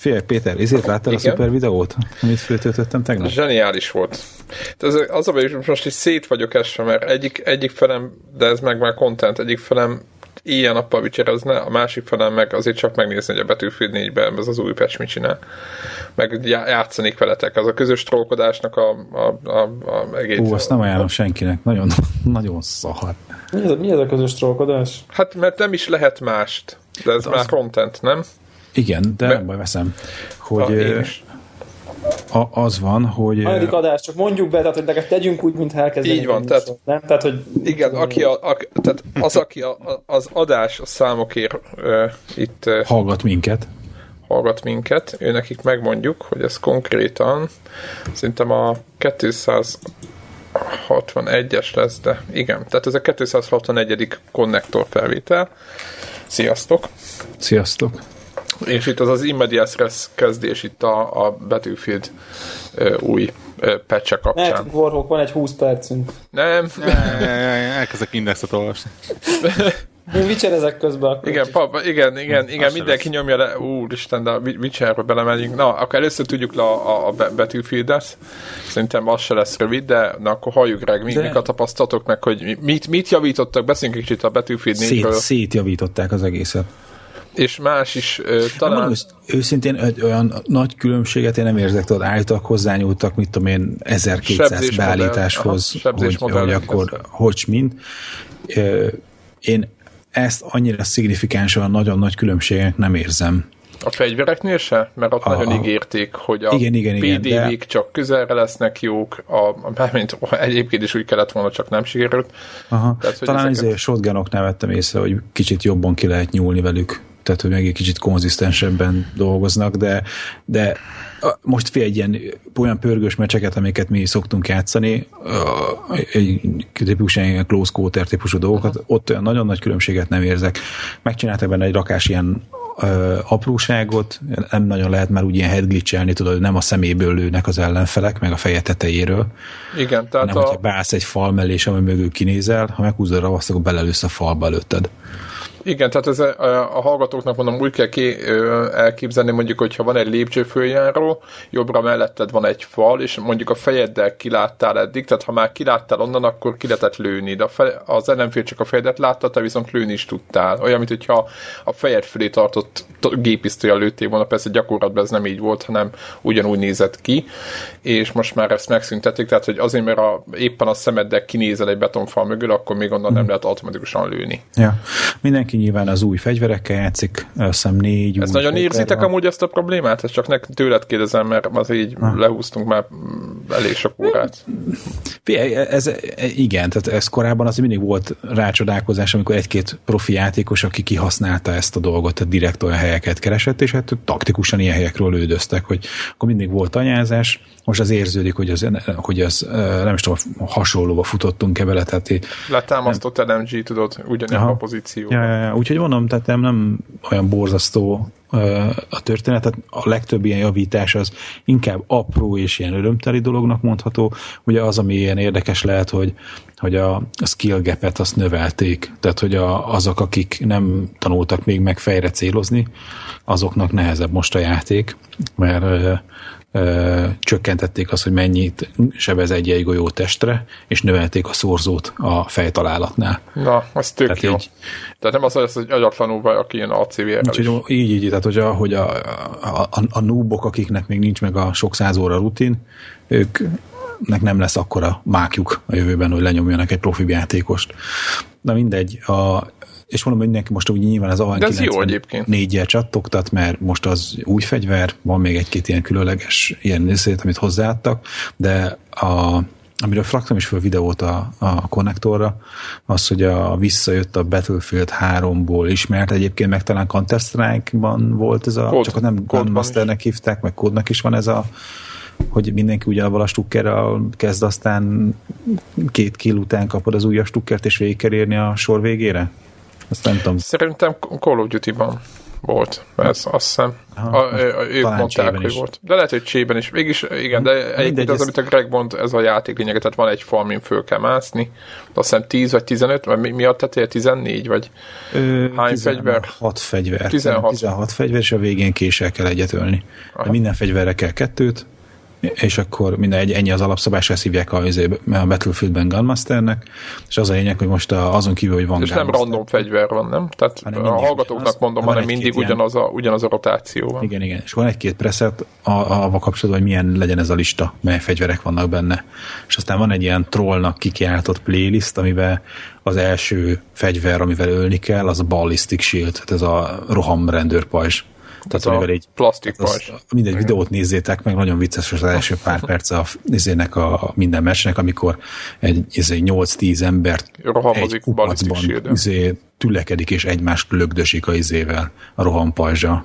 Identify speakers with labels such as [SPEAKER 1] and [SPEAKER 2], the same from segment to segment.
[SPEAKER 1] Figyelj, Péter, ezért láttál a szuper videót, amit föltöltöttem tegnap?
[SPEAKER 2] Zseniális volt. Az a baj, most is szét vagyok esve, mert egyik felem, de ez meg már content, egyik felem éjjel-nappal vicserezne, a másik felem meg azért csak megnézni, hogy a Battlefield 4-ben ez az új patch mit csinál. Meg játszanék veletek. Az a közös trollkodásnak a egész.
[SPEAKER 1] Azt nem ajánlom senkinek. Nagyon, nagyon szar.
[SPEAKER 3] Mi ez a közös trollkodás?
[SPEAKER 2] Hát, mert nem is lehet mást. De ez már content, nem?
[SPEAKER 1] Igen, de nem baj, veszem. Hogy az van, hogy...
[SPEAKER 3] Hanyadik adás, csak mondjuk be, tehát, hogy neked tegyünk úgy, mintha elkezdenék.
[SPEAKER 2] Így van, tehát,
[SPEAKER 3] nem? Tehát, hogy...
[SPEAKER 2] Igen, aki az adás a számokért itt...
[SPEAKER 1] Hallgat minket,
[SPEAKER 2] ő nekik megmondjuk, hogy ez konkrétan szerintem a 261-es lesz, de igen, tehát ez a 261. konnektor felvétel. Sziasztok!
[SPEAKER 1] Sziasztok!
[SPEAKER 2] És itt az immediate res kezdés itt a Battlefield új patch-e kapcsán.
[SPEAKER 3] Warhawk, van egy 20 percünk.
[SPEAKER 2] Nem.
[SPEAKER 4] Elkezdek indexet olvasni.
[SPEAKER 3] Én vicserezek közben.
[SPEAKER 2] Igen, mindenki nyomja le. Úristen, de a Witcherbe belemegyünk. Na, akkor először tudjuk le a Battlefield-et. Szerintem az se lesz rövid, de na, akkor halljuk rá, mik a tapasztalatok meg, hogy mit javítottak. Beszéljünk kicsit a Battlefield 4-ről.
[SPEAKER 1] Szétjavították az egészet.
[SPEAKER 2] És más is talán...
[SPEAKER 1] Mondom, őszintén olyan nagy különbséget én nem érzek, tudod, állítak, hozzányúltak, mit tudom én, 1200 beállításhoz, hogy akkor mind. Én ezt annyira szignifikánsan nagyon nagy különbségek nem érzem.
[SPEAKER 2] A fegyvereknél se? Mert ott nagyon ígérték, hogy a PD-vik csak közelre lesznek jók, mármint egyébként is úgy kellett volna, csak nem sikerült.
[SPEAKER 1] Tehát, talán ezért shotgunoknál vettem észre, hogy kicsit jobban ki lehet nyúlni velük. Tehát, hogy meg egy kicsit konzisztensebben dolgoznak, de most fél egy olyan pörgős meccseket, amiket mi szoktunk játszani, típusan ilyen close quarter típusú dolgokat, ott olyan nagyon nagy különbséget nem érzek. Megcsináltak benne egy rakás ilyen apróságot, nem nagyon lehet már úgy ilyen headglitchelni, tudod, hogy nem a szeméből lőnek az ellenfelek, meg a feje tetejéről.
[SPEAKER 2] Igen, tehát
[SPEAKER 1] hanem, hogyha beállsz egy fal mellé, és ami mögül kinézel, ha meghúzod a ravaszt, akkor belelősz a falba előtted.
[SPEAKER 2] Igen, tehát ez a hallgatóknak mondom, úgy kell elképzelni, mondjuk, hogyha van egy lépcsőföljáró, jobbra melletted van egy fal, és mondjuk a fejeddel kiláttál eddig, tehát ha már kiláttál onnan, akkor ki lehetett lőni, de az ellenfél csak a fejedet látta, te viszont lőni is tudtál. Olyan, mint hogyha a fejed fölé tartott géppisztollyal lőttél volna, persze gyakorlatban ez nem így volt, hanem ugyanúgy nézett ki, és most már ezt megszüntették, tehát hogy azért, mert éppen a szemeddel kinézel egy betonfal mögül, akkor még onnan nem lehet automatikusan lőni.
[SPEAKER 1] Ja. Mindenki nyilván az új fegyverekkel játszik, azt hiszem 4 új.
[SPEAKER 2] Ezt nagyon érzitek amúgy ezt a problémát? Ezt csak tőled kérdezem, mert az így lehúztunk már elég sok órát.
[SPEAKER 1] Igen, tehát ez korábban az mindig volt rácsodálkozás, amikor egy-két profi játékos, aki kihasználta ezt a dolgot, tehát direkt olyan helyeket keresett, és hát taktikusan ilyen helyekről lődöztek, hogy akkor mindig volt anyázás, most az érződik, hogy az nem is tudom, hasonlóba futottunk-e vele, tehát
[SPEAKER 2] letámasztott LMG, tudod, ugyanilyen a pozíció.
[SPEAKER 1] Ja, úgyhogy mondom, tehát nem olyan borzasztó a történetet, a legtöbb ilyen javítás az inkább apró és ilyen örömteli dolognak mondható, ugye az, ami ilyen érdekes lehet, hogy a skill gap-et azt növelték, tehát hogy azok, akik nem tanultak még meg fejre célozni, azoknak nehezebb most a játék, mert csökkentették azt, hogy mennyit sebez egy golyó testre, és növelték a szorzót a fejtalálatnál.
[SPEAKER 2] Na, az tök jó. Tehát nem az, hogy agyatlanul vagy, aki ilyen ACVR-rel is.
[SPEAKER 1] Így, tehát hogy a noobok, akiknek még nincs meg a sok száz óra rutin, őknek nem lesz akkora mákjuk a jövőben, hogy lenyomjanak egy profi játékost. Na mindegy, és mondom, hogy mindenki most úgy nyilván az AN-94-jel csattogtat, mert most az új fegyver, van még egy-két ilyen különleges ilyen nézét, amit hozzáadtak, de amiről fraktam is föl videót a konnektorra, az, hogy visszajött a Battlefield 3-ból ismert, egyébként meg talán Counter-Strike-ban volt ez csak nem Gunmasternek hívták, meg Code-nak is van ez hogy mindenki ugyanabban a stukkerrel kezd, aztán 2 kill után kapod az újabb stukkert, és végig kell érni a sor végére? Azt nem tudom.
[SPEAKER 2] Szerintem Call of Duty-ban. volt. Ez azt hiszem. Ők mondták, hogy volt. De lehet, hogy Csében is. Mégis, igen, de egyébként az, amit a Greg mond, ez a játék lényege, tehát van egy fal, amin föl kell mászni. Azt hiszem 10 vagy 15, vagy mi a tetője? 14, vagy hány fegyver?
[SPEAKER 1] 16 fegyver.
[SPEAKER 2] 16
[SPEAKER 1] fegyver, és a végén késsel kell egyet ölni. Minden fegyverre kell 2, és akkor ennyi az alapszabás, ezt hívják a Battlefieldben Gunmasternek, és az a lényeg, hogy most azon kívül, hogy van
[SPEAKER 2] és nem random fegyver van, nem? Tehát a hallgatóknak mondom, hanem mindig ugyanaz a rotáció van.
[SPEAKER 1] Igen, és van egy-két preset avval kapcsolatban, hogy milyen legyen ez a lista, mely fegyverek vannak benne. És aztán van egy ilyen trollnak kikiáltott playlist, amiben az első fegyver, amivel ölni kell, az a Ballistic Shield, tehát ez a rohamrendőrpajzs. Tehát
[SPEAKER 2] a plastik pajzs.
[SPEAKER 1] Mindegy videót nézzétek meg, nagyon vicces az első pár perc a minden mesnek, amikor egy 8-10 embert egy kupacban tülekedik és egymást lögdösik a rohampajzsa.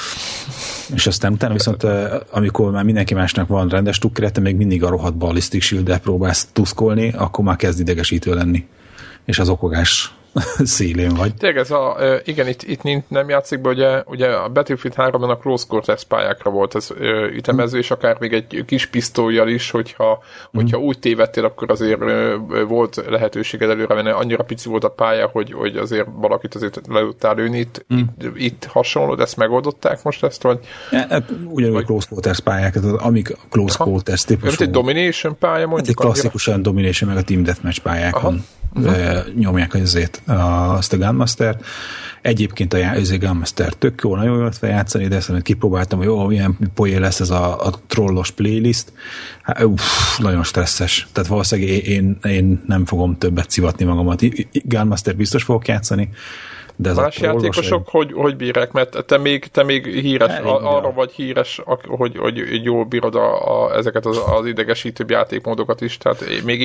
[SPEAKER 1] És aztán utána viszont, amikor már mindenki másnak van rendes tukkerete, még mindig a rohadt Ballistic Shield-del próbálsz tuszkolni, akkor már kezd idegesítő lenni. És az okogás szélén vagy.
[SPEAKER 2] Tényleg ez igen, itt nem játszik be, ugye a Battlefield 3-ban a close quarters pályákra volt ez ütemező, és akár még egy kis pisztollyal is, hogyha úgy tévedtél, akkor azért volt lehetőséged előre menni. Annyira pici volt a pálya, hogy azért valakit azért le tudtál lőni. Itt hasonló, de ezt megoldották most ezt, vagy?
[SPEAKER 1] Ugyanúgy close quarters pályák, amik close quarters típusú.
[SPEAKER 2] Mint egy domination pálya, mondjuk?
[SPEAKER 1] Egy klasszikusan domination, meg a team deathmatch pályákon nyomják azt a Gunmaster-t. Egyébként a Gunmaster tök jó, nagyon jól fel játszani, de ezt kipróbáltam, hogy milyen poén lesz ez a trollos playlist. Nagyon stresszes. Tehát valószínűleg én nem fogom többet szivatni magamat. Gunmaster biztos fogok játszani, de ez
[SPEAKER 2] más játékosok hogy bírják? Mert te még híres, arra vagy híres, hogy jól bírod ezeket az idegesítőbb játékmódokat is, tehát még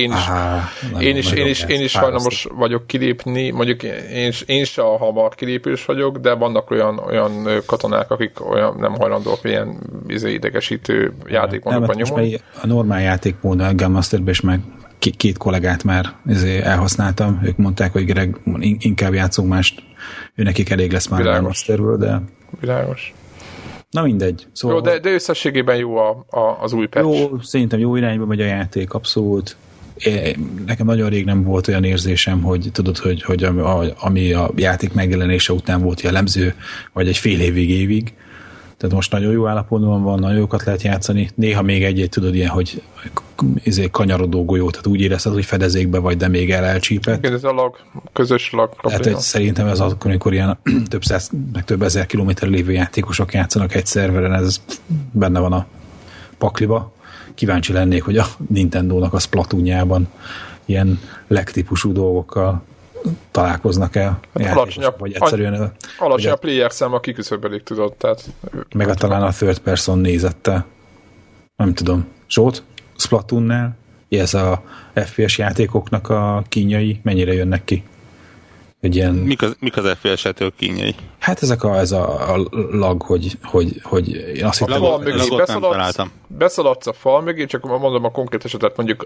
[SPEAKER 2] én is hajlamos vagyok kilépni, mondjuk én se a hamar kilépős vagyok, de vannak olyan katonák, akik olyan nem hajlandóak ilyen idegesítő játékmódokban nyomon.
[SPEAKER 1] A normál játékmód a Gunmasterben is meg két kollégát már elhasználtam, ők mondták, hogy Greg, inkább játszunk mást, ő nekik elég lesz már a Masterből, de...
[SPEAKER 2] Világos.
[SPEAKER 1] Na mindegy. Szóval...
[SPEAKER 2] Jó, de összességében jó az új patch.
[SPEAKER 1] Jó, szerintem jó irányba megy a játék, abszolút. Nekem nagyon rég nem volt olyan érzésem, hogy tudod, hogy ami a játék megjelenése után volt jellemző, vagy egy fél évig. Tehát most nagyon jó állapotban van, nagyon jókat lehet játszani. Néha még egy tudod, ilyen, hogy kanyarodó golyó, tehát úgy érezted, hogy fedezékbe vagy, de még elcsípett.
[SPEAKER 2] Igen, ez a közös lag probléma.
[SPEAKER 1] Tehát szerintem ez az, amikor ilyen több száz, meg több ezer kilométer lévő játékosok játszanak egy szerveren, ez benne van a pakliba. Kíváncsi lennék, hogy a Nintendónak a Splatoonjában ilyen legtípusú dolgokkal találkoznak el.
[SPEAKER 2] Vagy egyszerűen alacsony a player szám, a kiküszöbölik, tudod. Tehát
[SPEAKER 1] meg talán a third person nézettel. Nem tudom. Zsolt? Splatoonnál? Ez a FPS játékoknak a kínjai mennyire jönnek ki? Egy ilyen...
[SPEAKER 4] Mik az FPS-től kínjai?
[SPEAKER 1] Hát ez a lag, hogy én azt hittem,
[SPEAKER 2] hogy beszaladsz a fal mögé, csak mondom a konkrét esetet, mondjuk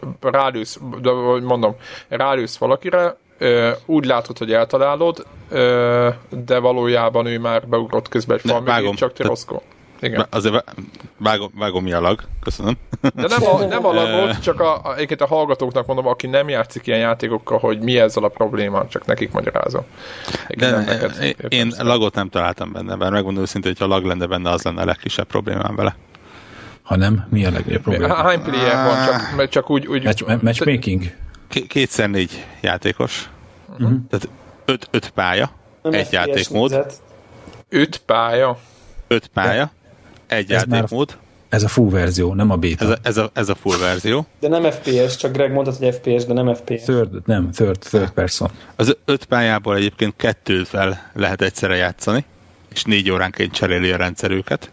[SPEAKER 2] rálősz valakire, úgy látod, hogy eltalálod, de valójában ő már beugrott közben egy fal mögé, csak te rosszkol. Igen.
[SPEAKER 4] Azért vágom mi a lag, köszönöm.
[SPEAKER 2] De nem a lagot, csak egyébként a hallgatóknak mondom, aki nem játszik ilyen játékokkal, hogy mi ezzel a probléma, csak nekik magyarázom.
[SPEAKER 4] Én lagot nem találtam benne, mert megmondom őszintén, hogy ha lag lenne benne, az lenne a legkisebb problémám vele.
[SPEAKER 1] Ha nem, mi a legnagyobb probléma?
[SPEAKER 2] Hány player van, csak úgy...
[SPEAKER 1] Matchmaking?
[SPEAKER 4] 2x4 játékos. Tehát 5 pálya, nem egy játékmód.
[SPEAKER 2] 5 pálya?
[SPEAKER 4] 5 pálya, egy játékmód.
[SPEAKER 1] Ez a full verzió, nem a beta.
[SPEAKER 4] Ez a full verzió.
[SPEAKER 3] De nem FPS, csak Greg mondta, hogy FPS, de nem FPS.
[SPEAKER 1] Third person.
[SPEAKER 4] Az 5 pályából egyébként 2-vel lehet egyszerre játszani, és 4 óránként cseréli a rendszer őket.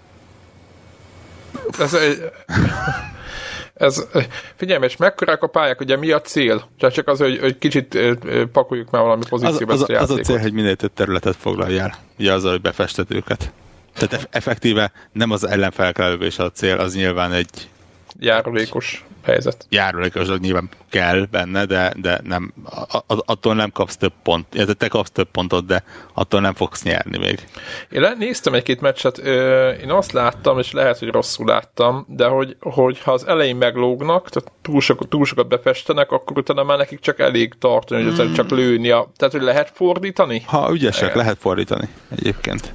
[SPEAKER 2] Figyelj, és mekkorák a pályák, ugye mi a cél? Csak az, hogy kicsit pakoljuk már valami pozícióba ezt a játékot.
[SPEAKER 4] Az a cél, hogy minél több területet foglaljál. Ugye azzal, hogy befested őket. Tehát effektíve nem az ellenfelekre lövés a cél, az nyilván egy
[SPEAKER 2] járulékos helyzet.
[SPEAKER 4] Járulékos nyilván kell benne, de nem, attól nem kapsz több pont. Te kapsz több pontot, de attól nem fogsz nyerni még.
[SPEAKER 2] Én néztem egy-két meccset, én azt láttam, és lehet, hogy rosszul láttam, de hogy ha az elején meglógnak, tehát túl sokat befestenek, akkor utána már nekik csak elég tartani, hogy csak lőni. Tehát, hogy lehet fordítani?
[SPEAKER 4] Ha ügyesek, lehet fordítani egyébként.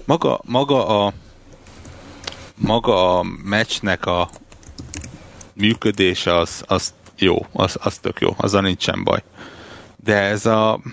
[SPEAKER 4] Maga a meccsnek a működése az jó, az tök jó, azzal nincsen baj. De ez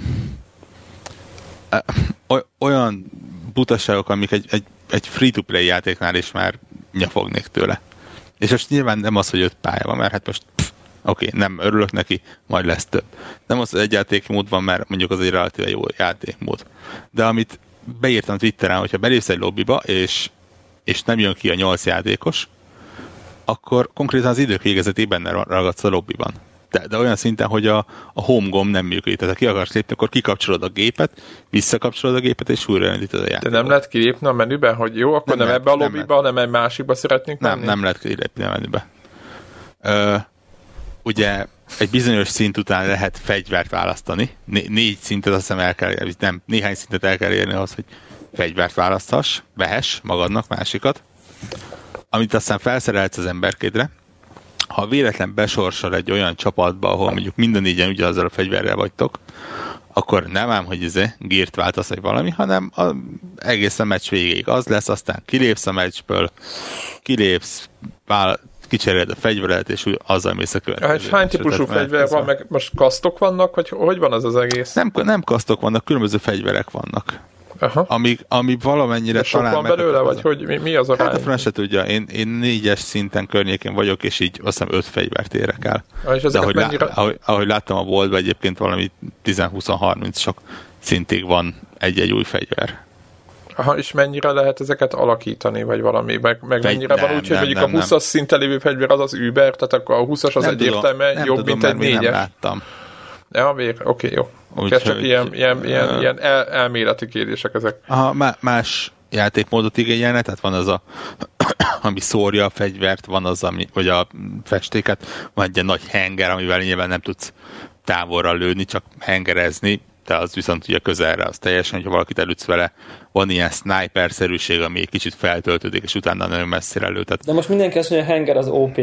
[SPEAKER 4] olyan butaságok, amik egy free-to-play játéknál is már nyafognék tőle. És most nyilván nem az, hogy 5 pálya van, mert hát most oké, nem örülök neki, majd lesz több. Nem az, hogy egy játékmód van, mert mondjuk az egy relatíve jó játékmód. De amit beírtam Twitteren, hogyha belépsz egy lobbyba, és nem jön ki a 8 játékos, akkor konkrétan az idők végezetében ragadsz a lobbyban. De olyan szinten, hogy a home gomb nem működik. Tehát ha ki akarsz lépni, akkor kikapcsolod a gépet, visszakapcsolod a gépet, és újraindítod a játékot.
[SPEAKER 2] De nem lehet kilépni a menüben, hogy jó, akkor nem ebbe a lobbyba, hanem egy másikba szeretnénk menni?
[SPEAKER 4] Nem lehet kilépni a menübe. Ugye egy bizonyos szint után lehet fegyvert választani. 4 szintet azt hiszem néhány szintet el kell érni ahhoz, hogy fegyvert választhass, vehess magadnak másikat, amit aztán felszerelsz az emberkédre. Ha véletlen besorsol egy olyan csapatba, ahol mondjuk minden négyen ugyanazzal a fegyverrel vagytok, akkor nem ám, hogy gírt váltasz, vagy valami, hanem egész a meccs végéig az lesz, aztán kilépsz a meccsből, kicseréled a fegyveret, és azzal mész a következő.
[SPEAKER 2] Hány típusú fegyver van, meg most kasztok vannak, vagy hogy van az egész?
[SPEAKER 4] Nem kasztok vannak, különböző fegyverek vannak.
[SPEAKER 2] Aha.
[SPEAKER 4] Ami valamennyire
[SPEAKER 2] de talán... Sok van belőle, vagy hogy mi az arány?
[SPEAKER 4] Hát a franc se tudja. Én 4-es szinten környékén vagyok, és így azt hiszem 5 fegyvert érek el.
[SPEAKER 2] És de
[SPEAKER 4] ahogy láttam a boltban, egyébként valami 10-20-30 sok szintig van egy új fegyver.
[SPEAKER 2] Aha, és mennyire lehet ezeket alakítani, vagy valami? Meg mennyire van úgy, hogy mondjuk a 20-as szinten lévő fegyver az Uber, tehát akkor a 20-as az egyértelműen jobb, mint egy 4-es.
[SPEAKER 4] Nem láttam.
[SPEAKER 2] Ja, oké, jó. Csak ilyen elméleti kérdések ezek.
[SPEAKER 4] Aha, más játékmódot igényelne, tehát van az ami szórja a fegyvert, van az, vagy a festéket, van egy nagy henger, amivel nyilván nem tudsz távolra lőni, csak hengerezni, de az viszont ugye közelre, az teljesen, hogyha valakit elütsz vele, van ilyen sniper-szerűség, ami egy kicsit feltöltődik, és utána nagyon messzire lő.
[SPEAKER 3] De most mindenki azt mondja, a henger az OP.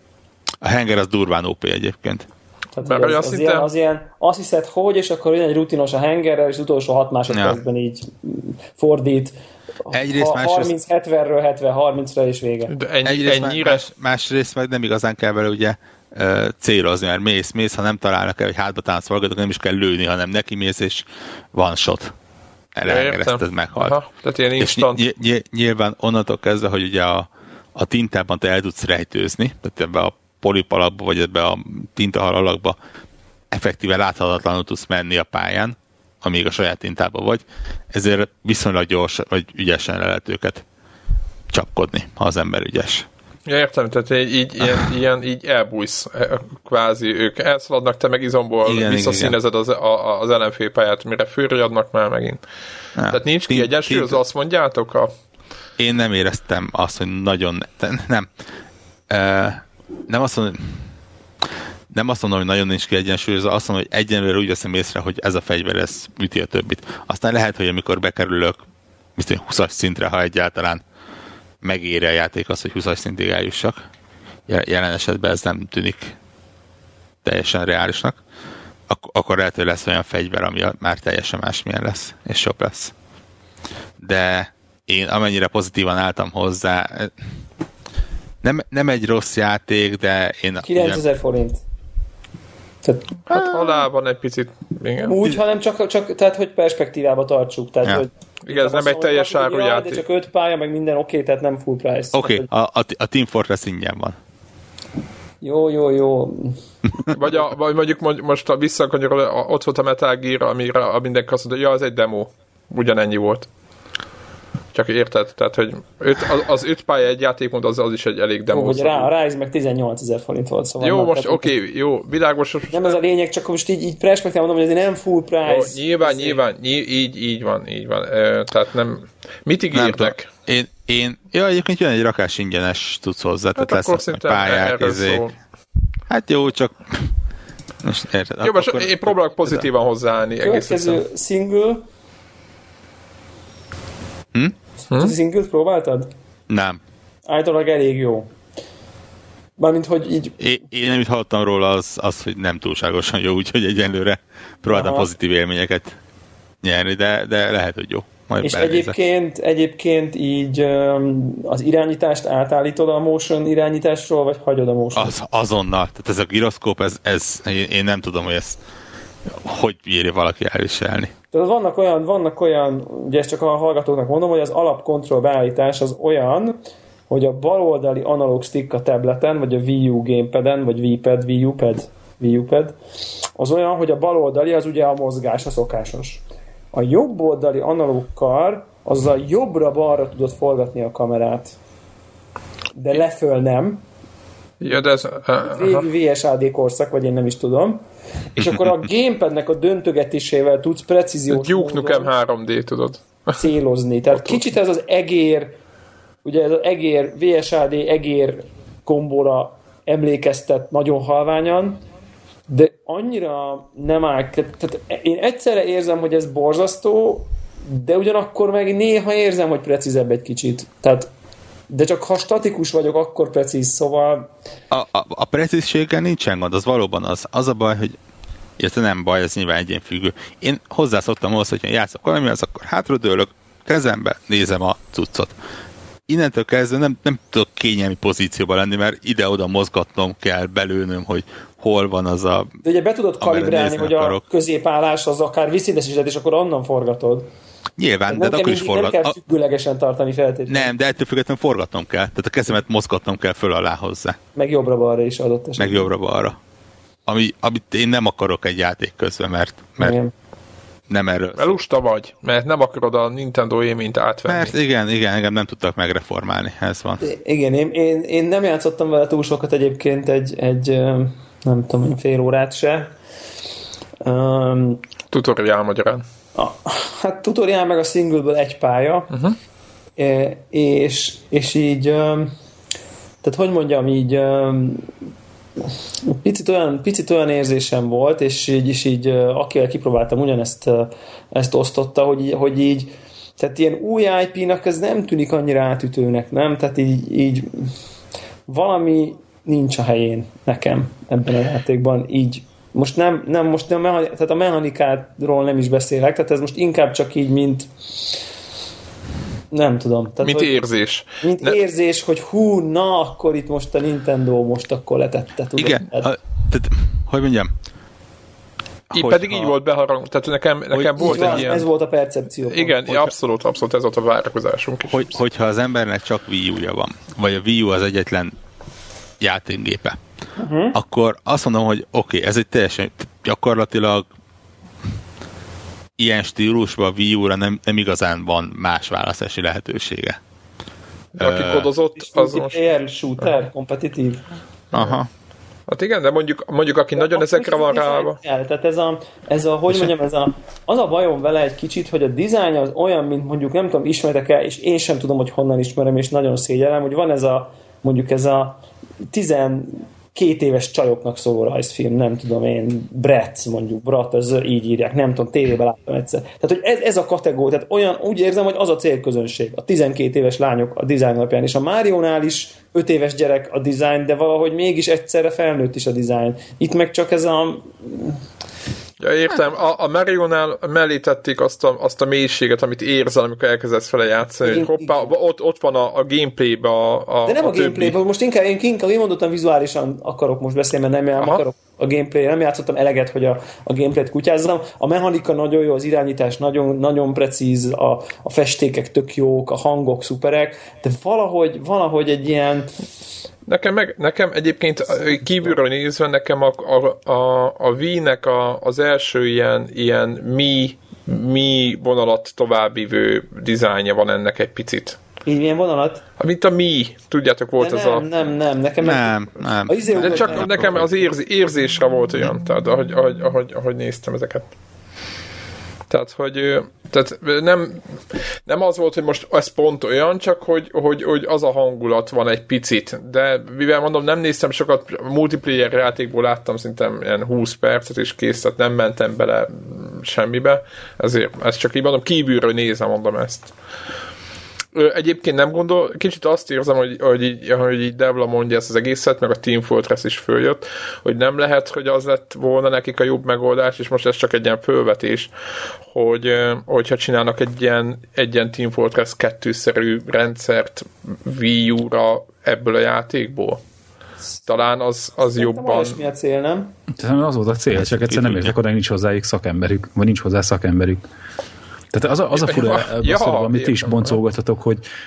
[SPEAKER 4] A henger az durván OP egyébként.
[SPEAKER 3] Tehát az ilyen, azt hiszed, hogy, és akkor jön egy rutinos a hengerrel, és az utolsó 6 másodpercben így fordít.
[SPEAKER 4] Egyrészt
[SPEAKER 3] 30-70-ről 70-30-ra és vége.
[SPEAKER 2] De ennyire...
[SPEAKER 4] Másrészt meg nem igazán kell vele ugye célozni, mert mész, ha nem találnak el, hogy hátba tánc valgatok, nem is kell lőni, hanem neki mész, és van shot. Elhengerezted, meghalt.
[SPEAKER 2] Aha, tehát ilyen instant.
[SPEAKER 4] És nyilván onnantól kezdve, hogy ugye a tintában te el tudsz rejtőzni, tehát ebbe a polipalapba, vagy ebbe a tintahal alakba effektíve láthatatlanul tudsz menni a pályán, amíg a saját tintában vagy, ezért viszonylag gyors, vagy ügyesen le lehet őket csapkodni, ha az ember ügyes.
[SPEAKER 2] Ja, értem, tehát így elbújsz, kvázi ők elszaladnak, te meg izomból visszaszínezed az ellenfélpályát, mire fölriadnak már megint. Ja. Tehát nincs kiegyensúlyozva, azt mondjátok?
[SPEAKER 4] Én nem éreztem azt, hogy nagyon... Nem azt mondom, hogy nagyon nincs kiegyensúlyozva, azt mondom, hogy egyenlőre úgy veszem észre, hogy ez a fegyver, ez üti a többit. Aztán lehet, hogy amikor bekerülök 20-as szintre, ha egyáltalán megéri a játék az, hogy 20-as szintig eljussak. Jelen esetben ez nem tűnik teljesen reálisnak. Akkor lehet, hogy lesz olyan fegyver, ami már teljesen másmilyen lesz, és jobb lesz. De én amennyire pozitívan álltam hozzá, nem egy rossz játék, de én...
[SPEAKER 3] 9000 forint.
[SPEAKER 2] Hát halálban egy picit... Igen.
[SPEAKER 3] Úgy, hanem csak tehát, hogy perspektívába tartsuk. Tehát,
[SPEAKER 4] ja.
[SPEAKER 3] hogy
[SPEAKER 2] igen, ez nem egy teljes áru játék.
[SPEAKER 3] De csak 5 pálya, meg minden oké, tehát nem full price.
[SPEAKER 4] Oké, a Team Fortress ingyen van.
[SPEAKER 3] Jó.
[SPEAKER 2] Vagy mondjuk most visszakanyarul, ott volt a Metal Gear, amire mindenki azt mondta, az egy demo. Ugyanennyi volt. Csak érted? Tehát, hogy az 5 pálya egy játékmód, az is egy elég demo.
[SPEAKER 3] Hogy a Rise meg 18 000 forint volt. Szóval
[SPEAKER 2] jó, most jó, világos.
[SPEAKER 3] Nem ez a lényeg, csak most így perspektíván mondom, hogy ez nem full price.
[SPEAKER 2] Jó, nyilván, így van. Tehát nem... Mit ígértek?
[SPEAKER 4] Egyébként jön egy rakás ingyenes tudsz hozzá,
[SPEAKER 2] hát
[SPEAKER 4] tehát lesznek pályák, hát jó, csak most érted.
[SPEAKER 2] Jó, most én próbálok pozitívan hozzáállni.
[SPEAKER 3] Következő single. Single-t próbáltad?
[SPEAKER 4] Nem.
[SPEAKER 3] Általában elég jó. Mármint, hogy így...
[SPEAKER 4] Én nem hallottam róla az, hogy nem túlságosan jó, úgyhogy egyenlőre próbáltam pozitív élményeket nyerni, de lehet, hogy jó. Majd
[SPEAKER 3] és egyébként így az irányítást átállítod a motion irányításról, vagy hagyod a motion?
[SPEAKER 4] Azonnal. Tehát ez a gyroszkóp, én nem tudom, hogy ezt hogy bírja valaki elviselni.
[SPEAKER 3] Tehát vannak olyan, ugye ezt csak a hallgatóknak mondom, hogy az alapkontroll beállítás az olyan, hogy a baloldali analóg stick a tableten, vagy a Wii U gamepaden, vagy Wii U pad, az olyan, hogy a baloldali az ugye a mozgás, a szokásos. A jobb oldali analóg kar, azzal jobbra-balra tudod forgatni a kamerát. De leföl nem.
[SPEAKER 2] Ja, de ez...
[SPEAKER 3] Régi VSAD korszak, vagy én nem is tudom. És akkor a gamepadnek a döntögetésével tudsz precíziós
[SPEAKER 2] Duke Nukem 3D, tudod.
[SPEAKER 3] Célozni. Tehát kicsit ez az egér, ugye ez az egér, VSAD egér kombóra emlékeztet nagyon halványan, de annyira nem áll. Tehát én egyszerre érzem, hogy ez borzasztó, de ugyanakkor meg néha érzem, hogy precízebb egy kicsit. Tehát, de csak ha statikus vagyok, akkor precíz, szóval...
[SPEAKER 4] A precízséggel nincsen gond, az valóban az a baj, hogy illetve nem baj, ez nyilván egyénfüggő. Én hozzászoktam ahhoz, hogyha játszok valamivel, akkor hátradőlök, kezembe nézem a cuccot. Innentől kezdve nem tudok kényelmi pozícióban lenni, mert ide-oda mozgatnom kell, belőnöm, hogy hol van az a...
[SPEAKER 3] De ugye be tudod kalibrálni, hogy a középállás az akár viszintesíted, és akkor onnan forgatod.
[SPEAKER 4] Nyilván, de akkor is forgat.
[SPEAKER 3] Nem kell függőlegesen tartani feltétlenül.
[SPEAKER 4] Nem, de ettől függetlenül forgatnom kell. Tehát a kezemet mozgatnom kell föl alá hozzá.
[SPEAKER 3] Meg jobbra-balra is adott esetben.
[SPEAKER 4] Meg jobbra-balra. Amit én nem akarok egy játék közben, mert nem erről.
[SPEAKER 2] Mert lusta vagy, mert nem akarod a Nintendo élményt átvenni.
[SPEAKER 4] Mert igen, engem nem tudtak megreformálni, ez van.
[SPEAKER 3] Igen, én nem játszottam vele túl sokat egyébként egy nem tudom, fél órát se.
[SPEAKER 2] Tutoriál magyarán.
[SPEAKER 3] Hát tutoriál meg a singleből egy pálya, és így tehát hogy mondjam, így picit olyan érzésem volt, és így akivel kipróbáltam ugyanezt ezt osztotta, hogy így tehát ilyen új IP-nak ez nem tűnik annyira átütőnek, nem? Tehát így valami nincs a helyén nekem ebben a játékban, így most tehát a mechanikáról nem is beszélek, tehát ez most inkább csak így, mint nem tudom. Tehát,
[SPEAKER 2] mint érzés.
[SPEAKER 3] Érzés, hogy na, akkor itt most a Nintendo most akkor letette. Tudod? Igen,
[SPEAKER 4] tehát, hogy mondjam?
[SPEAKER 2] Pedig így volt beharang, tehát nekem volt egy ilyen...
[SPEAKER 3] Ez volt a percepció.
[SPEAKER 2] Igen, abszolút, ez volt a várakozásunk is.
[SPEAKER 4] Hogyha az embernek csak Wii U-ja van, vagy a Wii U az egyetlen játékgépe, akkor azt mondom, hogy oké, ez egy teljesen gyakorlatilag ilyen stílusban a Wii U-ra nem igazán van más választási lehetősége.
[SPEAKER 2] De aki kodozott, az most...
[SPEAKER 3] shooter, kompetitív.
[SPEAKER 4] Aha.
[SPEAKER 2] Hát igen, de mondjuk aki nagyon ezekre van ráva.
[SPEAKER 3] Tehát ez a hogy mondjam, az a bajom vele egy kicsit, hogy a dizájn az olyan, mint mondjuk nem tudom, ismertek el, és én sem tudom, hogy honnan ismerem, és nagyon szégyellem, hogy van ez a 12 éves csajoknak szóló rajzfilm, nem tudom én, Brat, az így írják, nem tudom, tévében láttam egyszer. Tehát, hogy ez a kategória, tehát olyan, úgy érzem, hogy az a célközönség, a 12 éves lányok a dizájn alapján, és a Máriónál is 5 éves gyerek a dizájn, de valahogy mégis egyszerre felnőtt is a dizájn. Itt meg csak ez a...
[SPEAKER 2] Ja, értem, a Mario-nál mellé tették azt a mélységet, amit érzel, amikor elkezdesz vele játszani, hogy hoppá, ott van a gameplaybe
[SPEAKER 3] de nem a gameplaybe, most inkább én mondottam vizuálisan akarok most beszélni, mert nem akarok a gameplay, nem játszottam eleget, hogy a gameplayt kutyázzam. A mechanika nagyon jó, az irányítás nagyon, nagyon precíz, a festékek tök jók, a hangok szuperek, de valahogy egy ilyen...
[SPEAKER 2] Nekem egyébként kívülről nézve nekem a Wii-nek az első ilyen mi vonalat továbbvívő dizájnja van ennek egy picit.
[SPEAKER 3] Így milyen vonalat?
[SPEAKER 2] Mint a Mi, tudjátok, volt
[SPEAKER 3] de
[SPEAKER 2] ez
[SPEAKER 3] nem, nekem
[SPEAKER 4] nem.
[SPEAKER 2] De csak nekem az érzésre volt olyan, tehát ahogy néztem ezeket. Tehát, hogy nem az volt, hogy most ez pont olyan, csak hogy az a hangulat van egy picit. De mivel mondom, nem néztem sokat, multiplayer játékból láttam szinte ilyen 20 percet és kész, tehát nem mentem bele semmibe. Ezért ezt csak így mondom, kívülről nézem, mondom ezt. Egyébként nem gondol, kicsit azt érzem, hogy így Devla mondja ezt az egészet, meg a Team Fortress is följött, hogy nem lehet, hogy az lett volna nekik a jobb megoldás, és most ez csak egy ilyen fölvetés, hogyha csinálnak egy ilyen Team Fortress 2-szerű rendszert Wii U-ra ebből a játékból. Talán az jobban...
[SPEAKER 3] Mi a cél, nem?
[SPEAKER 1] Tehát az volt a cél, csak egyszer nem értek oda, nincs hozzájuk szakemberük, vagy nincs hozzá szakemberük. Tehát az a fura, amit ti is boncolgatatok,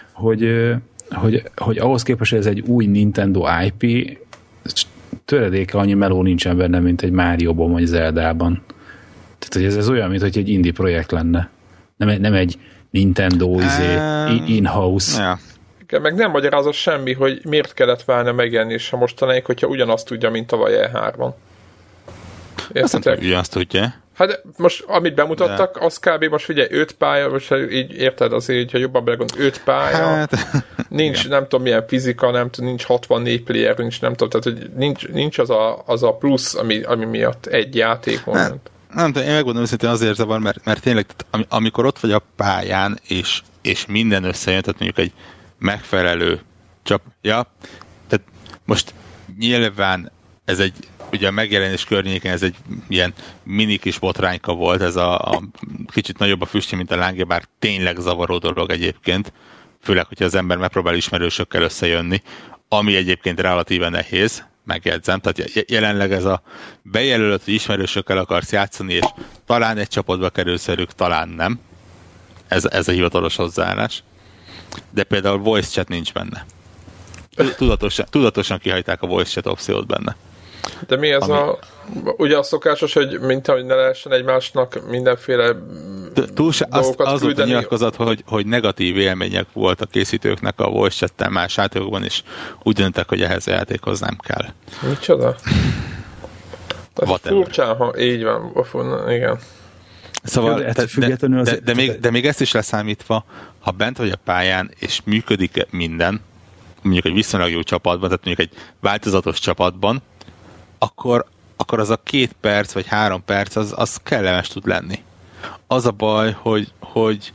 [SPEAKER 1] hogy ahhoz képest, hogy ez egy új Nintendo IP, töredéke annyi meló nincsen benne, mint egy Mario-ban vagy Zelda-ban. Tehát hogy ez olyan, mint hogy egy indie projekt lenne. Nem egy Nintendo in-house.
[SPEAKER 4] Ja.
[SPEAKER 2] Meg nem magyarázza semmi, hogy miért kellett válna megjelenésre mostanáig, hogyha ugyanazt tudja, mint tavaly E3-ban.
[SPEAKER 4] Azt nem tudja, ugyanazt tudja.
[SPEAKER 2] Hát most, amit bemutattak, az kb. Most figyelj, 5 pálya, most így érted azért, ha jobban belegondolod, 5 pálya, hát, nincs, igen. Nem tudom milyen fizika, nem tudom, nincs 64 player, nincs, nem tudom, tehát hogy nincs az a plusz, ami miatt egy játék van.
[SPEAKER 4] Nem tudom, én megmondom őszintén azért zavar, mert tényleg, amikor ott vagy a pályán, és minden összejön, tehát mondjuk egy megfelelő tehát most nyilván ez egy ugye a megjelenés környéken ez egy ilyen mini kis botrányka volt, ez a kicsit nagyobb a füstje, mint a lángja, bár tényleg zavaró dolog egyébként, főleg, hogyha az ember megpróbál ismerősökkel összejönni, ami egyébként relatíven nehéz, megjegyzem, tehát jelenleg ez a bejelölött, hogy ismerősökkel akarsz játszani, és talán egy csapatba kerülsz velük, talán nem. Ez a hivatalos hozzáállás. De például voice chat nincs benne. Tudatosan kihagyták a voice chat opciót benne.
[SPEAKER 2] De mi ez ugye a szokásos, hogy mint ahogy ne lehessen egymásnak mindenféle dolgokat
[SPEAKER 4] az
[SPEAKER 2] küldeni?
[SPEAKER 4] Az nyilatkozat, hogy negatív élmények volt a készítőknek a voice chat-tel más játékokban, és úgy döntek, hogy ehhez a játékhoz nem kell.
[SPEAKER 2] Micsoda? Furcsán, ha így van. Igen.
[SPEAKER 4] Szóval, de még ezt is leszámítva, ha bent vagy a pályán, és működik minden, mondjuk egy viszonylag jó csapatban, tehát mondjuk egy változatos csapatban, akkor az a 2 perc vagy 3 perc az kellemes tud lenni. Az a baj, hogy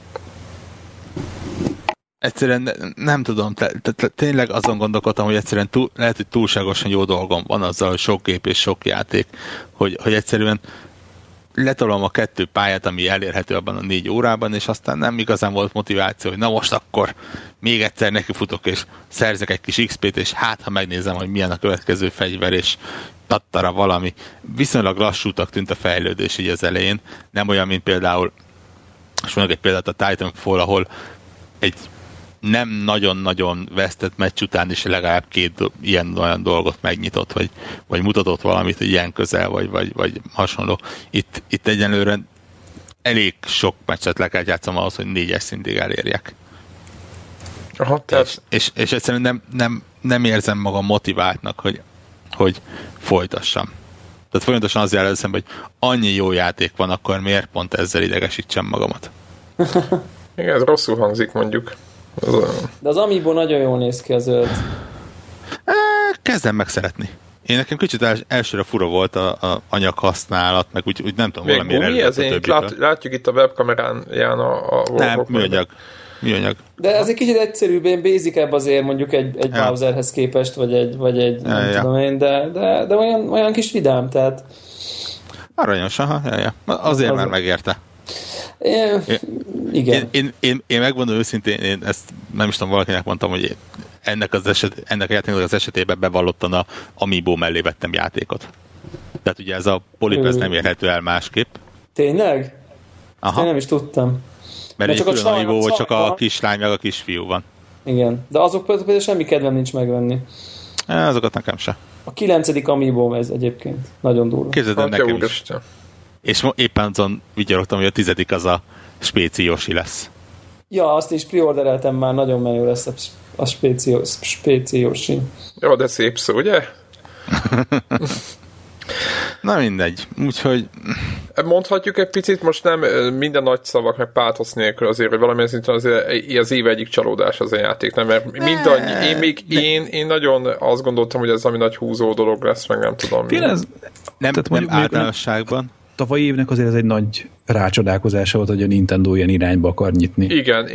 [SPEAKER 4] egyszerűen nem tudom, tényleg azon gondolkodtam, hogy egyszerűen lehet, hogy túlságosan jó dolgom van azzal, hogy sok gép és sok játék, hogy egyszerűen letolom a 2 pályát, ami elérhető abban a 4 órában, és aztán nem igazán volt motiváció, hogy na most akkor még egyszer nekifutok, és szerzek egy kis XP-t, és ha megnézem, hogy milyen a következő fegyver, és tattara valami. Viszonylag lassútak tűnt a fejlődés így az elején. Nem olyan, mint például, és mondok egy példát, a Titanfall, ahol egy nem nagyon-nagyon vesztett meccs után is legalább 2 ilyen-olyan dolgot megnyitott, vagy mutatott valamit, hogy ilyen közel, vagy hasonló. Itt egyenlőre elég sok meccset le kell játszom ahhoz, hogy 4-es szintig elérjek.
[SPEAKER 2] Aha, tehát...
[SPEAKER 4] és egyszerűen nem érzem magam motiváltnak, hogy folytassam. Tehát folyamatosan az jár eszembe, hogy annyi jó játék van, akkor miért pont ezzel idegesítsem magamat?
[SPEAKER 2] Igen, ez rosszul hangzik mondjuk.
[SPEAKER 3] De az Amiibo nagyon jól néz ki a zöld.
[SPEAKER 4] Kezdem meg szeretni. Én nekem kicsit elsőre fura volt a anyaghasználat, meg úgy nem tudom, valamire
[SPEAKER 2] előtt a látjuk itt a webkameránján
[SPEAKER 4] nem, műanyag.
[SPEAKER 3] De ez egy kicsit egyszerűbb, én basic-ebb azért mondjuk egy browserhez képest, vagy egy nem tudom én, de olyan kis vidám, tehát...
[SPEAKER 4] Aranyos, azért már megérte.
[SPEAKER 3] Igen.
[SPEAKER 4] Én megmondom őszintén, én ezt nem is tudom, valakinek mondtam, hogy ennek a játéknak az esetében bevallottan a Amiibo mellé vettem játékot. Tehát ugye ez a Polypress nem érhető el másképp.
[SPEAKER 3] Tényleg?
[SPEAKER 4] Aha.
[SPEAKER 3] Én nem is tudtam.
[SPEAKER 4] Mert egy külön Amiibo, hogy csak a kislány meg a kisfiú van.
[SPEAKER 3] Igen, de azok például semmi kedvem nincs megvenni.
[SPEAKER 4] Azokat nekem se.
[SPEAKER 3] A 9. Amiibo ez egyébként. Nagyon durva.
[SPEAKER 4] Képzeld el nekem is. És éppen azon vigyorogtam, hogy a 10. az a Spéci Yoshi lesz.
[SPEAKER 3] Ja, azt is preordereltem már, nagyon menő lesz a Spéci Yoshi.
[SPEAKER 2] Jó, de szép szó, ugye?
[SPEAKER 4] Na mindegy. Úgyhogy...
[SPEAKER 2] Mondhatjuk egy picit, most nem minden nagy szavak, meg pátosz nélkül azért, hogy valamilyen szinten azért az év egyik csalódás az a játék, nem? Mert mindannyi, én nagyon azt gondoltam, hogy ez ami nagy húzó dolog lesz, meg nem tudom.
[SPEAKER 4] Nem általánosságban.
[SPEAKER 1] Tavalyi évnek azért ez egy nagy rácsodálkozása volt, hogy a Nintendo ilyen irányba akar nyitni.
[SPEAKER 2] Igen.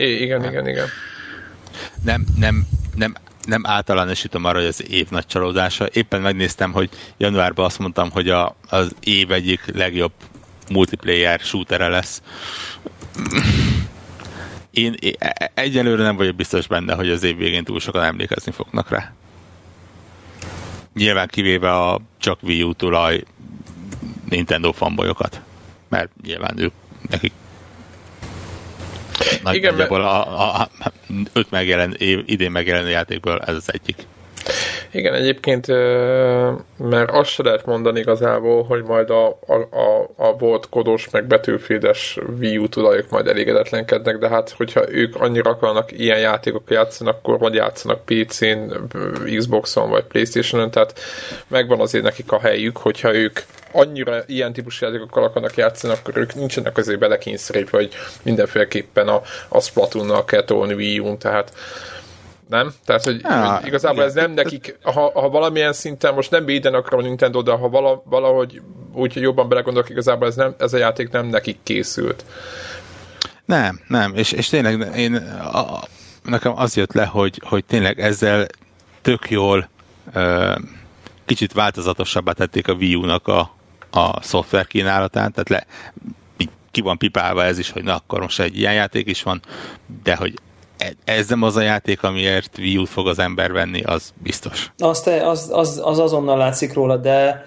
[SPEAKER 4] Nem általánosítom arra, hogy az év nagy csalódása. Éppen megnéztem, hogy januárban azt mondtam, hogy az év egyik legjobb multiplayer shootere lesz. Én egyelőre nem vagyok biztos benne, hogy az év végén túl sokan emlékezni fognak rá. Nyilván kivéve a csak Wii U tulaj Nintendo fanbolyokat. Mert nyilván nekik nagyjából a 5 idén megjelenő játékból ez az egyik.
[SPEAKER 2] Igen, egyébként, mert azt se lehet mondani igazából, hogy majd a volt kodos, meg Battlefield-es Wii U tulajok majd elégedetlenkednek, de hát, hogyha ők annyira akarnak ilyen játékokkal játszani, akkor vagy játszanak PC-n, Xboxon, vagy PlayStation-on, tehát megvan azért nekik a helyük, hogyha ők annyira ilyen típusú játékokkal akarnak játszani, akkor ők nincsenek azért belekényszerítve, hogy mindenféleképpen a Splatoon-nal kell tolni Wii U-n, tehát nem? Tehát, hogy igazából igen. Ez nem nekik, ha valamilyen szinten, most nem védeni akarom a Nintendo, de ha valahogy úgy jobban belegondolok, igazából ez a játék nem nekik készült.
[SPEAKER 4] Nem. És tényleg nekem az jött le, hogy tényleg ezzel tök jól kicsit változatosabbá tették a Wii U-nak a szoftver kínálatán, tehát ki van pipálva ez is, hogy na akkor most egy ilyen játék is van, de hogy ez nem az a játék, amiért Wii U-t fog az ember venni, az biztos.
[SPEAKER 3] Az azonnal látszik róla, de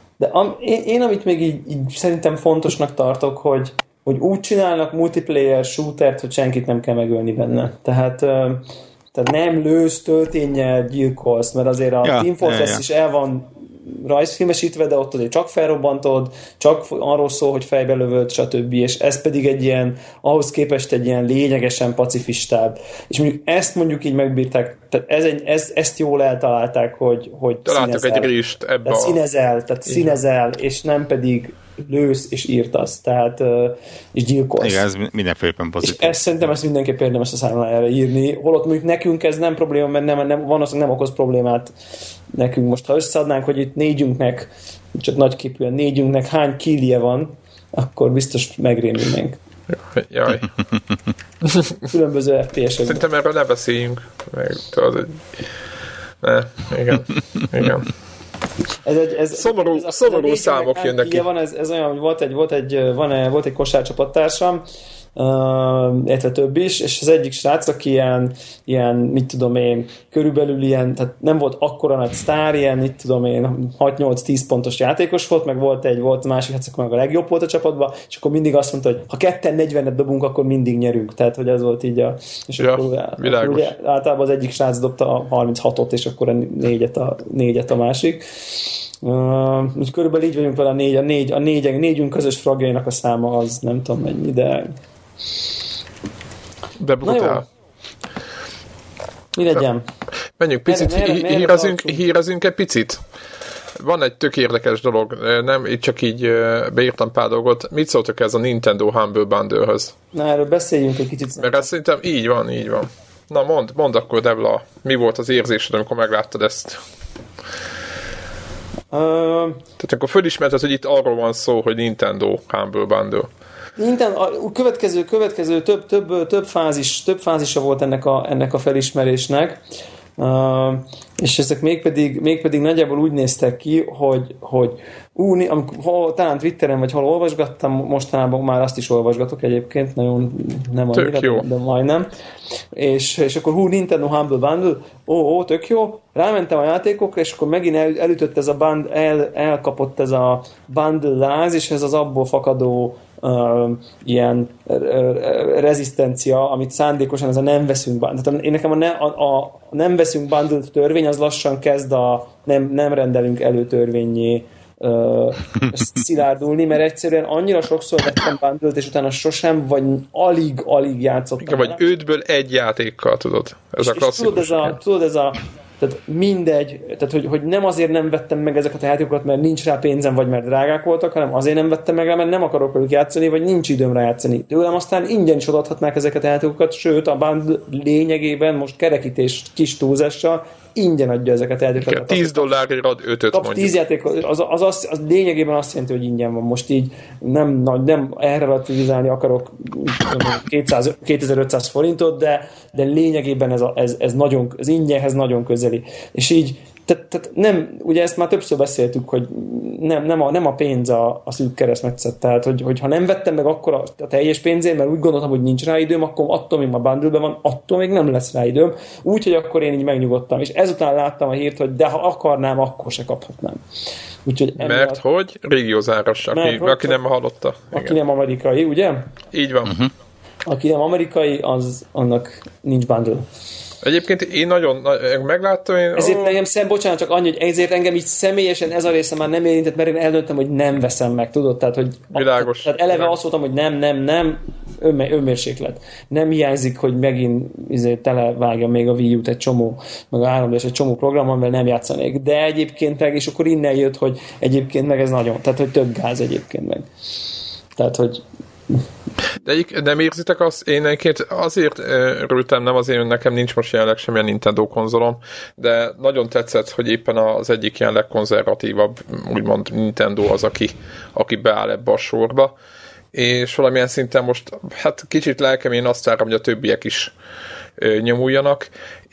[SPEAKER 3] én amit még így szerintem fontosnak tartok, hogy úgy csinálnak multiplayer shootert, hogy senkit nem kell megölni benne. Tehát nem lősz, tölténnyel gyilkolsz, mert azért a Team Fortress is el van rajzfilmesítve, de ott azért csak felrobbantod, csak arról szól, hogy fejbe lövöd, stb. És ez pedig egy ilyen, ahhoz képest egy ilyen lényegesen pacifistább. És mondjuk így megbírták, tehát ezt jól eltalálták, hogy
[SPEAKER 2] találtak egy rést ebbe
[SPEAKER 3] színezel, és nem pedig lősz és írtasz, tehát és gyilkolsz.
[SPEAKER 4] Igen, ez mindenféleképpen pozitív.
[SPEAKER 3] És szerintem ezt mindenképp érdemes a számlájára írni. Holott mondjuk nekünk ez nem probléma, mert nem okoz problémát nekünk. Most ha összeadnánk, hogy itt négyünknek, csak nagyképűen négyünknek hány killje van, akkor biztos megrémülnénk.
[SPEAKER 2] Jaj.
[SPEAKER 3] Különböző FPS-ek.
[SPEAKER 2] Szerintem erről ne beszéljünk. Igen.
[SPEAKER 3] Ez
[SPEAKER 2] szomorú számok jönnek ki.
[SPEAKER 3] Ez olyan, hogy volt egy kosárcsapattársam, illetve több is, és az egyik srác, aki ilyen, mit tudom én, körülbelül ilyen, tehát nem volt akkora nagy sztár, ilyen, mit tudom én, 6-8-10 pontos játékos volt, meg volt másik, hát akkor meg a legjobb volt a csapatban, és akkor mindig azt mondta, hogy ha 2-40-et dobunk, akkor mindig nyerünk. Tehát, hogy ez volt így és akkor ugye, általában az egyik srác dobta a 36-ot, és akkor a négyet a másik. Úgy körülbelül így vagyunk vele a négyünk közös fragjainak a száma az nem tudom mennyi, de
[SPEAKER 2] brutál.
[SPEAKER 3] Mi legyen?
[SPEAKER 2] Menjünk picit, hírezünk egy picit. Van egy tök érdekes dolog, nem, itt csak így beírtam pár dolgot. Mit szóltok ez a Nintendo Humble Bundle-höz?
[SPEAKER 3] Na, erről beszéljünk egy kicsit.
[SPEAKER 2] Mert ezt szerintem így van. Na mondd akkor, Devla, mi volt az érzésed, amikor megláttad ezt? Tehát akkor fölismerted, hogy itt arról van szó, hogy Nintendo Humble Bundle.
[SPEAKER 3] A következő több fázisa volt ennek a felismerésnek, és ezek mégpedig nagyjából úgy néztek ki, hogy talán Twitteren vagy hol olvasgattam, mostanában már azt is olvasgatok egyébként, nagyon nem annyira, de majdnem. És akkor Nintendo Humble Bundle, tök jó, rámentem a játékokra, és akkor megint elütött ez a elkapott ez a bundle láz, és ez az abból fakadó ilyen rezisztencia, amit szándékosan ez a nem veszünk bundle. Tehát nekem a nem veszünk bundle törvény, az lassan kezd a nem rendelünk előtörvényé szilárdulni, mert egyszerűen annyira sokszor vettem bundle-t, és utána sosem, vagy alig játszottam.
[SPEAKER 2] Igen, vagy 5-ből egy játékkal, tudod. Ez a klasszikus.
[SPEAKER 3] Tudod, ez a Tehát mindegy, tehát hogy nem azért nem vettem meg ezeket a játékokat, mert nincs rá pénzem, vagy mert drágák voltak, hanem azért nem vettem meg rá, mert nem akarok velük játszani, vagy nincs időm rá játszani. Tőlem aztán ingyen is odaadhatnák ezeket a játékokat, sőt a band lényegében most kerekítés kis túlzással ingyen adja ezeket a játékokat.
[SPEAKER 2] $10 ad 5-öt mondjuk. 10
[SPEAKER 3] játék, az lényegében azt jelenti, hogy ingyen van. Most így nem relativizálni akarok 2500 forintot, de lényegében ez nagyon, az ingyenhez nagyon közeli. És így tehát nem, ugye ezt már többször beszéltük, hogy nem a pénz a szűk keresztmetszet, tehát hogy ha nem vettem meg akkor a teljes pénzért, mert úgy gondoltam, hogy nincs rá időm, akkor attól még ma bundle-ben van, attól még nem lesz rá időm, úgyhogy akkor én így megnyugodtam, és ezután láttam a hírt, hogy de ha akarnám, akkor se kaphatnám. Úgyhogy
[SPEAKER 2] mert hogy régiózáros, aki nem hallotta.
[SPEAKER 3] Aki nem amerikai, ugye?
[SPEAKER 2] Így van. Uh-huh.
[SPEAKER 3] Aki nem amerikai, annak nincs bundle.
[SPEAKER 2] Egyébként én nagyon megláttam.
[SPEAKER 3] Ezért nekem bocsánat, csak annyi, hogy ezért engem így személyesen ez a része már nem érintett, mert én eldöntöm, hogy nem veszem meg, tudod? Tehát, hogy
[SPEAKER 2] világos.
[SPEAKER 3] Tehát eleve azt mondtam, hogy nem, önmérséklet. Nem hiányzik, hogy megint televágjam még a Wii U-t egy csomó, meg a 3D-s egy csomó programon, mert nem játszanék. De egyébként meg, és akkor innen jött, hogy egyébként meg ez nagyon, tehát, hogy több gáz egyébként meg. Tehát, hogy
[SPEAKER 2] de nem érzitek azt, én egyébként azért örültem, nem azért, hogy nekem nincs most jelenleg semmilyen Nintendo konzolom, de nagyon tetszett, hogy éppen az egyik ilyen legkonzervatívabb, úgymond Nintendo az, aki beáll ebbe a sorba, és valamilyen szinten most, hát kicsit lelkem én azt várom, hogy a többiek is nyomuljanak,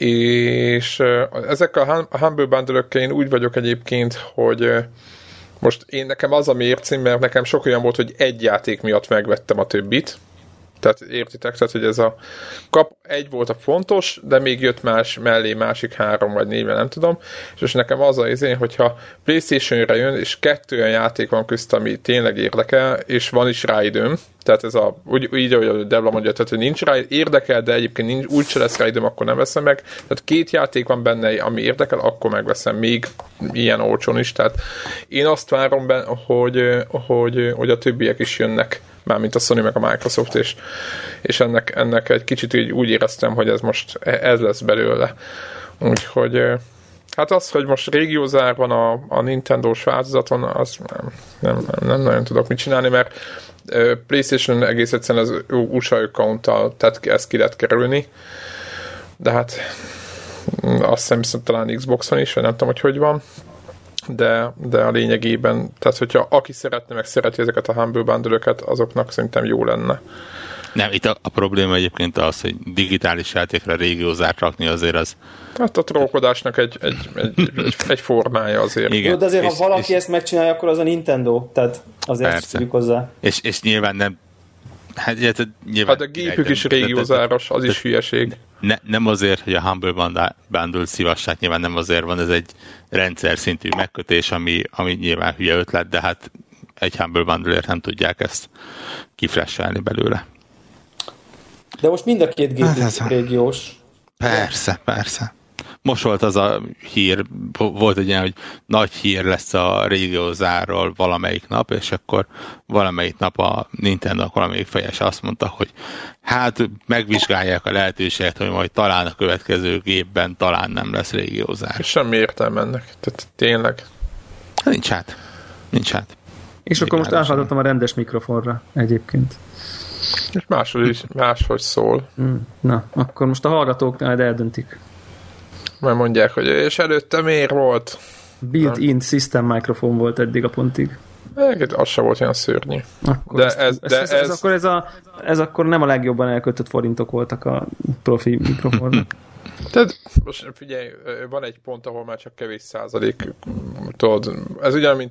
[SPEAKER 2] és ezekkel a Humble Bundle-ökkel én úgy vagyok egyébként, hogy most nekem az a mércím, mert nekem sok olyan volt, hogy egy játék miatt megvettem a többit. Tehát értitek? Tehát, hogy ez egy volt a fontos, de még jött mellé másik 3 vagy 4, nem tudom. És most nekem az az én, hogyha PlayStation-re jön, és 2 olyan játék van közt, ami tényleg érdekel, és van is rá időm, tehát ez így, ahogy a Devla mondja, tehát, hogy nincs rá érdekel, de egyébként úgyse lesz rá időm, akkor nem veszem meg. Tehát 2 játék van benne, ami érdekel, akkor megveszem még ilyen olcsón is. Tehát én azt várom benne, hogy a többiek is jönnek, mármint a Sony meg a Microsoft, és ennek egy kicsit úgy éreztem, hogy ez most ez lesz belőle. Úgyhogy hát az, hogy most régiózár van a Nintendo-s változaton, az nem nagyon tudok mit csinálni, mert PlayStation egész egyszerűen az USA account-tal, tehát ezt ki lehet kerülni, de hát azt hiszem talán Xboxon is, vagy nem tudom, hogy van, de a lényegében, tehát hogyha aki szeretne, meg szereti ezeket a Humble Bundle-öket, azoknak szerintem jó lenne.
[SPEAKER 4] Nem, itt a probléma egyébként az, hogy digitális játékra régiózárt rakni azért az...
[SPEAKER 2] Hát a trókodásnak egy formája azért.
[SPEAKER 3] Igen. Jó, de azért, ha valaki ezt megcsinálja, akkor az a Nintendo, tehát azért ezt szívjuk hozzá.
[SPEAKER 4] És nyilván nem...
[SPEAKER 2] Hát a gépük is régiózáros, az is hülyeség.
[SPEAKER 4] Nem azért, hogy a Humble Bundle szívassák, nyilván nem azért van, ez egy rendszer szintű megkötés, ami nyilván hülye ötlet, de hát egy Humble Bundle-ért nem tudják ezt kifresselni belőle.
[SPEAKER 3] De most mind a 2 gép régiós.
[SPEAKER 4] Persze. Most volt az a hír, volt egy ilyen, hogy nagy hír lesz a régiózárról valamelyik nap, és akkor valamelyik nap a Nintendo valamelyik fejes azt mondta, hogy hát megvizsgálják a lehetőséget, hogy majd talán a következő gépben talán nem lesz régiózár.
[SPEAKER 2] Semmi értelme ennek, tehát tényleg.
[SPEAKER 4] Nincs hát.
[SPEAKER 3] És akkor most áthallottam a rendes mikrofonra egyébként.
[SPEAKER 2] És máshogy szól.
[SPEAKER 3] Na, akkor most a hallgatók majd eldöntik.
[SPEAKER 2] Majd mondják, hogy és előtte miért volt?
[SPEAKER 3] Built-in system mikrofon volt eddig a pontig.
[SPEAKER 2] Az sem volt olyan szörnyű.
[SPEAKER 3] Akkor ez akkor nem a legjobban elköltött forintok voltak a profi mikrofonra.
[SPEAKER 2] Tehát most figyelj, van egy pont, ahol már csak kevés százalék, tudod, ez ugyan, mint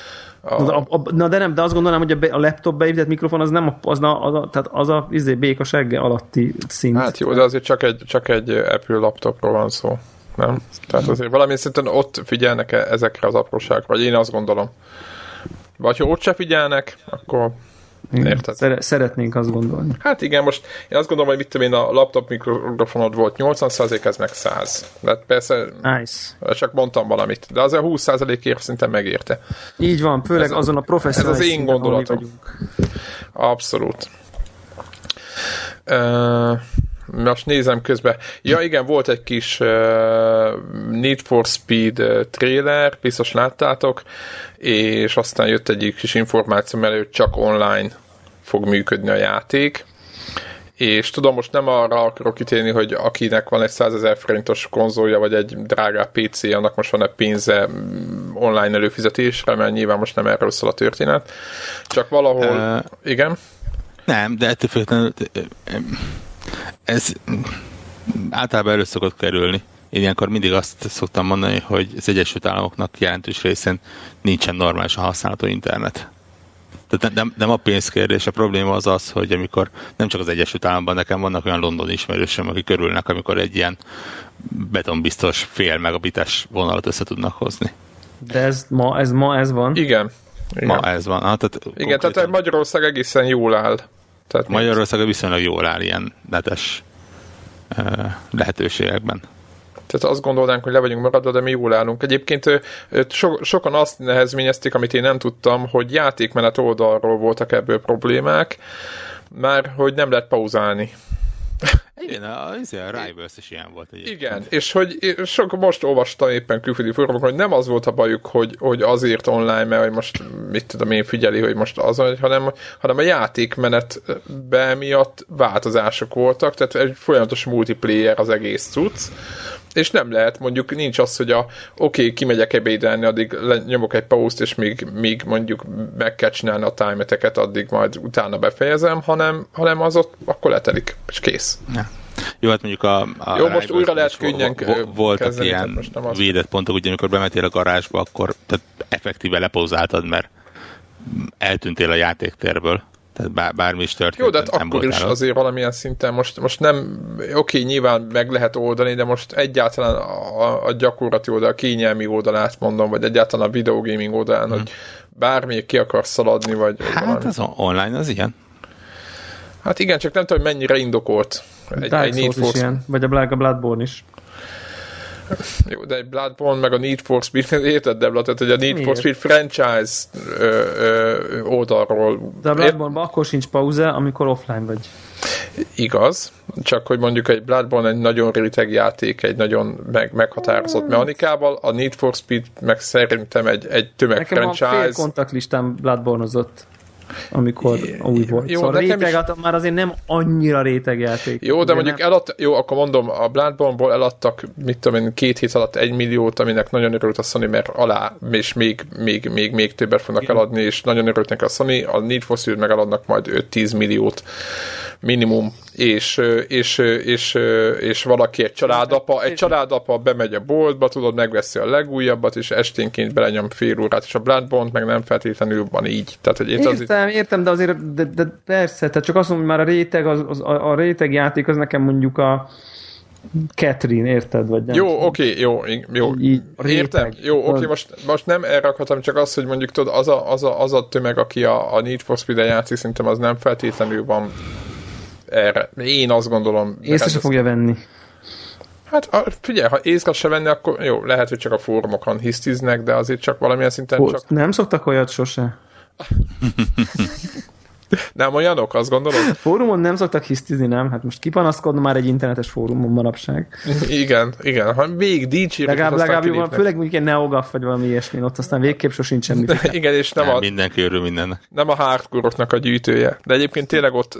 [SPEAKER 3] de azt gondolnám, hogy a laptop beépített mikrofon az nem tehát az a béka segge alatti szint.
[SPEAKER 2] Hát jó, de azért csak egy Apple laptopról van szó, nem? Tehát azért valami szinten ott figyelnek ezekre az apróságokra, vagy én azt gondolom. Vagy ha ott se figyelnek, akkor érted?
[SPEAKER 3] Szeretnénk azt gondolni.
[SPEAKER 2] Hát igen, most én azt gondolom, hogy mit tudom én, a laptop mikrofonod volt 80%, ez meg 100. De persze
[SPEAKER 3] nice.
[SPEAKER 2] Csak mondtam valamit. De azért 20%-ért szinte megérte.
[SPEAKER 3] Így van, főleg azon a professzionális
[SPEAKER 2] ez az én gondolatom. Abszolút. most nézem közben. Ja igen, volt egy kis Need for Speed trailer, biztos láttátok, és aztán jött egy kis információ, mert csak online fog működni a játék. És tudom, most nem arra akarok kitérni, hogy akinek van egy 100 000 forintos konzolja, vagy egy drágább PC, annak most van egy pénze online előfizetésre, mert nyilván most nem erről szól a történet. Csak valahol... igen?
[SPEAKER 4] Nem, de ettől függetlenül ez általában elő szokott kerülni. Én ilyenkor mindig azt szoktam mondani, hogy az Egyesült Államoknak jelentős részén nincsen normálisan használható internet. Tehát nem a pénzkérdés, a probléma az az, hogy amikor nem csak az Egyesült Államokban, nekem vannak olyan londoni ismerősöm, akik örülnek, amikor egy ilyen betonbiztos fél megabites vonalat össze tudnak hozni.
[SPEAKER 3] De ez van?
[SPEAKER 2] Igen.
[SPEAKER 4] Ma ez van.
[SPEAKER 2] Tehát Magyarország egészen jól áll. Tehát
[SPEAKER 4] Magyarország viszonylag jól áll ilyen netes lehetőségekben.
[SPEAKER 2] Tehát azt gondolnánk, hogy le vagyunk maradva, de mi jól állunk. Egyébként sokan azt nehezményezték, amit én nem tudtam, hogy játékmenet oldalról voltak ebből problémák, már hogy nem lehet pauzálni.
[SPEAKER 4] Igen, a Rivals is ilyen volt egyébként.
[SPEAKER 2] Igen, és hogy most olvastam éppen külföldi fórumokon, hogy nem az volt a bajuk, hogy azért online, mert hogy most mit tudom én figyeli, hogy most az, hanem a játékmenetben miatt változások voltak, tehát egy folyamatos multiplayer az egész cucc, és nem lehet, mondjuk nincs az, hogy oké, kimegyek ebédelni, addig nyomok egy pauszt, és még mondjuk meg kell csinálni a time-eteket, addig majd utána befejezem, hanem az ott akkor letelik, és kész.
[SPEAKER 4] Ja. Jó, hát mondjuk
[SPEAKER 2] jó, most újra lehet könnyen
[SPEAKER 4] voltak
[SPEAKER 2] kezdeni,
[SPEAKER 4] ilyen védett pontok, ugye amikor bementél a garázsba, akkor tehát effektíve lepauzáltad, mert eltűntél a játéktérből. Tehát bármi is történt.
[SPEAKER 2] Jó, de hát akkor is azért valamilyen szinten most nem, oké, nyilván meg lehet oldani, de most egyáltalán a gyakorlati oldal, a kényelmi oldalát mondom, vagy egyáltalán a videogaming oldalán, hogy bármi ki akarsz szaladni, vagy
[SPEAKER 4] hát
[SPEAKER 2] valami.
[SPEAKER 4] Az online az ilyen.
[SPEAKER 2] Hát igen, csak nem tudom, hogy mennyire indokolt.
[SPEAKER 3] Egy Need for Speed. Vagy a Bloodborne is.
[SPEAKER 2] Jó, de egy Bloodborne meg a Need for Speed, érted, Debla? Tehát, hogy a Need for Speed franchise oldalról...
[SPEAKER 3] De a Bloodborne-ban akkor sincs pauza, amikor offline vagy.
[SPEAKER 2] Igaz, csak hogy mondjuk egy Bloodborne egy nagyon réteg játék, egy nagyon meghatározott mechanikával, a Need for Speed meg szerintem egy tömeg
[SPEAKER 3] nekem
[SPEAKER 2] franchise.
[SPEAKER 3] Nekem a fél kontaktlistám Bloodborne-ozott, amikor új volt. Jó, szóval réteg, már azért nem annyira réteg játék.
[SPEAKER 2] Jó, de mondjuk jó, akkor mondom, a Bloodborne-ból eladtak, mit tudom én, 2 hét alatt 1 milliót, aminek nagyon örült a Sony, mert alá, és még többet fognak eladni, és nagyon örült neki a Sony, a Need for Speed meg eladnak majd 5-10 milliót minimum, és valaki egy családapa bemegy a boltba, tudod, megveszi a legújabbat, és esténként belenyom fél órát, és a Bloodborne meg nem feltétlenül van így. Tehát, hogy
[SPEAKER 3] értem, de azért de persze, tehát csak azt mondom, hogy már a réteg, a réteg játék az nekem mondjuk a Catherine, érted? Vagy nem
[SPEAKER 2] jó, oké, jó. Értem? Jó, oké, most nem erre akartam, csak az, hogy mondjuk tudod, az a tömeg, aki a Need for Speed-en játszik, szerintem az nem feltétlenül van erre. Én azt gondolom...
[SPEAKER 3] Észre se fogja venni.
[SPEAKER 2] Hát figyelj, ha észre se venni, akkor jó, lehet, hogy csak a fórumokon hisztiznek, de azért csak valamilyen szinten csak...
[SPEAKER 3] Nem szoktak olyat sose.
[SPEAKER 2] Nem olyanok, azt gondolod?
[SPEAKER 3] Fórumon nem szoktak hisztizni, nem? Hát most kipanaszkodna már egy internetes fórumon manapság.
[SPEAKER 2] Igen. Ha végig dicsérjük,
[SPEAKER 3] legalább jó, főleg mondjuk egy NeoGAF vagy valami ilyesmi, ott aztán végképp sosincs semmi.
[SPEAKER 2] Igen, és nem
[SPEAKER 4] mindenki örül mindennek.
[SPEAKER 2] Nem a hardcore-oknak a gyűjtője. De egyébként tényleg ott,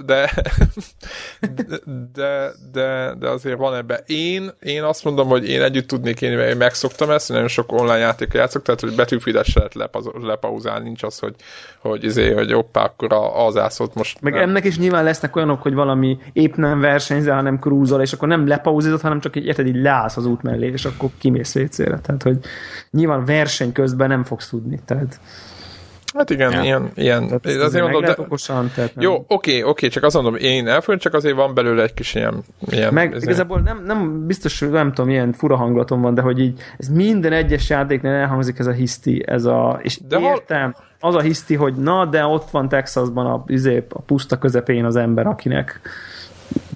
[SPEAKER 2] de azért van ebben. Én azt mondom, hogy én együtt tudnék élni, mert én megszoktam ezt, nagyon sok online játékot játszok, tehát hogy Battlefield-et se lehet lepauzálni, nincs az, hogy hoppá, akkor az ászott most.
[SPEAKER 3] Meg ennek is nyilván lesznek olyanok, hogy valami épp nem versenyzel, hanem cruise-ol, és akkor nem lepauzizod, hanem csak így leállsz az út mellé, és akkor kimész WC-re. Tehát, hogy nyilván verseny közben nem fogsz tudni. Tehát...
[SPEAKER 2] Hát igen, ilyen.
[SPEAKER 3] Tehát azért mondom, de... okosan,
[SPEAKER 2] jó, oké, csak azt mondom, én elfogyom, csak azért van belőle egy kis ilyen
[SPEAKER 3] meg igazából nem biztos, nem tudom, milyen fura hangulatom van, de hogy így ez minden egyes játéknál elhangzik ez a hiszti, és de értem, az a hiszti, hogy na, de ott van Texasban a puszta közepén az ember, akinek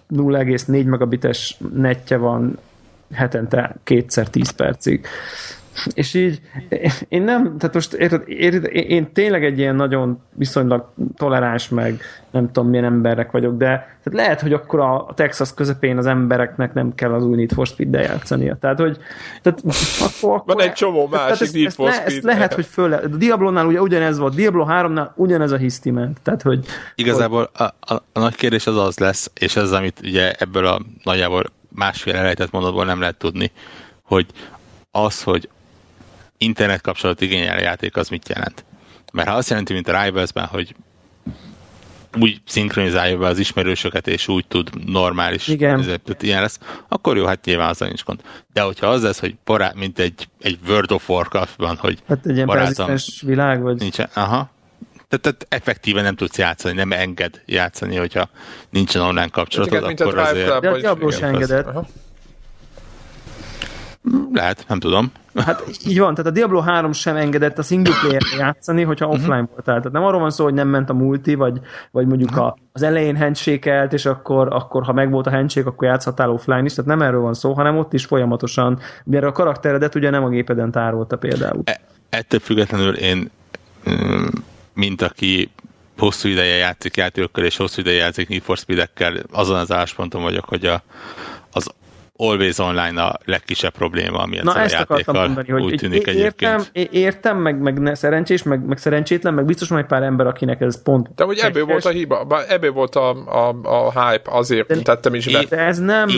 [SPEAKER 3] 0,4 megabites netje van hetente 2x10 percig. És így én nem, tehát most én tényleg egy ilyen nagyon viszonylag toleráns meg nem tudom milyen emberek vagyok, de tehát lehet, hogy akkor a Texas közepén az embereknek nem kell az új Need for Speed-del játszania. Tehát, hogy akkor
[SPEAKER 2] van egy csomó másik Need for Speed.
[SPEAKER 3] Ezt lehet, hogy föl lehet. A Diablo-nál ugye ugyanez volt, Diablo 3-nál ugyanez a hiszti ment. Tehát, hogy
[SPEAKER 4] igazából a nagy kérdés az lesz, és ez, amit ugye ebből a nagyjából másfél elejtett mondatból nem lehet tudni, hogy az, hogy internet kapcsolat igényel a játék, az mit jelent. Mert ha azt jelenti, mint a Rivals-ben, hogy úgy szinkronizálja be az ismerősöket, és úgy tud normális, ezért ilyen lesz, akkor jó, hát nyilván azzal nincs gond. De hogyha az lesz, hogy mint egy World of Warcraft-ban, hogy
[SPEAKER 3] hát egy ilyen persistens világ, vagy?
[SPEAKER 4] Nincsen, aha. Tehát effektíven nem tudsz játszani, nem enged játszani, hogyha nincsen online kapcsolatod, akkor azért...
[SPEAKER 3] De a Diablo sem engedett.
[SPEAKER 4] Lehet, nem tudom.
[SPEAKER 3] Hát így van, tehát a Diablo 3 sem engedett a single player játszani, hogyha offline voltál. Tehát nem arról van szó, hogy nem ment a multi, vagy mondjuk az elején handshake-elt, és akkor ha megvolt a handshake, akkor játszhattál offline is, tehát nem erről van szó, hanem ott is folyamatosan, mert a karakteredet ugye nem a gépeden tárolta például.
[SPEAKER 4] Ettől függetlenül én, mint aki hosszú ideje játszik játékokkal, és hosszú ideje játszik Need for Speed-ekkel, azon az állásponton vagyok, hogy az Always Online a legkisebb probléma, ami ezzel a játékkal mondani, úgy tűnik egyébként.
[SPEAKER 3] Értem, meg szerencsés, meg szerencsétlen, meg biztos van egy pár ember, akinek ez pont...
[SPEAKER 2] De hogy ebből volt a hiba, ebből volt a hype, azért tettem is be.
[SPEAKER 3] De ez nem...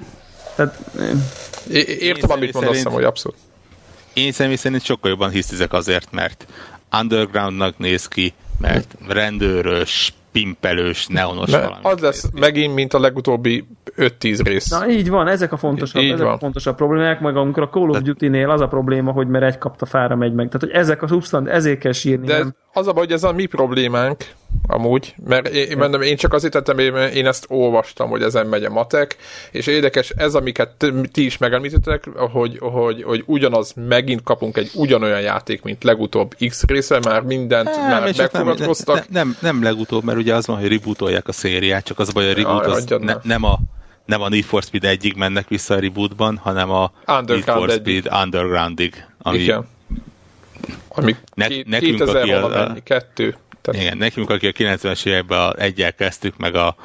[SPEAKER 2] Értem, amit mondasz, hogy abszolút.
[SPEAKER 4] Én személy szerint sokkal jobban hisztizek azért, mert undergroundnak néz ki, mert rendőrös, pimpelős, neonos valami.
[SPEAKER 2] Az lesz megint, mint a legutóbbi 5-10 rész.
[SPEAKER 3] Na így van, ezek a fontosabb problémák, meg amikor a Call of Duty-nél az a probléma, hogy mert egy kapta fára megy meg. Tehát, hogy ezek a substant, ezért kell sírni.
[SPEAKER 2] De az a baj, hogy ez a mi problémánk, amúgy, mert én csak azért tettem, én ezt olvastam, hogy ezen megy a matek, és érdekes, ez, amiket ti is megemlítettek, hogy ugyanaz, megint kapunk egy ugyanolyan játék, mint legutóbb X része, már mindent már megfogadkoztak.
[SPEAKER 4] Nem legutóbb, mert ugye az van, hogy rebootolják a szériát, csak az a baj, a reboot az nem a Need for Speed 1-ig mennek vissza a rebootban, hanem a Need for Speed Undergroundig.
[SPEAKER 2] Ami
[SPEAKER 4] nekünk,
[SPEAKER 2] 2000 valamennyi, 2.
[SPEAKER 4] Igen, nekünk, aki a 90-es években egyel kezdtük, meg a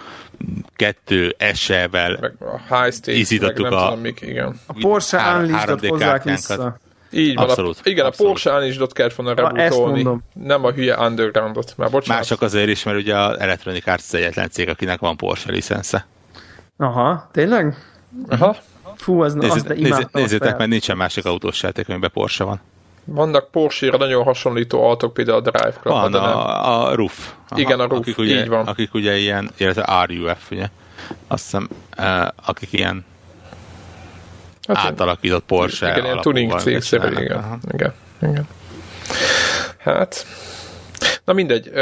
[SPEAKER 4] 2 SE-vel ízítottuk
[SPEAKER 2] a
[SPEAKER 3] Porsche Unleashed-ot hozzák vissza.
[SPEAKER 2] Így van, abszolút. A Porsche Unleashed-ot kellett volna rebootolni, nem a hülye Underground-ot.
[SPEAKER 4] Már csak azért is, mert ugye az Electronic Arts az egyetlen cég, akinek van Porsche licensze.
[SPEAKER 3] Aha, tényleg?
[SPEAKER 2] Aha.
[SPEAKER 3] Fú,
[SPEAKER 4] nézzétek, mert nincsen másik autós játék, amiben Porsche van.
[SPEAKER 2] Vannak Porsche-ra nagyon hasonlító autók, például a Drive Club.
[SPEAKER 4] Van a RUF.
[SPEAKER 2] Igen, a RUF, így van.
[SPEAKER 4] Akik ugye ilyen, illetve RUF, ugye, azt hiszem, akik ilyen átalakított Porsche.
[SPEAKER 2] Igen, ilyen tuning cégszerű, igen. Hát, na mindegy.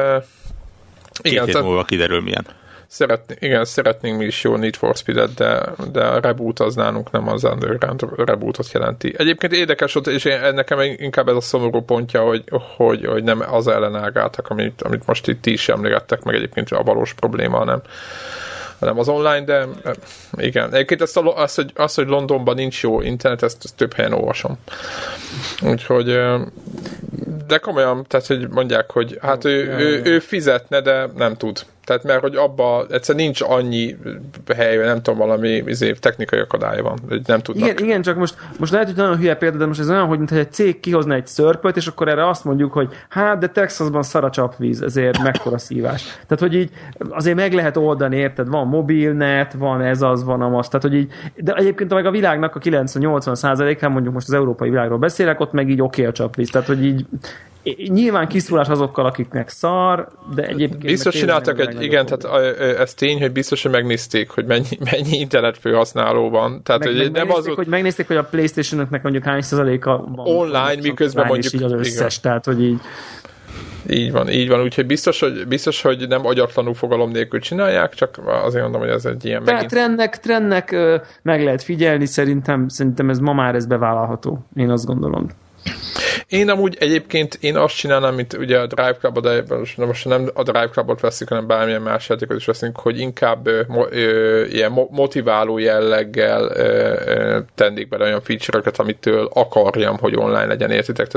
[SPEAKER 4] Két hét múlva kiderül milyen.
[SPEAKER 2] Szeretnénk mi is jó Need for Speed-et, de a reboot az nálunk nem az Underground rebootot jelenti. Egyébként érdekes volt, és nekem inkább ez a szomorú pontja, hogy nem az ellenállgáltak, amit most itt ti is emlékeztek, meg egyébként a valós probléma, hanem az online, de igen. Egyébként azt, hogy Londonban nincs jó internet, ezt több helyen olvasom. Úgyhogy de komolyan, tehát, hogy mondják, hogy hát ő fizetne, de nem tud. Tehát mert, hogy abban egyszer nincs annyi hely, nem tudom, valami technikai akadály van, hogy nem tudnak.
[SPEAKER 3] Igen, csak most lehet, hogy nagyon hülye példa, de most ez olyan, hogy mintha egy cég kihozna egy szörpöt, és akkor erre azt mondjuk, hogy hát, de Texasban szar a csapvíz, ezért mekkora szívás. Tehát, hogy így azért meg lehet oldani, érted? Van mobilnet, van ez az, van amaz. Tehát, hogy így, de egyébként meg a világnak a 90-80%-án, mondjuk most az európai világról beszélek, ott meg így oké a csapvíz. Tehát, hogy így nyilván kiszúrás azokkal, akiknek szar, de egyébként...
[SPEAKER 2] Biztos csináltak igen, tehát ez tény, hogy biztos, hogy megnézték, hogy mennyi internet felhasználó van. Tehát,
[SPEAKER 3] megnézték, hogy a PlayStation-öknek mondjuk hány százaléka van.
[SPEAKER 2] Online, miközben mondjuk...
[SPEAKER 3] Így az összes, tehát, hogy így...
[SPEAKER 2] Így van, úgyhogy biztos, hogy nem agyatlanul fogalom nélkül csinálják, csak azért mondom, hogy ez egy ilyen
[SPEAKER 3] trendnek meg lehet figyelni, szerintem ez ma már ez bevállalható. Én azt gondolom.
[SPEAKER 2] Én amúgy egyébként azt csinálnám, mint ugye a Drive Club, de most nem a Drive Clubot veszik, hanem bármilyen más játékot is veszünk, hogy inkább ilyen motiváló jelleggel tennék bele olyan feature-öket, amitől akarjam, hogy online legyen, értitek?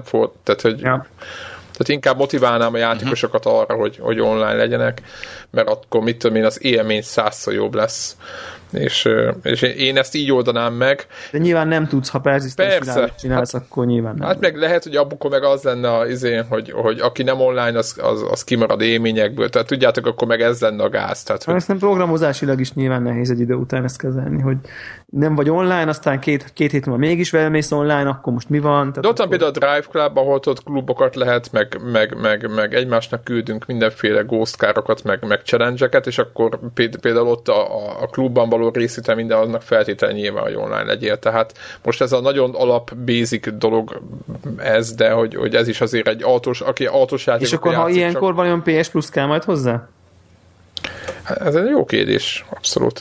[SPEAKER 2] Tehát inkább motiválnám a játékosokat arra, hogy online legyenek, mert akkor mit tudom én, az élmény 100-szor jobb lesz. És én ezt így oldanám meg.
[SPEAKER 3] De nyilván nem tudsz, ha persze csinálsz, akkor nyilván nem.
[SPEAKER 2] Hát meg lehet, hogy abból meg az lenne hogy aki nem online, az kimarad élményekből. Tehát tudjátok, akkor meg ez lenne a gáz. Tehát,
[SPEAKER 3] hogy... Ezt nem programozásilag is nyilván nehéz egy idő után ezt kezelni, hogy nem vagy online, aztán két hét múlva mégis velmész online, akkor most mi van?
[SPEAKER 2] De ott van például a Drive Club, ahol ott klubokat lehet, meg egymásnak küldünk mindenféle ghostkárokat, meg challenge-eket, és akkor például ott a klubban való részítel minden annak feltétele nyilván, hogy online legyél. Tehát most ez a nagyon alap, basic dolog ez, de hogy ez is azért egy aki autós játékot.
[SPEAKER 3] És akkor, ha ilyenkor valami PS Plus kell majd hozzá?
[SPEAKER 2] Ez egy jó kérdés, abszolút.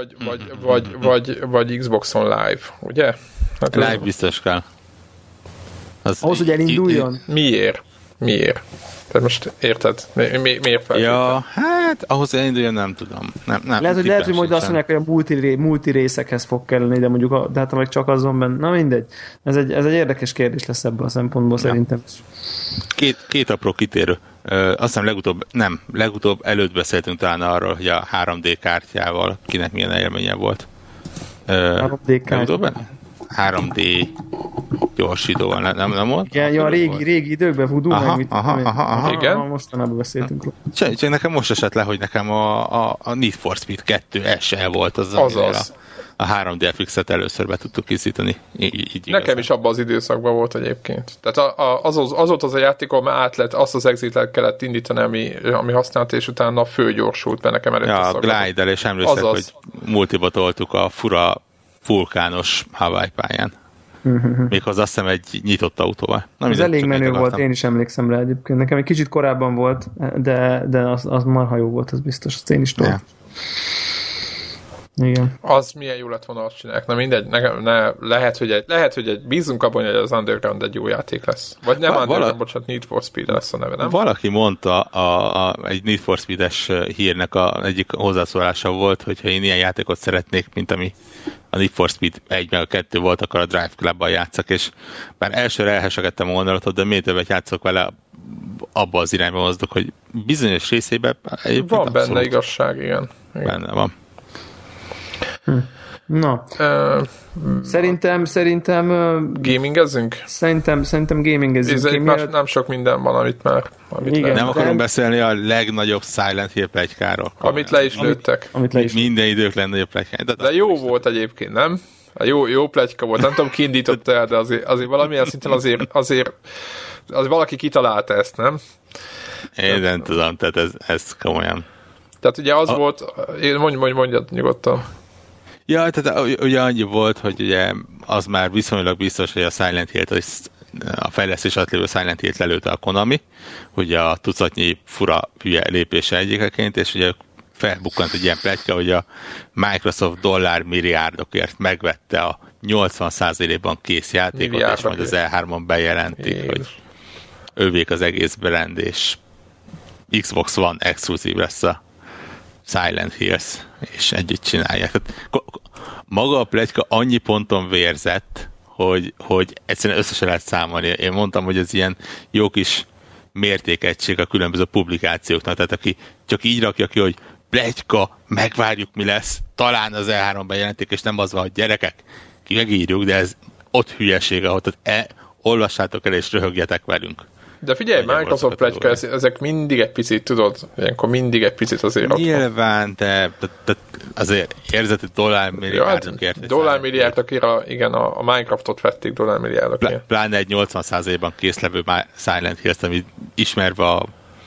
[SPEAKER 2] Vagy Xboxon Live, ugye? Hát
[SPEAKER 4] Live biztos kell.
[SPEAKER 3] Ahhoz, hogy elinduljon?
[SPEAKER 2] Miért? Tehát most érted? Miért feltétlen?
[SPEAKER 4] Ja, hát ahhoz elinduljon nem tudom. Nem,
[SPEAKER 3] lehet, hogy majd azt mondják, hogy a multi részekhez fog kelleni, de mondjuk de hát meg csak azon benne. Na mindegy. Ez egy érdekes kérdés lesz ebből a szempontból szerintem.
[SPEAKER 4] Két apró kitérő. Azt hiszem legutóbb előtt beszéltünk talán arról, hogy a 3D kártyával kinek milyen élménye volt.
[SPEAKER 3] 3D kártya.
[SPEAKER 4] 3D gyorsítóval, nem volt?
[SPEAKER 3] Igen, a régi időkben Voodoo, meg mit
[SPEAKER 2] igen.
[SPEAKER 3] Mostanában beszéltünk.
[SPEAKER 4] Csak nekem most esett le, hogy nekem a Need for Speed 2 SE volt az a 3D FX-et először be tudtuk készíteni.
[SPEAKER 2] Nekem is abban az időszakban volt egyébként. Tehát az volt az a játék, ahol már azt az exit kellett indítani, ami használt, és utána fölgyorsult be nekem előtt a szakot.
[SPEAKER 4] Ja, Glide-el, és emlékszek, hogy multiba toltuk a fura vulkános Hawaii pályán. Méghozzá azt hiszem egy nyitott autóval.
[SPEAKER 3] Ez elég menő volt, én is emlékszem rá egyébként. Nekem egy kicsit korábban volt, de az marha jó volt, az biztos, azt én is tudom. Igen.
[SPEAKER 2] Az milyen jó lett volna, azt csinálják. Na mindegy, lehet, hogy bízunk abban, hogy az Underground egy jó játék lesz. Vagy nem Underground, bocsánat, Need for Speed lesz a neve, nem?
[SPEAKER 4] Valaki mondta, egy Need for Speed-es hírnek egyik hozzászólása volt, hogyha én ilyen játékot szeretnék, mint ami a Need for Speed 1 meg a 2 volt, akkor a Drive Clubban játszak, és bár elsőre elhesegettem a gondolatot, de még többet játszok vele, abba az irányba mozdok, hogy bizonyos részében
[SPEAKER 2] van benne igazság, igen.
[SPEAKER 4] Benne van.
[SPEAKER 3] Na, szerintem
[SPEAKER 2] gamingezzünk?
[SPEAKER 3] Szerintem gamingezzünk.
[SPEAKER 2] Nem sok minden van, amit
[SPEAKER 3] igen,
[SPEAKER 4] nem akarom beszélni a legnagyobb Silent Hill pletykáról.
[SPEAKER 2] Amit le is lőttek.
[SPEAKER 4] Minden idők legnagyobb pletykáról.
[SPEAKER 2] De jó volt egyébként, nem? Jó pletyka volt. Nem tudom, ki indította el, de azért valamilyen szinten azért valaki kitalálta ezt, nem?
[SPEAKER 4] Én nem tudom, tehát ez komolyan.
[SPEAKER 2] Tehát ugye az volt, mondjad nyugodtan.
[SPEAKER 4] Ja, tehát ugye annyi volt, hogy ugye az már viszonylag biztos, hogy a Silent Hill-t, a fejlesztés alatt lévő Silent Hill-t lelőtte a Konami, ugye a tucatnyi fura hülye lépése egyikeként, és ugye felbukkant egy ilyen pletyka, hogy a Microsoft dollármilliárdokért megvette a 80%-ban kész játékot, és majd az E3-on bejelentik, hogy ővék az egész brand, és Xbox One exkluzív lesz a Silent Hills, és együtt csinálják. Tehát, maga a pletyka annyi ponton vérzett, hogy egyszerűen összesen lehet számolni. Én mondtam, hogy ez ilyen jó kis mértékegység a különböző publikációknak, tehát aki csak így rakja ki, hogy pletyka, megvárjuk mi lesz, talán az E3-ban jelentik, és nem az van, hogy gyerekek, ki megírjuk, de ez ott hülyeség, ahol olvassátok el és röhögjetek velünk.
[SPEAKER 2] De figyelj, Microsoft pletyka, ezek mindig egy picit, tudod, ilyenkor mindig egy picit azért
[SPEAKER 4] nyilván, de azért érzeti dollármilliárdokért.
[SPEAKER 2] Dollármilliárdokért, igen, a Minecraftot vették dollármilliárdokért.
[SPEAKER 4] Pláne egy 80%-ban készlevő Silent Hills, ami ismerve a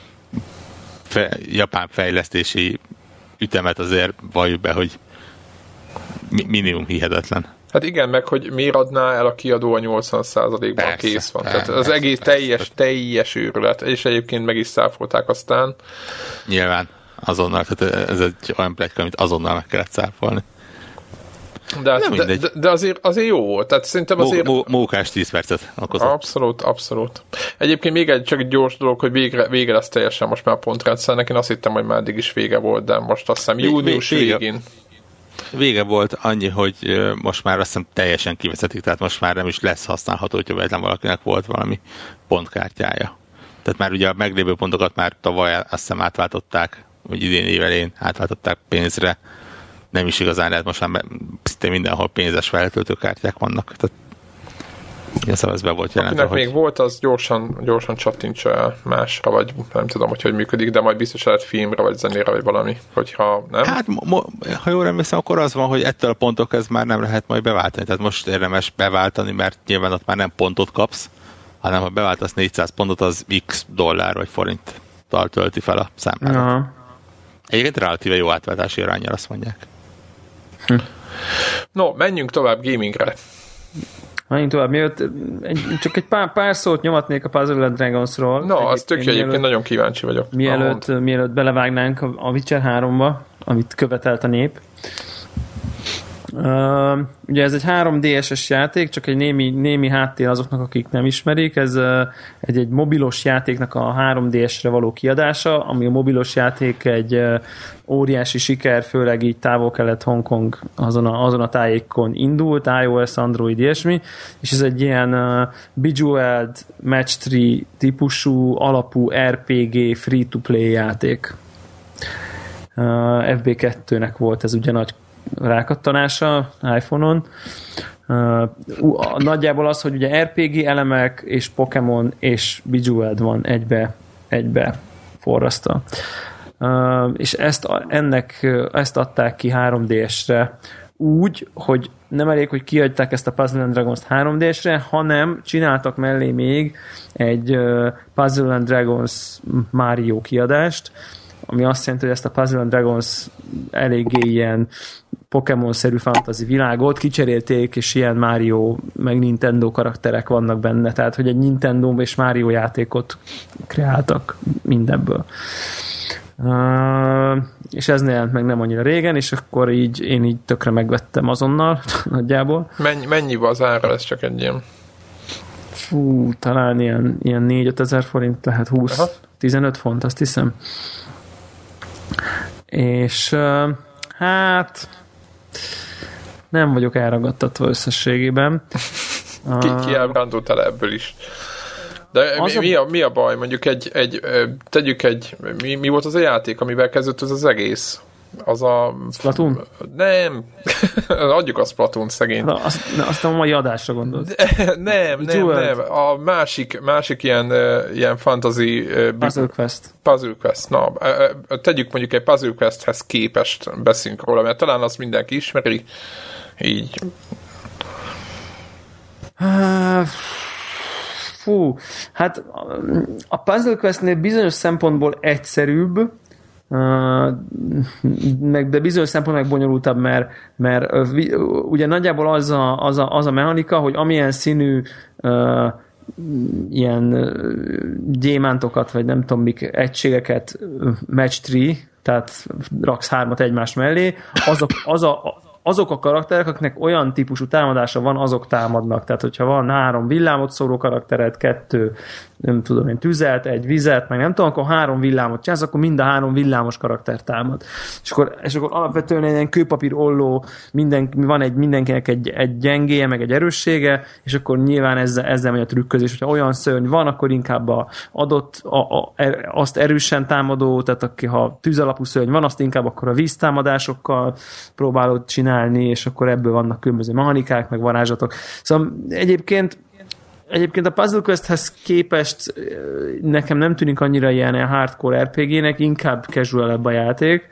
[SPEAKER 4] japán fejlesztési ütemet azért valljuk be, hogy minimum hihetetlen.
[SPEAKER 2] Hát igen, meg hogy miért adná el a kiadó a 80%-ban kész van. Tehát az egész teljes őrület, és egyébként meg is száfolták aztán.
[SPEAKER 4] Nyilván, azonnal, tehát ez egy olyan pletyka, amit azonnal meg kellett száfolni.
[SPEAKER 2] De azért jó volt. Tehát szerintem azért...
[SPEAKER 4] Mókás 10 percet okozott.
[SPEAKER 2] Abszolút. Egyébként még csak egy gyors dolog, hogy végre lesz teljesen most már a pontrendszernek. Én azt hittem, hogy már eddig is vége volt, de most azt hiszem június végén.
[SPEAKER 4] Vége volt annyi, hogy most már azt hiszem teljesen kivezetik, tehát most már nem is lesz használható, hogyha véletlen valakinek volt valami pontkártyája. Tehát már ugye a meglévő pontokat már tavaly azt hiszem átváltották, vagy idén évelén átváltották pénzre. Nem is igazán lehet, most már szinte mindenhol pénzes feltöltőkártyák vannak. Tehát ez be volt jelentve.
[SPEAKER 2] Akinek még volt, az gyorsan csattintsa el másra, vagy nem tudom, hogy működik, de majd biztos lehet filmre, vagy zenére, vagy valami, hogyha nem.
[SPEAKER 4] Hát, ha jól emlékszem, akkor az van, hogy ettől a pontok ez már nem lehet majd beváltani. Tehát most érdemes beváltani, mert nyilván ott már nem pontot kapsz, hanem ha beváltasz 400 pontot, az x dollár vagy forinttal tölti fel a számládat. Egyébként relatíve jó átváltási aránnyal, azt mondják.
[SPEAKER 2] No, menjünk tovább gamingre.
[SPEAKER 3] Menjünk tovább. Mielőtt csak egy pár szót nyomatnék a Puzzle & Dragonsról.
[SPEAKER 2] No, az tök egyébként nagyon kíváncsi vagyok.
[SPEAKER 3] Mielőtt belevágnánk a Witcher 3-ba, amit követelt a nép. Ugye ez egy 3DS-es játék, csak egy némi háttér azoknak, akik nem ismerik. Ez egy mobilos játéknak a 3DS-re való kiadása, ami a mobilos játék egy óriási siker, főleg így távol-kelet Hongkong azon a tájékon indult, iOS, Android, ilyesmi, és ez egy ilyen Bejeweled Match 3 típusú alapú RPG free-to-play játék. FB2-nek volt ez ugye nagy rákattanása iPhone-on. Nagyjából az, hogy ugye RPG elemek és Pokémon és Bejeweled van egybe forrasztva. És ezt adták ki 3DS-re úgy, hogy nem elég, hogy kiadták ezt a Puzzle & Dragons 3DS-re, hanem csináltak mellé még egy Puzzle & Dragons Mario kiadást, ami azt jelenti, hogy ezt a Puzzle & Dragons eléggé ilyen Pokémon-szerű fantasy világot kicserélték, és ilyen Mario meg Nintendo karakterek vannak benne, tehát hogy egy Nintendo és Mario játékot kreáltak mindebből. És ez jelent meg nem annyira régen, és akkor én így tökre megvettem azonnal nagyjából.
[SPEAKER 2] Mennyi az ára, ez csak egy ilyen?
[SPEAKER 3] Fú, talán ilyen 4-5 ezer forint, tehát 20-15 font, azt hiszem. És hát nem vagyok elragadtatva összességében.
[SPEAKER 2] Ki ábrándultál ebből is. De mi a baj? Mondjuk mi volt az a játék, amivel kezdődött ez az egész? Az a...
[SPEAKER 3] Splatoon?
[SPEAKER 2] Nem. Adjuk a Splatoon szegényt.
[SPEAKER 3] Azt a mai adásra gondolsz.
[SPEAKER 2] Nem. A másik ilyen fantasy...
[SPEAKER 3] Puzzle Quest.
[SPEAKER 2] Puzzle Quest. Na, tegyük mondjuk egy Puzzle Questhez képest beszélünk róla, mert talán azt mindenki ismeri. Így.
[SPEAKER 3] Fú, hát a Puzzle Questnél bizonyos szempontból egyszerűbb, de bizonyos szempontból megbonyolultabb, mert ugye nagyjából az a mechanika, hogy amilyen színű ilyen gyémántokat, vagy nem tudom mik egységeket match 3, tehát raksz 3-at egymás mellé, azok a karakterek, akiknek olyan típusú támadása van, azok támadnak. Tehát, hogyha van 3 villámot szóró karaktered, 2, nem tudom én, tüzet, 1 vizet, meg nem tudom, akkor 3 villámot csinálsz, akkor mind a 3 villámos karakter támad. És akkor alapvetően egy ilyen kőpapír olló, van mindenkinek egy gyengéje, meg egy erőssége, és akkor nyilván ezzel megy a trükközés. Hogyha olyan szörny van, akkor inkább azt erősen támadó, tehát ha tűzalapú szörny van, azt inkább akkor a víztámadásokkal próbálod csinálni, és akkor ebből vannak különböző mechanikák, meg varázslatok. Szóval egyébként a Puzzle Questhez képest nekem nem tűnik annyira ilyen hardcore RPG-nek, inkább casual-ebb a játék.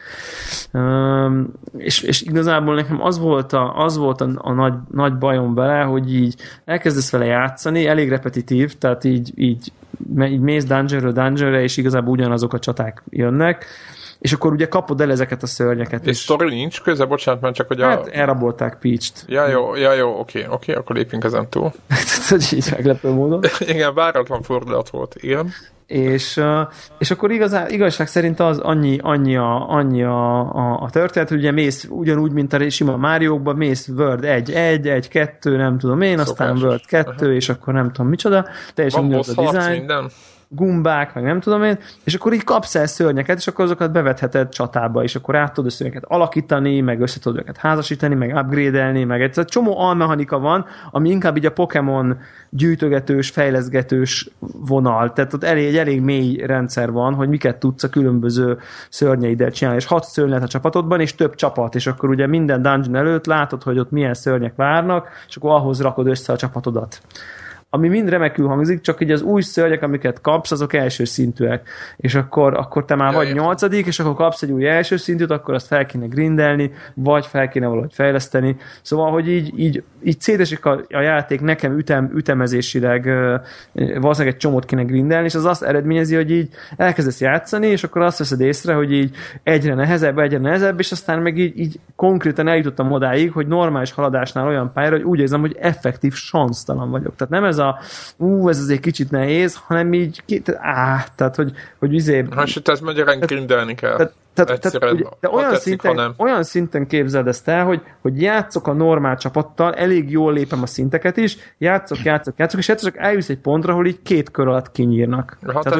[SPEAKER 3] És igazából nekem az volt a nagy bajom vele, hogy így elkezdesz vele játszani, elég repetitív, tehát így mész dungeonről dungeonre, és igazából ugyanazok a csaták jönnek, és akkor ugye kapod el ezeket a szörnyeket.
[SPEAKER 2] És sztori nincs köze, bocsánat, mert csak hogy
[SPEAKER 3] Hát elrabolták Peach-t.
[SPEAKER 2] Ja, jó, oké, akkor lépjünk ezen túl.
[SPEAKER 3] Hogy így meglepő módon.
[SPEAKER 2] Igen, váratlan fordulat volt, igen.
[SPEAKER 3] És akkor igazság szerint az annyi a történet, hogy ugye mész ugyanúgy, mint a sima Máriókban, mész World 1-1-1-2, nem tudom én, aztán World 2, és akkor nem tudom micsoda, teljesen ugyanaz a design.
[SPEAKER 2] Minden.
[SPEAKER 3] Gumbák, meg nem tudom én, és akkor így kapsz el szörnyeket, és akkor azokat bevetheted csatába, és akkor át tudod a szörnyeket alakítani, meg össze tudod őket házasítani, meg upgrade-elni, meg egy csomó almechanika van, ami inkább így a Pokémon gyűjtögetős, fejleszgetős vonal, tehát ott elég mély rendszer van, hogy miket tudsz a különböző szörnyeiddel csinálni, és 6 szörny lehet a csapatodban, és több csapat, és akkor ugye minden dungeon előtt látod, hogy ott milyen szörnyek várnak, és akkor ahhoz rakod össze a csapatodat. Ami mind remekül hangzik, csak így az új szörnyek, amiket kapsz, azok első szintűek. És akkor te már vagy 8, és akkor kapsz egy új első szintűt, akkor azt fel kéne grindelni, vagy fel kéne valahogy fejleszteni. Szóval, hogy így szétesik a játék nekem ütemezésileg valószínűleg egy csomót kéne grindelni, és az azt eredményezi, hogy így elkezdesz játszani, és akkor azt veszed észre, hogy így egyre nehezebb, és aztán meg így konkrétan eljutottam odáig, hogy normális haladásnál olyan pályára, hogy úgy érzem, hogy effektív sansztalan vagyok. Tehát nem ez ez azért kicsit nehéz, hanem így, tehát, hogy izé...
[SPEAKER 2] Ez magyarán grindelni kell.
[SPEAKER 3] De olyan szinten képzeld ezt el, hogy játszok a normál csapattal, elég jól lépem a szinteket is, játszok, és egyszer csak eljusz egy pontra, ahol így 2 kör alatt kinyírnak.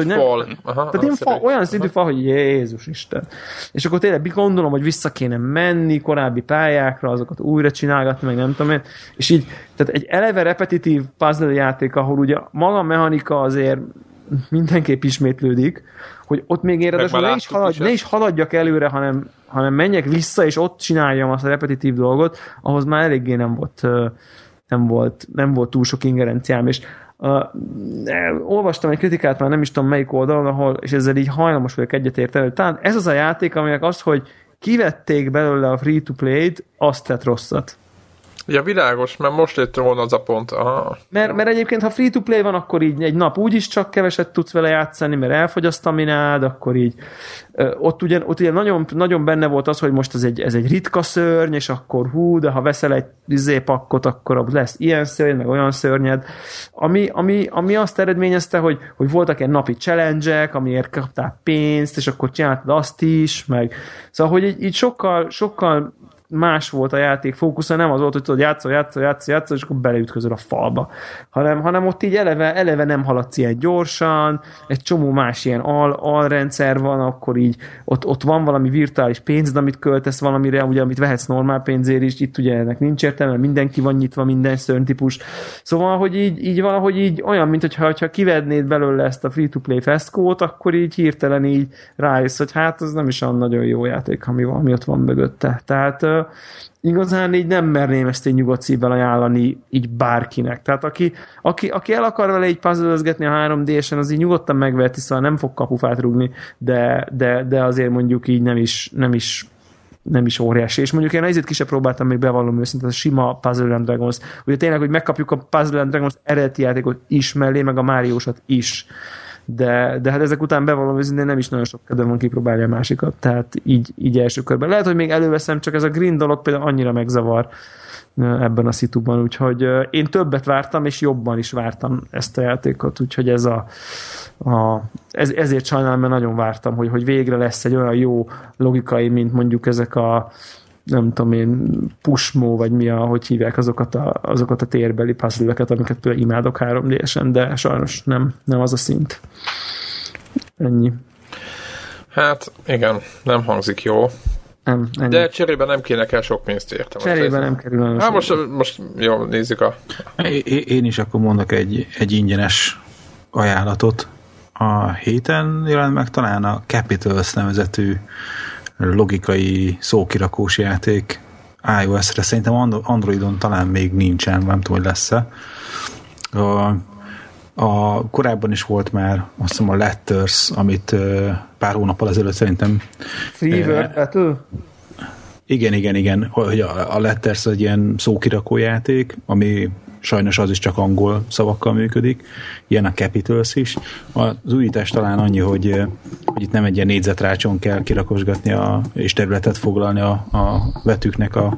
[SPEAKER 3] Olyan szintű fal, hogy Jézus Isten. És akkor tényleg gondolom, hogy vissza kéne menni korábbi pályákra, azokat újra csinálgatni, meg nem tudom én, és így, tehát egy eleve repetitív puzzle játék, ahol ugye maga a mechanika azért mindenképp ismétlődik, hogy ott még éredesul ne is haladjak előre, hanem menjek vissza, és ott csináljam azt a repetitív dolgot, ahhoz már eléggé nem volt túl sok ingerenciám, és olvastam egy kritikát, már nem is tudom melyik oldalon, és ezzel így hajlamos vagyok egyetérteni, talán ez az a játék, aminek azt, hogy kivették belőle a free-to-play-t, azt tett rosszat.
[SPEAKER 2] Ja, világos, mert most lett volna az a pont. Aha.
[SPEAKER 3] Mert egyébként, ha free-to-play van, akkor így egy nap úgyis csak keveset tudsz vele játszani, mert elfogy a staminád, akkor így ott ugye nagyon, nagyon benne volt az, hogy most ez egy ritka szörny, és akkor de ha veszel egy pakkot, akkor lesz ilyen szörny, meg olyan szörnyed. Ami azt eredményezte, hogy voltak ilyen napi challenge-ek, amiért kaptál pénzt, és akkor csináltad azt is, meg szóval, hogy így sokkal más volt a játék fókusza, nem az volt, hogy tudod, játszol, és akkor beleütközöl a falba. Hanem ott így eleve nem haladsz ilyen gyorsan, egy csomó más ilyen alrendszer van, akkor így ott van valami virtuális pénzed, amit költesz valamire, ugye, amit vehetsz normál pénzért is, itt ugye ennek nincs értelme, mindenki van nyitva, minden szörnytípus. Szóval, hogy így valahogy így olyan, mint hogyha kivednéd belőle ezt a free-to-play feszkót, akkor így hirtelen így rájössz, hogy hát az nem is olyan nagyon jó játék, ami ott van mögötte. Tehát igazán így nem merném ezt egy nyugodt szívvel ajánlani így bárkinek. Tehát aki el akar vele így puzzle-özgetni a 3D-sen, az így nyugodtan megveheti, szóval nem fog kapufát rúgni, de azért mondjuk így nem is óriási. És mondjuk én azért ki sem próbáltam még bevallom őszintén, a sima Puzzle & Dragons. Ugye tényleg, hogy megkapjuk a Puzzle & Dragons eredeti játékot is mellé, meg a Máriósat is. De hát ezek után bevallom őszintén nem is nagyon sok kedvem van kipróbálni a másikat, tehát így első körben. Lehet, hogy még előveszem, csak ez a grind dolog például annyira megzavar ebben a szituban, úgyhogy én többet vártam, és jobban is vártam ezt a játékot, úgyhogy ezért sajnálom, mert nagyon vártam, hogy végre lesz egy olyan jó logikai, mint mondjuk ezek a nem tudom én, Pushmo, vagy mi, ahogy hívják azokat a térbeli puzzle-eket, amiket például imádok 3D-esen, de sajnos nem az a szint. Ennyi.
[SPEAKER 2] Hát, igen, nem hangzik jó.
[SPEAKER 3] Nem,
[SPEAKER 2] de cserében nem kéne kell sok pénzt értem.
[SPEAKER 3] Cserében nem kerül.
[SPEAKER 2] Most jó, nézzük
[SPEAKER 1] Én is akkor mondok egy ingyenes ajánlatot. A héten jelent meg talán a Capitals nevezetű logikai szókirakós játék iOS-re. Szerintem Androidon talán még nincsen, nem tudom, hogy lesz-e. Korábban is volt már, azt hiszem, a Letters, amit pár hónappal ezelőtt szerintem
[SPEAKER 3] Freeword.
[SPEAKER 1] Igen. Hogy a Letters egy ilyen szókirakó játék, ami sajnos az is csak angol szavakkal működik, ilyen a Capitals is. Az újítás talán annyi, hogy itt nem egy ilyen négyzetrácson kell kirakosgatni és területet foglalni a betűknek a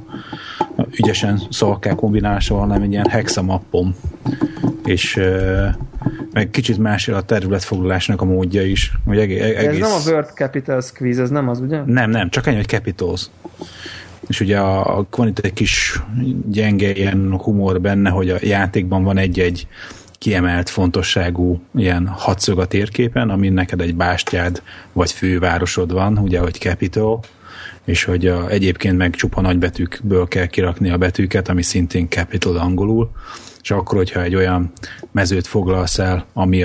[SPEAKER 1] ügyesen szavakká kombinálása, hanem egy ilyen hexamappon. És meg kicsit más a területfoglalásnak a módja is. Hogy egész...
[SPEAKER 3] Ez nem a World Capitals quiz, ez nem az, ugye?
[SPEAKER 1] Nem, csak ennyi, hogy Capitals. És ugye van itt egy kis gyenge ilyen humor benne, hogy a játékban van egy kiemelt fontosságú ilyen hadszög a térképen, amin neked egy bástyád vagy fővárosod van, ugye, hogy Capital, és hogy egyébként meg csupa nagybetűkből kell kirakni a betűket, ami szintén Capital angolul, és akkor, hogyha egy olyan mezőt foglalsz el, ami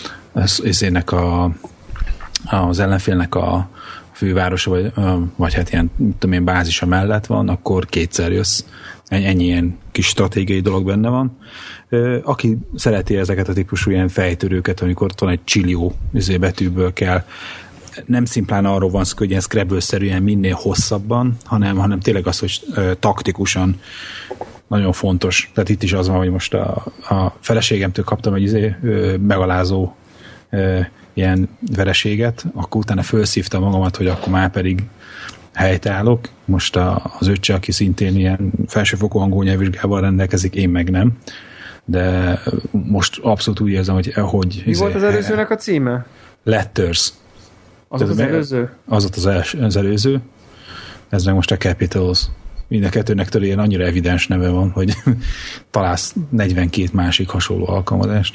[SPEAKER 1] az ellenfélnek a fővárosa, vagy hát ilyen, tudom én, bázisa mellett van, akkor kétszer jössz. Ennyi ilyen kis stratégiai dolog benne van. Aki szereti ezeket a típusú ilyen fejtörőket, amikor ott van egy csillió betűből kell, nem szimplán arról van szó, hogy ilyen Scrabble-szerűen minél hosszabban, hanem tényleg az, hogy taktikusan nagyon fontos. Tehát itt is az van, hogy most a feleségemtől kaptam egy megalázó ilyen vereséget, akkor utána felszívtam magamat, hogy akkor már pedig helytállok. Most az öccse, aki szintén ilyen felsőfokú angol nyelvvizsgával rendelkezik, én meg nem. De most abszolút úgy érzem, hogy
[SPEAKER 3] mi volt az előzőnek a címe?
[SPEAKER 1] Letters.
[SPEAKER 3] Az volt az előző?
[SPEAKER 1] Az volt az előző. Ez meg most a Capitals. Mind a kettőnek ilyen annyira evidens neve van, hogy találsz 42 másik hasonló alkalmazást.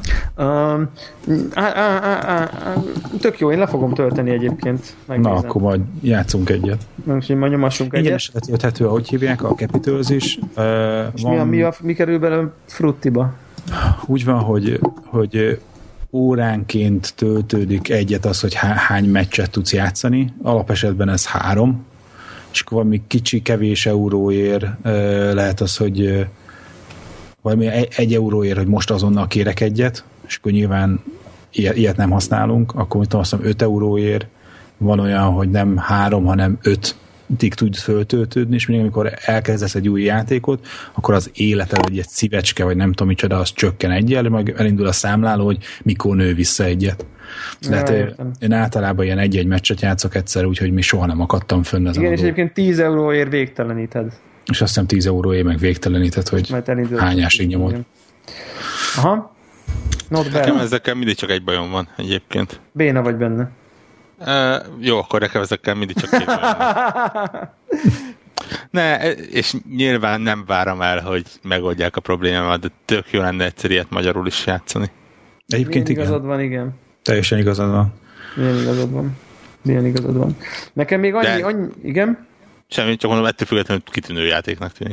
[SPEAKER 3] Tök jó, én le fogom tölteni egyébként. Megnézem.
[SPEAKER 1] Na, akkor majd játszunk egyet.
[SPEAKER 3] Most majd nyomassunk egyet.
[SPEAKER 1] Ingyenes letölthető, ahogy hívják, a Capitals is.
[SPEAKER 3] És mi kerül bele Fruttiba?
[SPEAKER 1] Úgy van, hogy óránként töltődik egyet az, hogy hány meccset tudsz játszani. Alapesetben ez 3. És akkor valami kicsi, kevés euróért lehet az, hogy valami 1 euróért, hogy most azonnal kérek egyet, és akkor nyilván ilyet nem használunk, akkor mit tudom, azt mondom, 5 euróért van olyan, hogy nem 3, hanem 5-ig tudsz föltöltődni, és mindig, amikor elkezdesz egy új játékot, akkor az életed, vagy egy szívecske, vagy nem tudom micsoda, az csökken egyel, meg elindul a számláló, hogy mikor nő vissza egyet. Tehát én általában ilyen egy-egy meccset játszok egyszer, úgyhogy mi soha nem akadtam fönn ezen.
[SPEAKER 3] Igen, és egyébként 10 euróért végteleníted.
[SPEAKER 1] És azt hiszem 10 euróért meg végteleníted, hogy hányásig nyomod.
[SPEAKER 3] Aha.
[SPEAKER 4] Nekem ezekkel mindig csak egy bajom van egyébként.
[SPEAKER 3] Béna vagy benne.
[SPEAKER 4] Jó, akkor nekem ezekkel mindig csak 2 bajom van. Ne, és nyilván nem várom el, hogy megoldják a problémámat, de tök jó lenne egyszer ilyet magyarul is játszani.
[SPEAKER 1] Egyébként igen.
[SPEAKER 3] Igazad van, igen.
[SPEAKER 1] Teljesen igazad van.
[SPEAKER 3] Milyen igazad van. Nekem még annyi igen?
[SPEAKER 4] Semmi, csak mondom, ettől függetlenül kitűnő játéknak tűnik.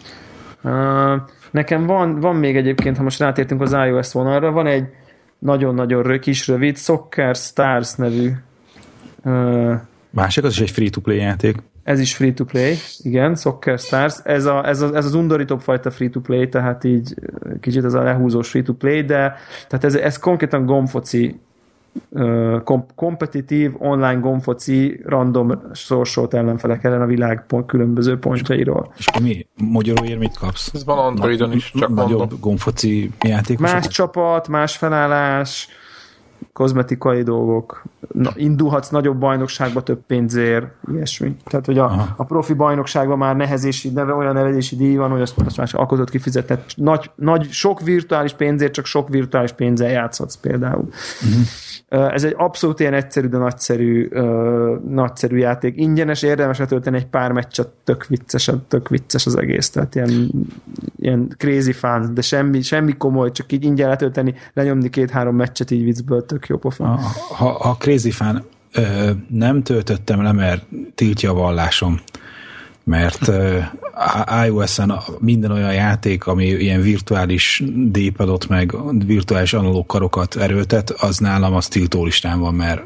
[SPEAKER 3] Nekem van még egyébként, ha most rátértünk az iOS vonalra, van egy nagyon-nagyon kis rövid Soccer Stars nevű
[SPEAKER 1] másik, az is egy free-to-play játék.
[SPEAKER 3] Ez is free-to-play, igen, Soccer Stars. Ez az undorítóbb fajta free-to-play, tehát így kicsit ez a lehúzós free-to-play, de tehát ez konkrétan gombfoci, kompetitív online gombfoci random sorsolt ellenfelek ellen a világ különböző pontjairól.
[SPEAKER 1] És akkor mi? Magyaróért mit kapsz?
[SPEAKER 2] Ez van Androidon is, csak
[SPEAKER 1] nagyobb gombfoci játékos.
[SPEAKER 3] Más csapat, más felállás, kozmetikai dolgok. Indulhatsz nagyobb bajnokságba több pénzért, ilyesmi. Tehát, hogy a profi bajnokságban már olyan nevezési díj van, hogy azt már akkor tudod kifizetni. Sok virtuális pénzért, csak sok virtuális pénzzel játszhatsz például. Ez egy abszolút ilyen egyszerű, de nagyszerű játék. Ingyenes, érdemes letölteni egy pár meccset, tök vicces az egész. Tehát ilyen crazy fun, de semmi komoly, csak így ingyen letölteni, lenyomni 2-3 meccset így viccből, tök jó pofa.
[SPEAKER 1] Ha crazy fan nem töltöttem le, mert tiltja a vallásom, mert iOS-en minden olyan játék, ami ilyen virtuális D-padot meg virtuális analóg karokat erőltet, az nálam az tiltólistán van, mert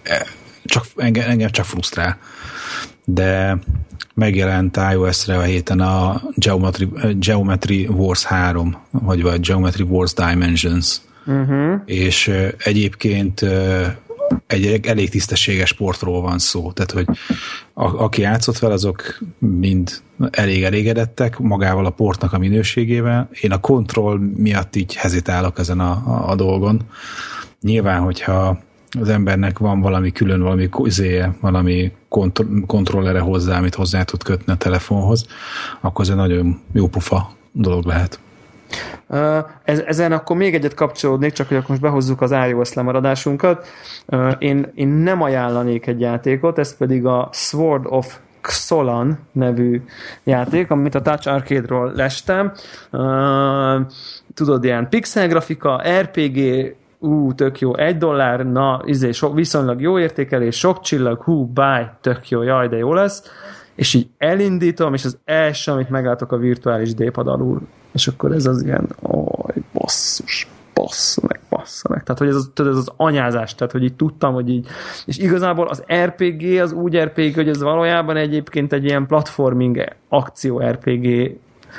[SPEAKER 1] engem csak frusztrál. De megjelent iOS-re a héten a Geometry Wars 3, vagy Geometry Wars Dimensions. És egyébként egy elég tisztességes sportról van szó. Tehát, hogy aki játszott vele, azok mind elég elégedettek magával a portnak a minőségével. Én a kontroll miatt így hezitálok ezen a dolgon. Nyilván, hogyha az embernek van valami külön, valami kontrollere hozzá, amit hozzá tud kötni a telefonhoz, akkor ez egy nagyon jó pofa dolog lehet.
[SPEAKER 3] Ezen akkor még egyet kapcsolódnék, csak hogy akkor most behozzuk az iOS lemaradásunkat. Én nem ajánlanék egy játékot, ez pedig a Sword of Xsolan nevű játék, amit a Touch Arcade-ról lestem. Tudod, ilyen pixel grafika, RPG, tök jó, $1, na, viszonylag jó értékelés, sok csillag, buy, tök jó, jaj, de jó lesz. És így elindítom, és az első, amit meglátok a virtuális D-pad alul. És akkor ez az ilyen, basszus, bassza meg. Tehát, hogy ez az anyázás, tehát, hogy így tudtam, hogy így, és igazából az RPG, az úgy RPG, hogy ez valójában egyébként egy ilyen platforming akció RPG,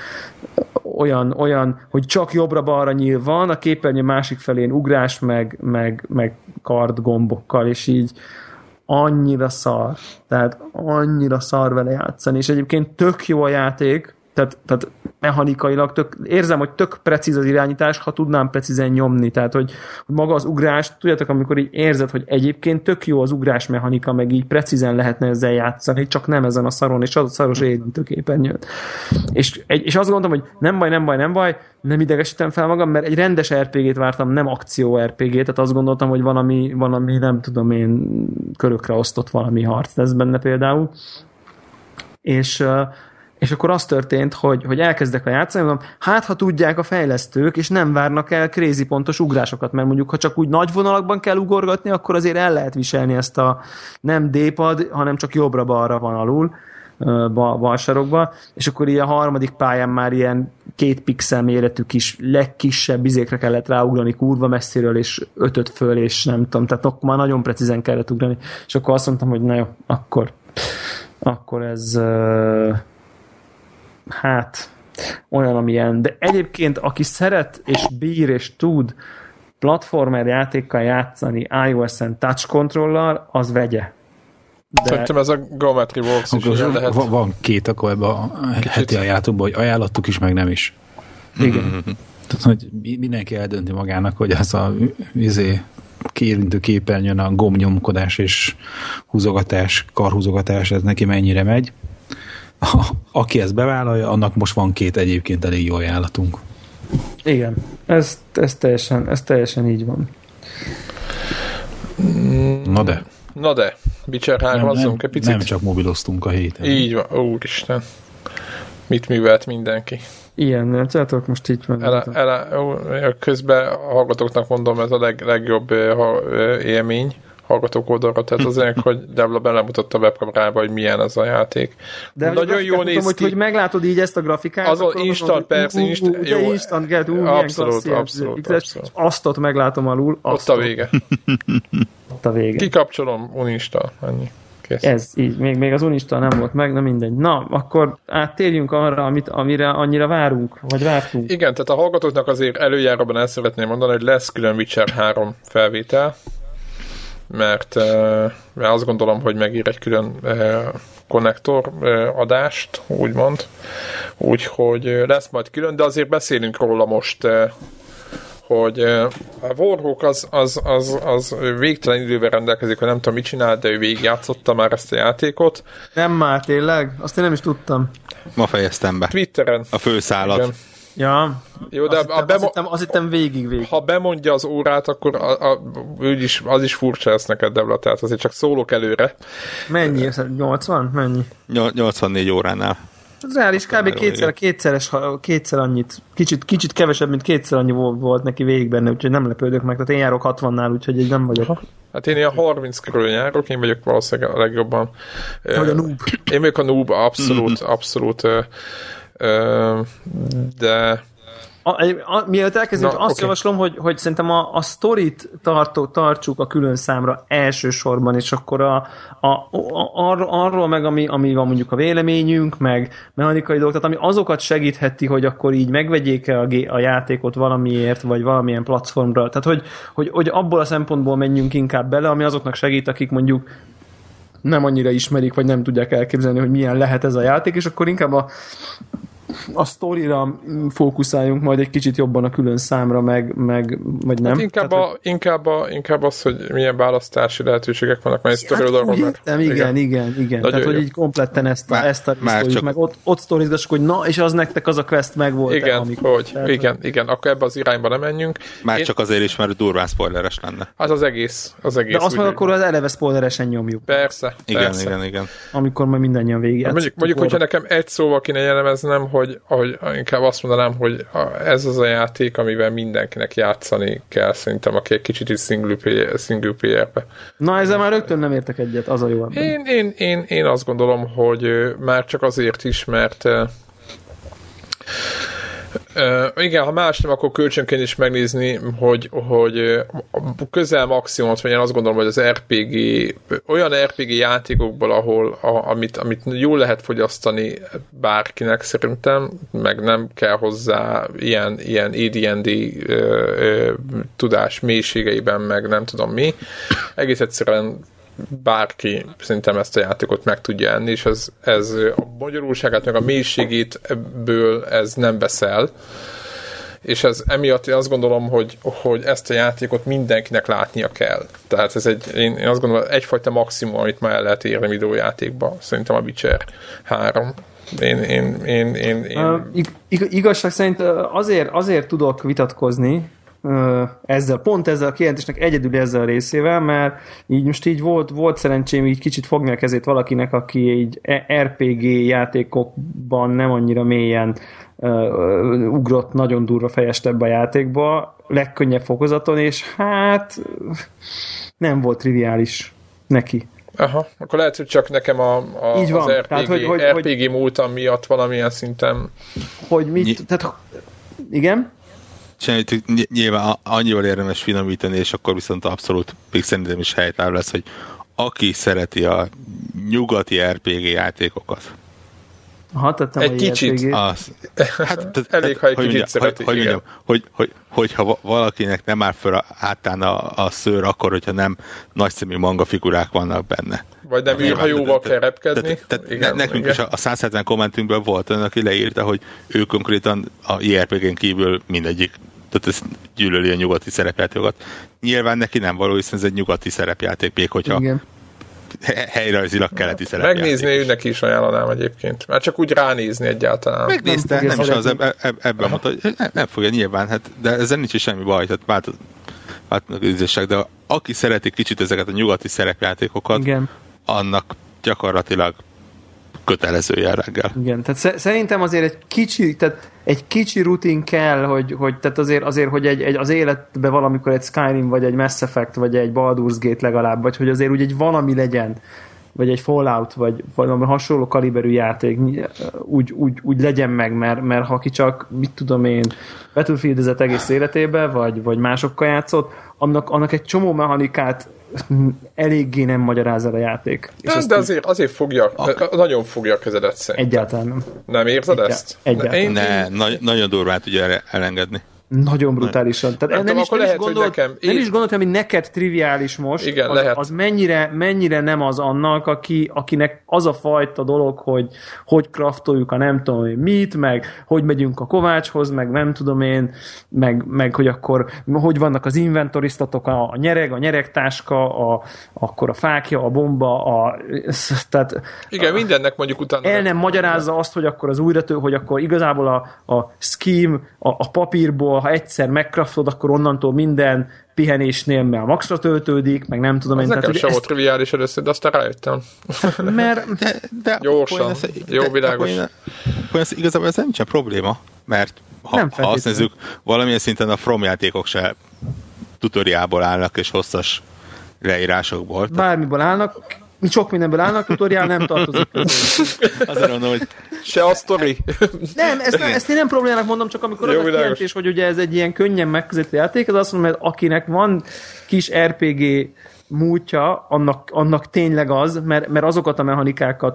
[SPEAKER 3] olyan, hogy csak jobbra-balra nyíl van, a képernyő másik felén ugrás, meg kard gombokkal, és így annyira szar. Tehát annyira szar vele játszani, és egyébként tök jó a játék, tehát mechanikailag érzem, hogy tök precíz az irányítás, ha tudnám precízen nyomni, tehát hogy maga az ugrás, tudjátok, amikor így érzed, hogy egyébként tök jó az ugrás mechanika, meg így precízen lehetne ezzel játszani, csak nem ezen a szaron, és az a szaros érintőképernyőt. És azt gondoltam, hogy nem baj, nem idegesítem fel magam, mert egy rendes RPG-t vártam, nem akció RPG-t, tehát azt gondoltam, hogy valami nem tudom én, körökre osztott valami harc lesz benne például. És akkor az történt, hogy elkezdek a játszani, mondom, hát ha tudják a fejlesztők, és nem várnak el crazy pontos ugrásokat, mert mondjuk, ha csak úgy nagy vonalakban kell ugorgatni, akkor azért el lehet viselni ezt a nem D-pad, hanem csak jobbra-balra van alul, bal sarokba, és akkor így a harmadik pályán már ilyen 2 pixel méretű kis, legkisebb izékre kellett ráugrani kurva messziről, és 5 föl, és nem tudom, tehát akkor már nagyon precízen kellett ugrani, és akkor azt mondtam, hogy na jó, akkor ez hát olyan, amilyen, de egyébként aki szeret és bír és tud platformer játékkal játszani iOS-en touch controller, az vegye.
[SPEAKER 2] Szerintem ez a Geometry Works is ilyen lehet.
[SPEAKER 1] Van két akkor ebben a heti ajánlatukban, hogy ajánlottuk is, meg nem is.
[SPEAKER 3] Igen.
[SPEAKER 1] Tehát, hogy mindenki eldönti magának, hogy az a kiérintő képernyőn a gombnyomkodás és húzogatás, karhúzogatás, ez neki mennyire megy. Aki ezt bevállalja, annak most van 2 egyébként elég jó ajánlatunk.
[SPEAKER 3] Igen, ez teljesen így van.
[SPEAKER 2] Na de, Witcher 3-azzunk egy picit.
[SPEAKER 1] Nem csak mobiloztunk a héten.
[SPEAKER 2] Így van, úristen. Mit művelt mindenki?
[SPEAKER 3] Ilyen, nem tudjátok, most így van.
[SPEAKER 2] Közben a hallgatóknak mondom, ez a legjobb élmény hallgatók oldalra, tehát azért, hogy Devla belemutatta a webkamerába, hogy milyen ez a játék.
[SPEAKER 3] De nagyon jól néz ki. Hogy meglátod így ezt a grafikát,
[SPEAKER 2] azon instant, persze,
[SPEAKER 3] instant get,
[SPEAKER 2] abszolút.
[SPEAKER 3] Azt ott meglátom alul.
[SPEAKER 2] Ott a vége.
[SPEAKER 3] Ott a vége.
[SPEAKER 2] Kikapcsolom, uninstall, ennyi. Kész.
[SPEAKER 3] Ez így, még az uninstall nem volt meg, na mindegy. Na, akkor áttérjünk arra, amire annyira várunk, vagy vártunk.
[SPEAKER 2] Igen, tehát a hallgatóknak azért előjáróban el szeretném mondani, hogy lesz külön Witcher 3 felvétel, mert azt gondolom, hogy megír egy külön konnektor adást, úgymond. Úgyhogy lesz majd külön, de azért beszélünk róla most, hogy a Warhawk az végtelen idővel rendelkezik, hogy nem tudom, mit csinál, de ő végigjátszotta már ezt a játékot.
[SPEAKER 3] Nem már, tényleg? Azt én nem is tudtam.
[SPEAKER 4] Ma fejeztem be.
[SPEAKER 2] Twitteren.
[SPEAKER 4] A főszálat. Igen.
[SPEAKER 3] Ja,
[SPEAKER 2] jó, de
[SPEAKER 3] azt hittem végig.
[SPEAKER 2] Ha bemondja az órát, akkor az is furcsa lesz neked, Debla, tehát azért csak szólok előre.
[SPEAKER 3] Mennyi? 80? Mennyi?
[SPEAKER 4] 84 óránál.
[SPEAKER 3] Az reális kb. kétszer annyit, kicsit kevesebb, mint kétszer annyi volt neki végig benne, úgyhogy nem lepődök meg, tehát én járok 60-nál, úgyhogy nem vagyok.
[SPEAKER 2] Hát én ilyen 30 körül járok, én vagyok valószínűleg a legjobban.
[SPEAKER 3] Hogy a noob.
[SPEAKER 2] Én vagyok a noob, abszolút, de...
[SPEAKER 3] Mielőtt elkezdjük, azt javaslom, hogy szerintem a sztorit tartsuk a külön számra elsősorban, és akkor arról meg, ami van mondjuk a véleményünk, meg mechanikai dolgok, tehát ami azokat segítheti, hogy akkor így megvegyék-e a játékot valamiért, vagy valamilyen platformra. Tehát, hogy abból a szempontból menjünk inkább bele, ami azoknak segít, akik mondjuk nem annyira ismerik, vagy nem tudják elképzelni, hogy milyen lehet ez a játék, és akkor inkább a sztorira fókuszáljunk majd egy kicsit jobban a külön számra, meg vagy nem.
[SPEAKER 2] Hát inkább az, hogy milyen választási lehetőségek vannak, mert egy sztoriról
[SPEAKER 3] igen. Tehát, hogy így kompletten ezt a sztorit, meg ott sztorizgassuk, hogy na, és az nektek az a quest meg volt.
[SPEAKER 2] Igen, akkor ebbe az irányba nem menjünk.
[SPEAKER 4] Már csak azért is, mert durván spoileres lenne.
[SPEAKER 2] Az egész.
[SPEAKER 3] De azt meg akkor az eleve spoileresen nyomjuk.
[SPEAKER 2] Persze.
[SPEAKER 4] Igen.
[SPEAKER 3] Amikor majd mindannyian végigjátszunk.
[SPEAKER 2] Mondjuk, hogyha nekem egy szóval kéne jellemeznem, hogy inkább azt mondanám, hogy ez az a játék, amivel mindenkinek játszani kell, szerintem, aki egy kicsit is single player-be.
[SPEAKER 3] Na, ezzel már rögtön nem értek egyet, az a jó ebben.
[SPEAKER 2] Én azt gondolom, hogy már csak azért is, mert igen, ha más nem, akkor kölcsönként is megnézni, hogy közel maximumot, vagy én azt gondolom, hogy az olyan RPG játékokból, amit jól lehet fogyasztani bárkinek szerintem, meg nem kell hozzá ilyen AD&D tudás mélységeiben, meg nem tudom mi. Egész egyszerűen bárki szerintem ezt a játékot meg tudja enni, és ez a magyarulságát, meg a mélységét ebből ez nem veszel. És ez emiatt én azt gondolom, hogy ezt a játékot mindenkinek látnia kell. Tehát ez én azt gondolom, egyfajta maximum, amit már el lehet érni videójátékba. Szerintem a Witcher 3.
[SPEAKER 3] Igazság szerint azért tudok vitatkozni ezzel a kijelentésnek egyedül ezzel a részével, mert így volt szerencsém így kicsit fogni a kezét valakinek, aki így RPG játékokban nem annyira mélyen ugrott nagyon durva fejest ebbe a játékba, legkönnyebb fokozaton, és hát nem volt triviális neki.
[SPEAKER 2] Aha, akkor lehet, hogy csak nekem az RPG, tehát, RPG múltam miatt valamilyen szinten.
[SPEAKER 3] Tehát igen?
[SPEAKER 4] Nyilván annyival érdemes finomítani, és akkor viszont abszolút még szerintem is helytálló lesz, hogy aki szereti a nyugati RPG játékokat.
[SPEAKER 2] Egy kicsit. Elég, ha egy kicsit szereti.
[SPEAKER 4] Hogyha valakinek nem áll föl hátán a szőr, akkor, hogyha nem nagyszemű manga figurák vannak benne.
[SPEAKER 2] Vagy nem űrhajóval kell repkedni.
[SPEAKER 4] Nekünk is a 170 kommentünkben volt olyan, aki leírta, hogy ő konkrétan a JRPG-n kívül mindegyik, tehát ez gyűlöli a nyugati szerepjátékokat. Nyilván neki nem való, hiszen ez egy nyugati szerepjáték, még hogyha helyrajzilag keleti szerepjáték.
[SPEAKER 2] Megnézni őnek is ajánlanám egyébként. Már csak úgy ránézni egyáltalán.
[SPEAKER 4] Megnézte, nem is az ebben mondta, hogy nem fogja nyilván, de ezzel nincs is semmi baj, tehát változnak üzések, de aki szereti kicsit ezeket a nyugati szerepjátékokat, annak gyakorlatilag kötelező jelleggel.
[SPEAKER 3] Igen, tehát szerintem azért egy kicsi rutin kell, hogy tehát azért hogy az életben valamikor egy Skyrim, vagy egy Mass Effect, vagy egy Baldur's Gate legalább, vagy hogy azért úgy egy valami legyen, vagy egy Fallout, vagy valami hasonló kaliberű játék úgy legyen meg, mert ha ki csak, mit tudom én, Battlefield-ezett egész életében, vagy másokkal játszott, annak egy csomó mechanikát eléggé nem magyaráz el a játék.
[SPEAKER 2] De azért fogja, nagyon fogja a kezedet szerintem.
[SPEAKER 3] Egyáltalán nem.
[SPEAKER 2] Nem érzed ezt?
[SPEAKER 3] Egyáltalán.
[SPEAKER 4] Nagyon durván tudja elengedni.
[SPEAKER 3] Nagyon brutálisan. Tehát nem is gondoltam, hogy neked triviális most,
[SPEAKER 2] igen,
[SPEAKER 3] az mennyire nem az annak, akinek az a fajta dolog, hogy craftoljuk a nem tudom én mit, meg hogy megyünk a kovácshoz, meg nem tudom én, meg hogy akkor hogy vannak az inventorisztatok, a nyeregtáska, akkor a fákja, a bomba, tehát
[SPEAKER 2] igen, mindennek mondjuk utána
[SPEAKER 3] el nem magyarázza azt, hogy akkor az újratő, hogy akkor igazából a scheme, a papírból, ha egyszer megkraftod, akkor onnantól minden pihenésnél már maxra töltődik, meg nem tudom én.
[SPEAKER 2] Az nekem sem volt triviális először, de aztán rájöttem.
[SPEAKER 3] De
[SPEAKER 2] gyorsan, jó világos.
[SPEAKER 4] Igazából ez nincsen probléma, mert ha azt nézzük, valamilyen szinten a From játékok se tutoriából állnak, és hosszas leírásokból.
[SPEAKER 3] Bármiből állnak, sok mindenből állnak, tutoriál nem tartozik közé.
[SPEAKER 4] Azért mondom, hogy
[SPEAKER 2] se a sztori.
[SPEAKER 3] Nem, ezt én nem problémának mondom, csak amikor jó, az a kijelentés, hogy ugye ez egy ilyen könnyen megközelítő játék, az azt mondom, hogy akinek van kis RPG múltja, annak tényleg az, mert azokat a mechanikákat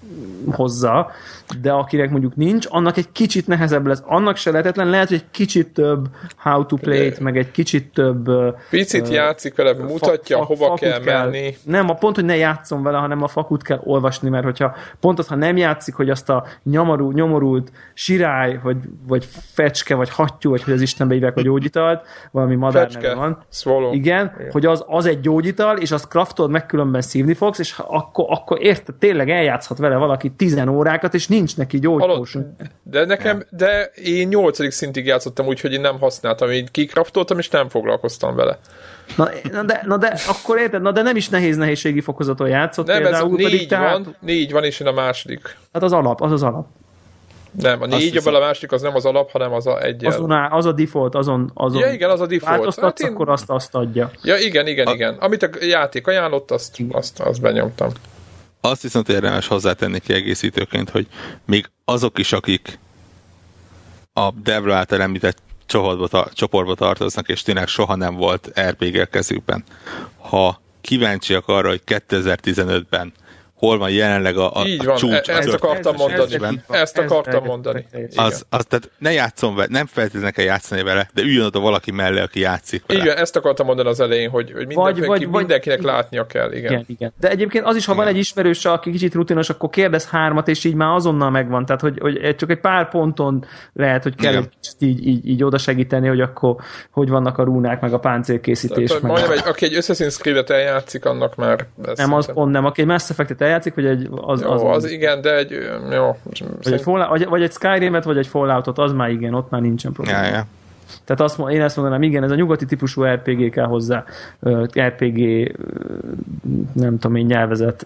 [SPEAKER 3] hozza, de akinek mondjuk nincs, annak egy kicsit nehezebb lesz. Annak se lehetetlen, lehet, hogy egy kicsit több how to play-t, meg egy kicsit több
[SPEAKER 2] picit játszik vele, mutatja, hova kell menni.
[SPEAKER 3] Nem, a pont, hogy ne játszom vele, hanem a fakut kell olvasni, mert hogyha pont az, ha nem játszik, hogy azt a nyomorult sirály, vagy fecske, vagy hattyú, vagy hogy az Istenbe hívják a gyógyitalt, valami madár neve van.
[SPEAKER 2] Swallow.
[SPEAKER 3] Igen, hogy az egy gyógyital, és azt craftolod meg, különben szívni fogsz, és akkor érted, tényleg eljátszhat vele valaki 10 órákat, és nincs neki gyógypósunk.
[SPEAKER 2] De én 8. szintig játszottam úgy, hogy én nem használtam, én kikraftoltam, és nem foglalkoztam vele.
[SPEAKER 3] Na de akkor érted, de nem is nehézségi fokozaton játszott.
[SPEAKER 2] Nem, például, ez 4 van, és én a második.
[SPEAKER 3] Hát az alap.
[SPEAKER 2] Nem, a 4 a második az nem az alap, hanem az a 1.
[SPEAKER 3] Az a default, azon
[SPEAKER 2] ja, igen, az a default.
[SPEAKER 3] Változtatsz, hát akkor azt adja.
[SPEAKER 2] Ja, igen. Amit a játék ajánlott, azt benyomtam.
[SPEAKER 4] Azt viszont érdemes hozzátenni kiegészítőként, hogy még azok is, akik a Devla által említett csoportba tartoznak, és tényleg soha nem volt RPG kezükben. Ha kíváncsiak arra, hogy 2015-ben hol van jelenleg a csúcs.
[SPEAKER 2] Ezt akartam mondani.
[SPEAKER 4] Tehát ne játszom vele, nem feltétlenül kell játszani vele, de üljön oda valaki mellé, aki játszik vele.
[SPEAKER 2] Igen, ezt akartam mondani az elején, hogy mindenkinek látnia kell. Igen.
[SPEAKER 3] De egyébként az is, ha van egy ismerős, aki kicsit rutinos, akkor kérdez 3, és így már azonnal megvan. Tehát, hogy csak egy pár ponton lehet, hogy kell egy kicsit így oda segíteni, hogy akkor hogy vannak a rúnák, meg a páncélkészítés.
[SPEAKER 2] Aki egy Assassin's Creed-et eljátszik, annak már...
[SPEAKER 3] Nem, az pont nem. Aki egy Mass Effect-et eljátszik, vagy egy...
[SPEAKER 2] Az igen, de egy... Jó.
[SPEAKER 3] Vagy egy Skyrim-et, vagy egy Falloutot, az már igen, ott már nincsen probléma.
[SPEAKER 4] Ja.
[SPEAKER 3] Tehát én ezt mondanám, igen, ez a nyugati típusú RPG kell hozzá. RPG, nem tudom én, nyelvezet.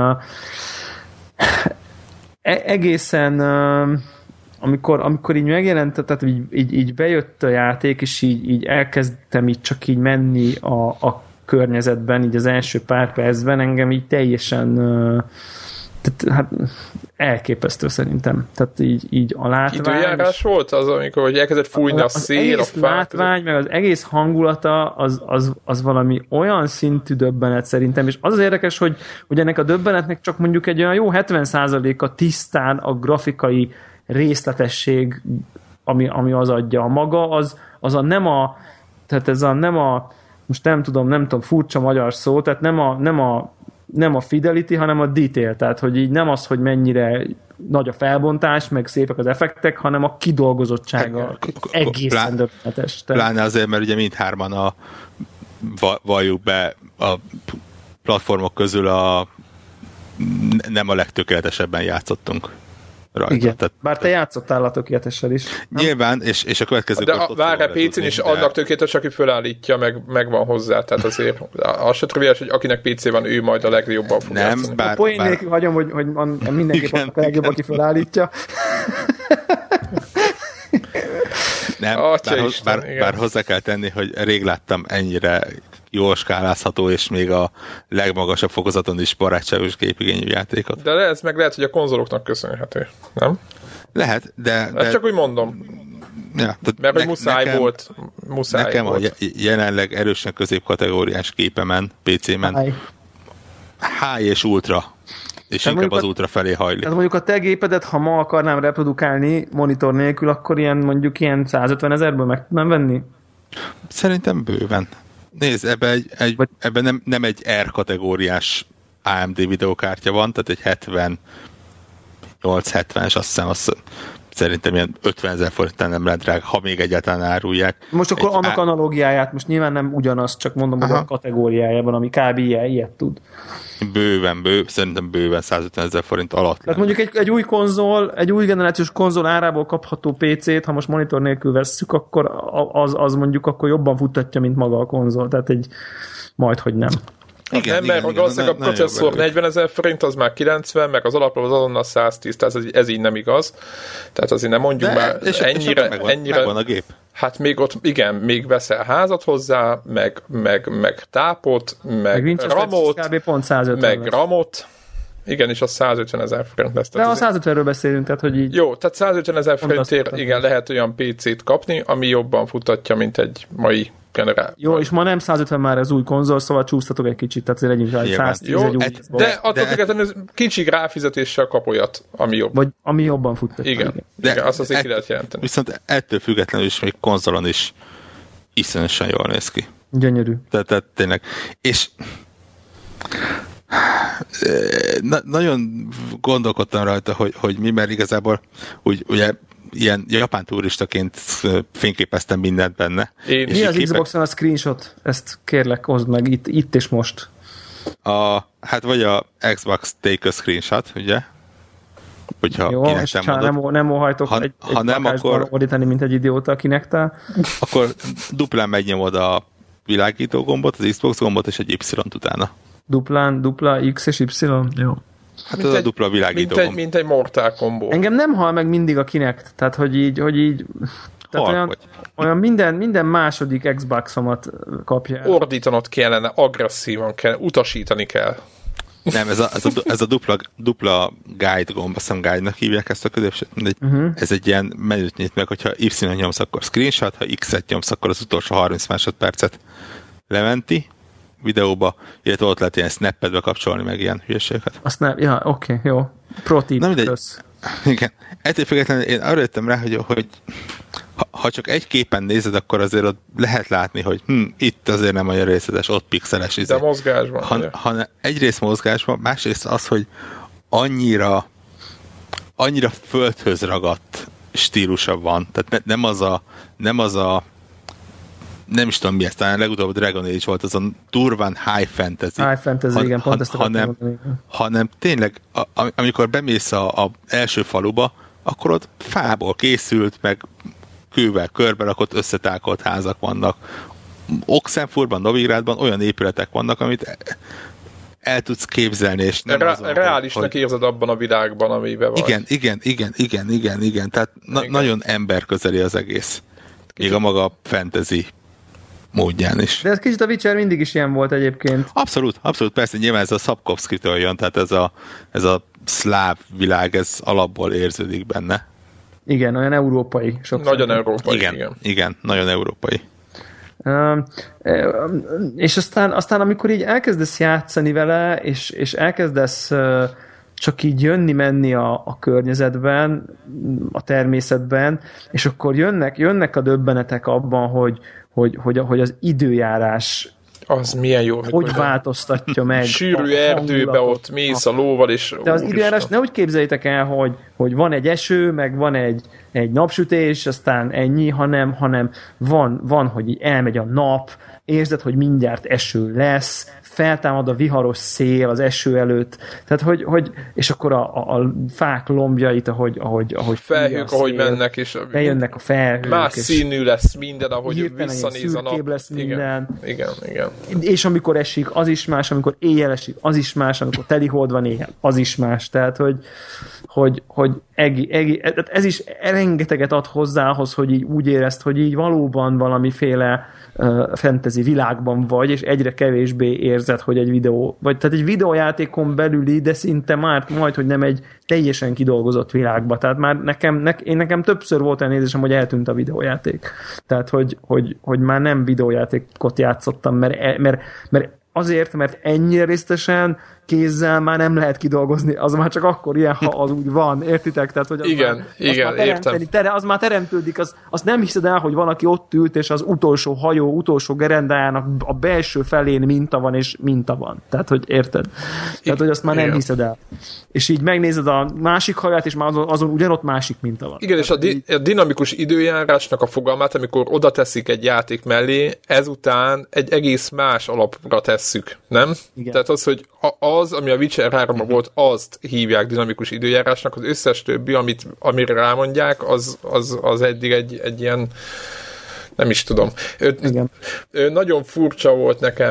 [SPEAKER 3] Egészen... Amikor így megjelent, tehát így bejött a játék, és így elkezdtem így csak így menni a környezetben, így az első pár percben, engem így teljesen hát elképesztő szerintem. Tehát így a látvány...
[SPEAKER 2] Időjárás volt az, amikor hogy elkezdett fújni a szél, a fát...
[SPEAKER 3] látvány, meg az egész hangulata, az valami olyan szintű döbbenet szerintem, és az érdekes, hogy ennek a döbbenetnek csak mondjuk egy olyan jó 70%-a tisztán a grafikai részletesség, ami az adja. A maga, az a nem a... Tehát ez a nem a... Most nem tudom, furcsa magyar szó, tehát nem a fidelity, hanem a detail, tehát hogy így nem az, hogy mennyire nagy a felbontás, meg szépek az effektek, hanem a kidolgozottsága egészen döbbenetes.
[SPEAKER 4] Pláne azért, mert ugye mindhárman valljuk be a platformok közül nem a legtökéletesebben játszottunk rajta.
[SPEAKER 3] Igen. Tehát, bár te játszottál a tökéletessel is.
[SPEAKER 4] Nyilván, és a következő...
[SPEAKER 2] De várj, PC-n is annak tökéletes, aki fölállítja, meg van hozzá, tehát azért az se triviális, hogy akinek PC van, ő majd a legjobban fog játszani.
[SPEAKER 3] A poén nélkül hagyom, hogy mindenképp a legjobb, aki fölállítja.
[SPEAKER 4] Nem, bár hozzá kell tenni, hogy rég láttam ennyire jól skálázható, és még a legmagasabb fokozaton is barátságos gépigényű játékot.
[SPEAKER 2] De ez meg lehet, hogy a konzoloknak köszönhető, nem?
[SPEAKER 4] Lehet, de...
[SPEAKER 2] Ezt csak úgy mondom.
[SPEAKER 4] Ja,
[SPEAKER 2] mert hogy muszáj volt.
[SPEAKER 4] Nekem a jelenleg erősen középkategóriás gépemen, PC-men high és ultra, és tehát inkább az ultra felé hajlik.
[SPEAKER 3] Tehát mondjuk a te gépedet, ha ma akarnám reprodukálni monitor nélkül, akkor mondjuk ilyen 150 000-ből meg tudnám venni?
[SPEAKER 4] Szerintem bőven. Nézd, ebben nem egy R kategóriás AMD videokártya van, tehát egy 78-70-es, azt hiszem, szerintem ilyen 50 000 forintán nem lehet drága, ha még egyáltalán árulják.
[SPEAKER 3] Most akkor annak analógiáját, most nyilván nem ugyanaz, csak mondom, hogy a kategóriájában, ami kb. Ilyet tud.
[SPEAKER 4] Szerintem bőven 150 000 forint alatt.
[SPEAKER 3] Tehát mondjuk egy új konzol, egy új generációs konzol árából kapható PC-t, ha most monitor nélkül vesszük, akkor az mondjuk akkor jobban futtatja, mint maga a konzol. Tehát majdhogy nem.
[SPEAKER 2] Igen, mert valószínűleg a processzor 40 000 forint, az már 90, meg az alapról az azonnal 110, tehát ez így nem igaz. Tehát azért nem mondjuk már ennyire...
[SPEAKER 4] Megvan a gép.
[SPEAKER 2] Hát még ott, igen, még veszel házat hozzá, meg tápot, meg ramot,
[SPEAKER 3] kb. Pont 150
[SPEAKER 2] meg ramot. Igen, és az 150 000 forint lesz.
[SPEAKER 3] De a 150-ről beszélünk, tehát hogy így...
[SPEAKER 2] Jó, tehát 150 000 forintért igen, lehet olyan PC-t kapni, ami jobban futatja, mint egy mai generál.
[SPEAKER 3] Jó, és ma nem 150 már az új konzol, szóval csúsztatok egy kicsit, tehát azért legyünk rá, 110
[SPEAKER 2] jó,
[SPEAKER 3] egy új.
[SPEAKER 2] de attól függetlenül kicsi ráfizetéssel kap olyat, ami jobb.
[SPEAKER 3] Vagy ami jobban futtatja.
[SPEAKER 2] Igen, igen, azt azért ki lehet jelenteni.
[SPEAKER 4] Viszont ettől függetlenül is még konzolon is iszonyatosan jól néz ki.
[SPEAKER 3] Gyönyörű.
[SPEAKER 4] Tehát tényleg. És nagyon gondolkodtam rajta, hogy mi, mert igazából ugye ilyen japán turistaként fényképeztem mindent benne.
[SPEAKER 3] Mi az Xboxon a screenshot? Ezt kérlek, hozd meg itt és most.
[SPEAKER 4] Hát vagy a Xbox take a screenshot, ugye? Hogyha
[SPEAKER 3] jó, és nem óhajtok egy
[SPEAKER 4] nem, akkor
[SPEAKER 3] ordítani, mint egy idióta, Kinecttel.
[SPEAKER 4] Akkor duplán megnyomod a világító gombot, az Xbox gombot, és egy Y-t utána.
[SPEAKER 3] Dupla X és Y? Jó.
[SPEAKER 4] Hát ez a dupla világító gomb.
[SPEAKER 2] Mint egy Mortal Kombo.
[SPEAKER 3] Engem nem hal meg mindig a Kinect, tehát hogy így tehát olyan minden második Xboxomat kapja el.
[SPEAKER 2] Ordítanod kellene, agresszívan kell, utasítani kell.
[SPEAKER 4] Nem, ez a dupla guide gomb, azt hiszem guide-nak hívják ezt a középsőt, mindegy. Ez egy ilyen menüt nyit meg, hogyha Y-t nyomsz, akkor screenshot, ha X-et nyomsz, akkor az utolsó 30 másodpercet lementi videóba, illetve ott lehet ilyen snap-edbe kapcsolni meg ilyen hülyeségeket.
[SPEAKER 3] A snap, ja, oké, jó. Pro tip, kösz.
[SPEAKER 4] Igen. Ettől függetlenül én arra jöttem rá, hogy ha csak egy képen nézed, akkor azért ott lehet látni, hogy itt azért nem olyan részletes, ott pixeles izé.
[SPEAKER 2] De mozgásban.
[SPEAKER 4] Hanem egyrészt mozgásban, másrészt az, hogy annyira földhöz ragadt stílusa van. Tehát nem is tudom mi ez, talán legutóbb a Dragon Age volt, az a durván high fantasy.
[SPEAKER 3] High fantasy, igen, pont ezt
[SPEAKER 4] hanem tényleg, amikor bemész a első faluba, akkor ott fából készült, meg kővel körbe rakott, összetákolt házak vannak. Oxenfurtban, Novigrádban olyan épületek vannak, amit el tudsz képzelni, és nem
[SPEAKER 2] reálisnak érzed abban a világban, amiben vagy.
[SPEAKER 4] Igen. Tehát nagyon emberközeli az egész. Még a maga fantasy módján is.
[SPEAKER 3] De ez kicsit a Witcher mindig is ilyen volt egyébként.
[SPEAKER 4] Abszolút, persze, nyilván ez a Sapkowski-től jön, tehát ez a szláv világ, ez alapból érződik benne.
[SPEAKER 3] Igen, olyan európai.
[SPEAKER 2] Nagyon európai,
[SPEAKER 4] igen, nagyon európai.
[SPEAKER 3] És aztán amikor így elkezdesz játszani vele, és elkezdesz csak így jönni-menni a környezetben, a természetben, és akkor jönnek a döbbenetek abban, hogy az időjárás
[SPEAKER 2] az milyen jó.
[SPEAKER 3] Hogy változtatja meg.
[SPEAKER 2] Sűrű erdőbe ott mész a lóval, és...
[SPEAKER 3] De az időjárás ne úgy képzeljétek el, hogy van egy eső, meg van egy napsütés, aztán ennyi, hanem van, hogy így elmegy a nap, érzed, hogy mindjárt eső lesz, feltámad a viharos szél az eső előtt, tehát hogy és akkor a fák lombjait, ahogy
[SPEAKER 2] felhők, ahogy mennek, és
[SPEAKER 3] bejönnek a felhők.
[SPEAKER 2] Más színű lesz minden, ahogy visszanéz a nap.
[SPEAKER 3] Lesz minden.
[SPEAKER 2] Igen. És
[SPEAKER 3] amikor esik, az is más, amikor éjjel esik, az is más, amikor telihold van éjjel, az is más. Tehát, hogy ez is rengeteget ad hozzá ahhoz, hogy így úgy érezd, hogy így valóban valamiféle fantasy világban vagy, és egyre kevésbé érzed, hogy egy videó, vagy tehát egy videójátékon belüli, de szinte már majd, hogy nem egy teljesen kidolgozott világba. Tehát már nekem többször volt elnézésem, hogy eltűnt a videójáték. Tehát, hogy már nem videójátékot játszottam, mert azért, mert ennyire részletesen kézzel már nem lehet kidolgozni, az már csak akkor ilyen, ha az úgy van, értitek? Tehát, hogy
[SPEAKER 2] igen,
[SPEAKER 3] értem. Az már teremtődik, azt nem hiszed el, hogy valaki ott ült, és az utolsó hajó, utolsó gerendájának a belső felén minta van, és minta van. Tehát, hogy érted? Tehát, hogy azt már nem hiszed el. És így megnézed a másik haját, és már azon ugyanott másik minta van.
[SPEAKER 2] Igen,
[SPEAKER 3] tehát,
[SPEAKER 2] és a dinamikus időjárásnak a fogalmát, amikor oda teszik egy játék mellé, ezután egy egész más alapra tesszük, nem? Igen. Tehát az, hogy az, ami a Witcher 3-ban volt, azt hívják dinamikus időjárásnak, az összes többi, amire rámondják, az eddig egy ilyen, nem is tudom. Nagyon furcsa volt nekem,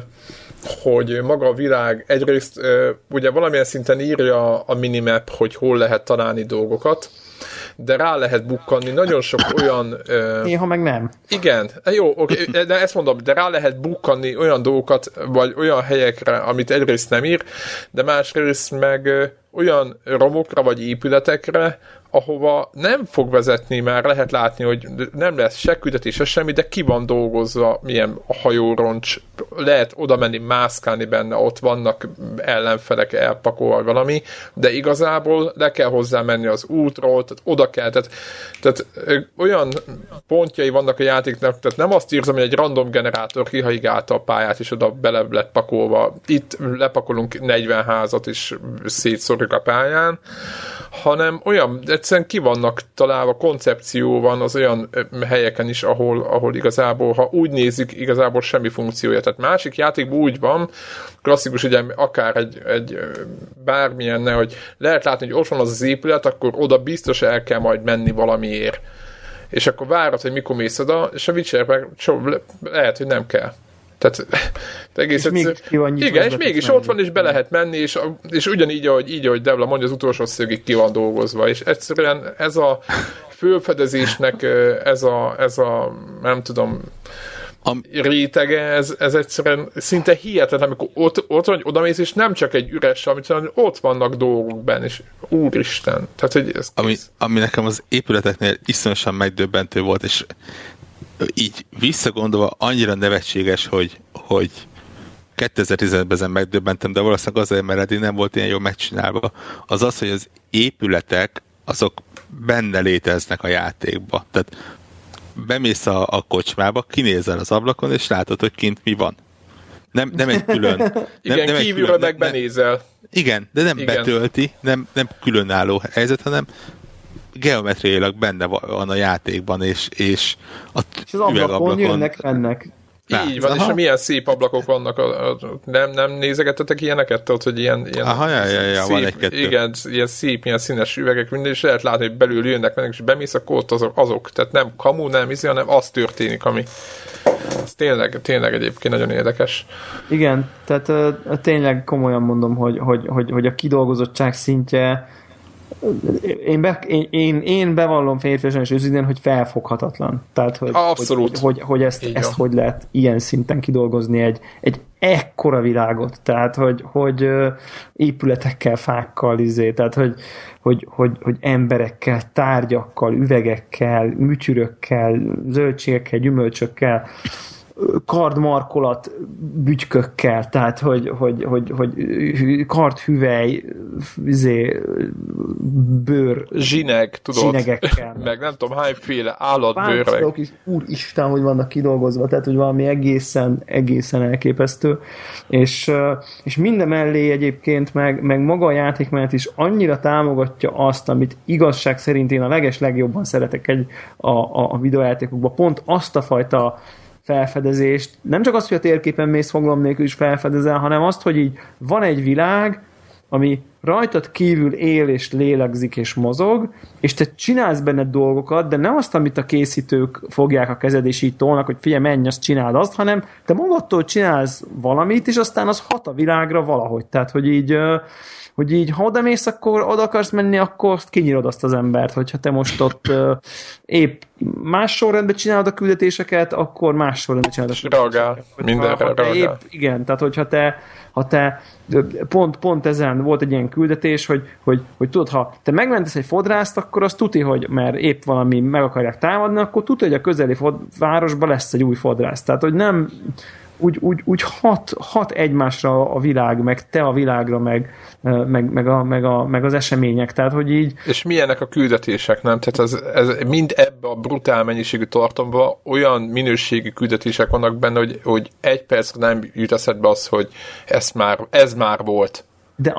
[SPEAKER 2] hogy maga a világ egyrészt ugye valamilyen szinten írja a minimap, hogy hol lehet találni dolgokat, de rá lehet bukkanni nagyon sok olyan...
[SPEAKER 3] Néha meg nem.
[SPEAKER 2] Igen, jó, oké, de ezt mondom, de rá lehet bukkanni olyan dolgokat, vagy olyan helyekre, amit egyrészt nem ír, de másrészt meg olyan romokra vagy épületekre, ahova nem fog vezetni, már lehet látni, hogy nem lesz se küldetés, se semmi, de ki van dolgozva, milyen a hajóroncs, lehet oda menni, mászkálni benne, ott vannak ellenfelek elpakolva valami, de igazából le kell hozzá menni az útról, tehát oda kell, tehát olyan pontjai vannak a játéknak, tehát nem azt érzem, hogy egy random generátor kihaigálta a pályát, és oda bele lett pakolva. Itt lepakolunk 40 házat, és szétszorjuk a pályán, hanem olyan, egyszerűen ki vannak találva, koncepció van az olyan helyeken is, ahol igazából, ha úgy nézzük, igazából semmi funkciója. Tehát másik játékban úgy van, klasszikus, ugye akár egy bármilyen, hogy lehet látni, hogy ott van az épület, akkor oda biztos el kell majd menni valamiért. És akkor várod, hogy mikor mész oda, és a Witcherben lehet, hogy nem kell. Tehát egész igen, és mégis ott van, és be lehet menni, és ugyanígy, ahogy Devla mondja, az utolsó szögig ki van dolgozva, és egyszerűen ez a fölfedezésnek ez a nem tudom, rétege, ez egyszerűen szinte hihetetlen, amikor ott vagy, odamész, és nem csak egy üres, amit ott vannak dolgok benne, és úristen. Tehát, hogy ez
[SPEAKER 4] ami nekem az épületeknél iszonyosan megdöbbentő volt, és így visszagondolva annyira nevetséges, hogy 2015-ben ezen megdöbbentem, de valószínűleg azért, mert eddig nem volt ilyen jól megcsinálva, az, hogy az épületek azok benne léteznek a játékba. Tehát bemész a kocsmába, kinézel az ablakon, és látod, hogy kint mi van. Nem egy külön...
[SPEAKER 2] Igen, kívülről meg benézel.
[SPEAKER 4] Igen, de nem betölti, nem különálló helyzet, hanem geometriailag benne van a játékban, és
[SPEAKER 3] az ablakon jönnek, mennek.
[SPEAKER 2] Így van, és milyen szép ablakok vannak, nem nézegettetek ilyeneket, ott, hogy ilyen
[SPEAKER 4] szép, van egy-kettő.
[SPEAKER 2] Igen, ilyen szép, ilyen színes üvegek, minden, és lehet látni, hogy belül jönnek, mennek, és bemész, akkor ott azok. Tehát nem kamu, nem izé, hanem az történik, ami ez tényleg egyébként nagyon érdekes.
[SPEAKER 3] Igen, tehát tényleg komolyan mondom, hogy a kidolgozottság szintje én bevallom férfiasan és őszintén, hogy felfoghatatlan. Tehát, hogy ezt hogy lehet ilyen szinten kidolgozni egy ekkora világot. Tehát, hogy épületekkel, fákkal, tehát, hogy emberekkel, tárgyakkal, üvegekkel, műtyürökkel, zöldségekkel, gyümölcsökkel, kardmarkolat bütykökkel, tehát hogy kardhüvely, bőr
[SPEAKER 2] zsineg, tudod?
[SPEAKER 3] Zsinegekkel.
[SPEAKER 2] Meg nem tudom, hányféle állatbőrek.
[SPEAKER 3] Úristen, hogy vannak kidolgozva, tehát hogy valami egészen elképesztő. És mindemellé egyébként meg maga a játékmenet is annyira támogatja azt, amit igazság szerint én a legjobban szeretek a videójátékokban, pont azt a fajta felfedezést, nem csak azt, hogy a térképen mész fogalom nélkül is felfedezel, hanem azt, hogy így van egy világ, ami rajtad kívül él és lélegzik és mozog, és te csinálsz benne dolgokat, de nem azt, amit a készítők fogják a kezed és így tolnak, hogy figyelj, menj, azt csináld azt, hanem te magadtól csinálsz valamit, és aztán az hat a világra valahogy. Tehát, hogy így ha oda mész, akkor oda akarsz menni, akkor azt kinyírod azt az embert, hogyha te most ott épp más sorrendben csinálod a küldetéseket, akkor más sorrendben csinálod a küldetéseket.
[SPEAKER 2] Reagál, mindenre reagál.
[SPEAKER 3] Igen, tehát hogyha te pont ezen volt egy ilyen küldetés, hogy tudod, ha te megmentesz egy fodrászt, akkor az tuti, hogy mert épp valami meg akarják támadni, akkor tuti, hogy a közeli városban lesz egy új fodrász. Tehát, hogy nem úgy hat egymásra a világ, meg te a világra, meg az események, tehát hogy így...
[SPEAKER 2] És milyenek a küldetések, nem? Tehát ez mind ebbe a brutál mennyiségű tartalomban olyan minőségi küldetések vannak benne, hogy egy percre nem jut eszedbe az, hogy ez már volt.
[SPEAKER 3] De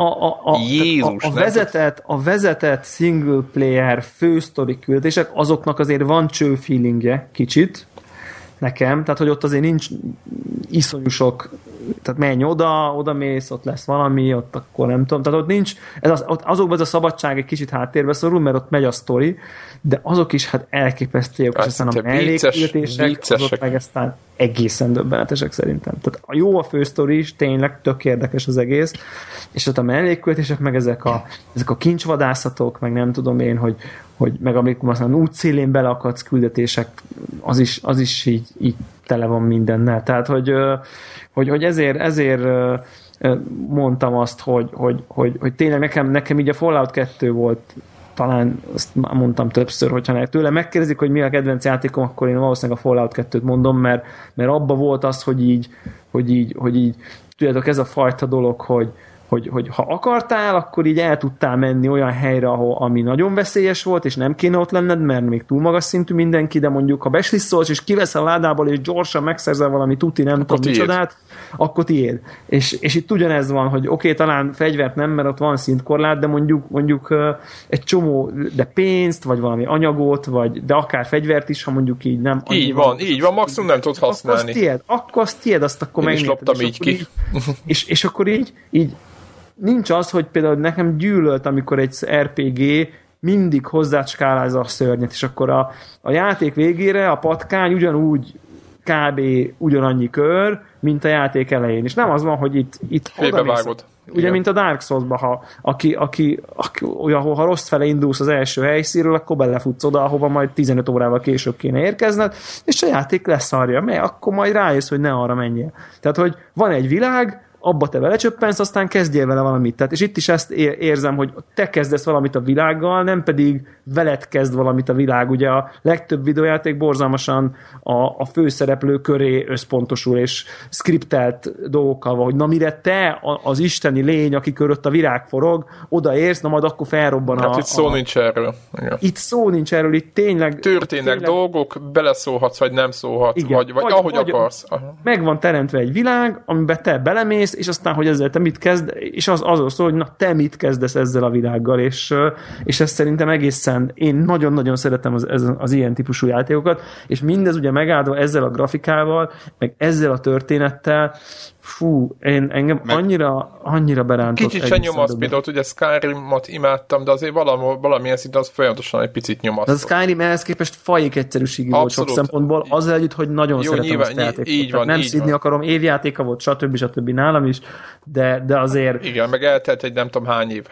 [SPEAKER 3] a vezetett single player fősztori küldetések, azoknak azért van cső feelingje kicsit, nekem, tehát hogy ott azért nincs iszonyú sok, tehát menj oda mész, ott lesz valami, ott akkor nem tudom, tehát ott nincs, azokban ez a szabadság egy kicsit háttérbe szorul, mert ott megy a sztori, de azok is hát elképesztőek, és aztán a mellékültések, azok meg aztán egészen döbbenetesek szerintem. Tehát a jó a fősztori is, tényleg tök érdekes az egész, és ott a mellékültések, meg ezek a kincsvadászatok, meg nem tudom én, hogy meg amikor aztán útszélén beleakadsz küldetések, az is így tele van mindennel. Tehát, hogy ezért mondtam azt, hogy tényleg nekem így a Fallout 2 volt, talán azt mondtam többször, hogyha tőle megkérdezik, hogy mi a kedvenc játékom, akkor én valószínűleg a Fallout 2-t mondom, mert abba volt az, hogy így tudjátok, ez a fajta dolog, hogy ha akartál, akkor így el tudtál menni olyan helyre, ami nagyon veszélyes volt, és nem kéne ott lenned, mert még túl magas szintű mindenki, de mondjuk, ha beslisszolsz, és kiveszel a ládából, és gyorsan megszerzel valami tuti, nem tudom micsodát, akkor tiéd. És itt ugyanez van, hogy oké, talán fegyvert nem, mert ott van szintkorlát, de mondjuk egy csomó, de pénzt, vagy valami anyagot, de akár fegyvert is, ha mondjuk így nem.
[SPEAKER 2] Így van, maximum nem tudod használni.
[SPEAKER 3] Akkor azt tiéd, azt akkor megnézed.
[SPEAKER 2] Én is loptam így ki.
[SPEAKER 3] És akkor így nincs az, hogy például nekem gyűlölt, amikor egy RPG mindig hozzáskálázza a szörnyet, és akkor a játék végére a patkány ugyanúgy kb. Ugyanannyi kör, mint a játék elején. És nem az van, hogy itt
[SPEAKER 2] félbevágod.
[SPEAKER 3] Ugye, igen. Mint a Dark Souls-ban, ha rossz fele indulsz az első helyszínről, akkor belefutsz oda, ahova majd 15 órával később kéne érkezned, és a játék leszarja, mert akkor majd rájössz, hogy ne arra menjél. Tehát, hogy van egy világ, abba te belecsöppensz, aztán kezdjél vele valamit. Tehát, és itt is ezt érzem, hogy te kezdesz valamit a világgal, nem pedig veled kezd valamit a világ. Ugye a legtöbb videójáték borzalmasan a főszereplő köré összpontosul, és skriptelt dolgokkal van, hogy na mire te az isteni lény, aki körött a virág forog, odaérsz, na majd akkor felrobban
[SPEAKER 2] itt szó nincs erről. Igen.
[SPEAKER 3] Itt szó nincs erről, itt tényleg...
[SPEAKER 2] Történnek dolgok, beleszólhatsz, vagy nem szólhatsz, igen, vagy ahogy akarsz.
[SPEAKER 3] Meg van teremtve egy világ, amiben te belemész, és aztán, hogy ezzel te mit kezd, és azról szól, hogy na, te mit kezdesz ezzel a világgal, és ezt szerintem egészen, én nagyon-nagyon szeretem az ilyen típusú játékokat, és mindez ugye megáldva ezzel a grafikával, meg ezzel a történettel, engem annyira berántott.
[SPEAKER 2] Kicsit se nyomaszpidott, ugye Skyrimot imádtam, de azért valamilyen szinten az folyamatosan egy picit nyomasztott.
[SPEAKER 3] A Skyrim ehhez képest fajék egyszerűségű volt sok szempontból, azzal együtt, hogy nagyon szeretem azt a játékot.
[SPEAKER 2] Így van,
[SPEAKER 3] nem szidni akarom, évjátéka volt, stb. Nálam is, de azért...
[SPEAKER 2] Igen, meg eltelt egy nem tudom hány év,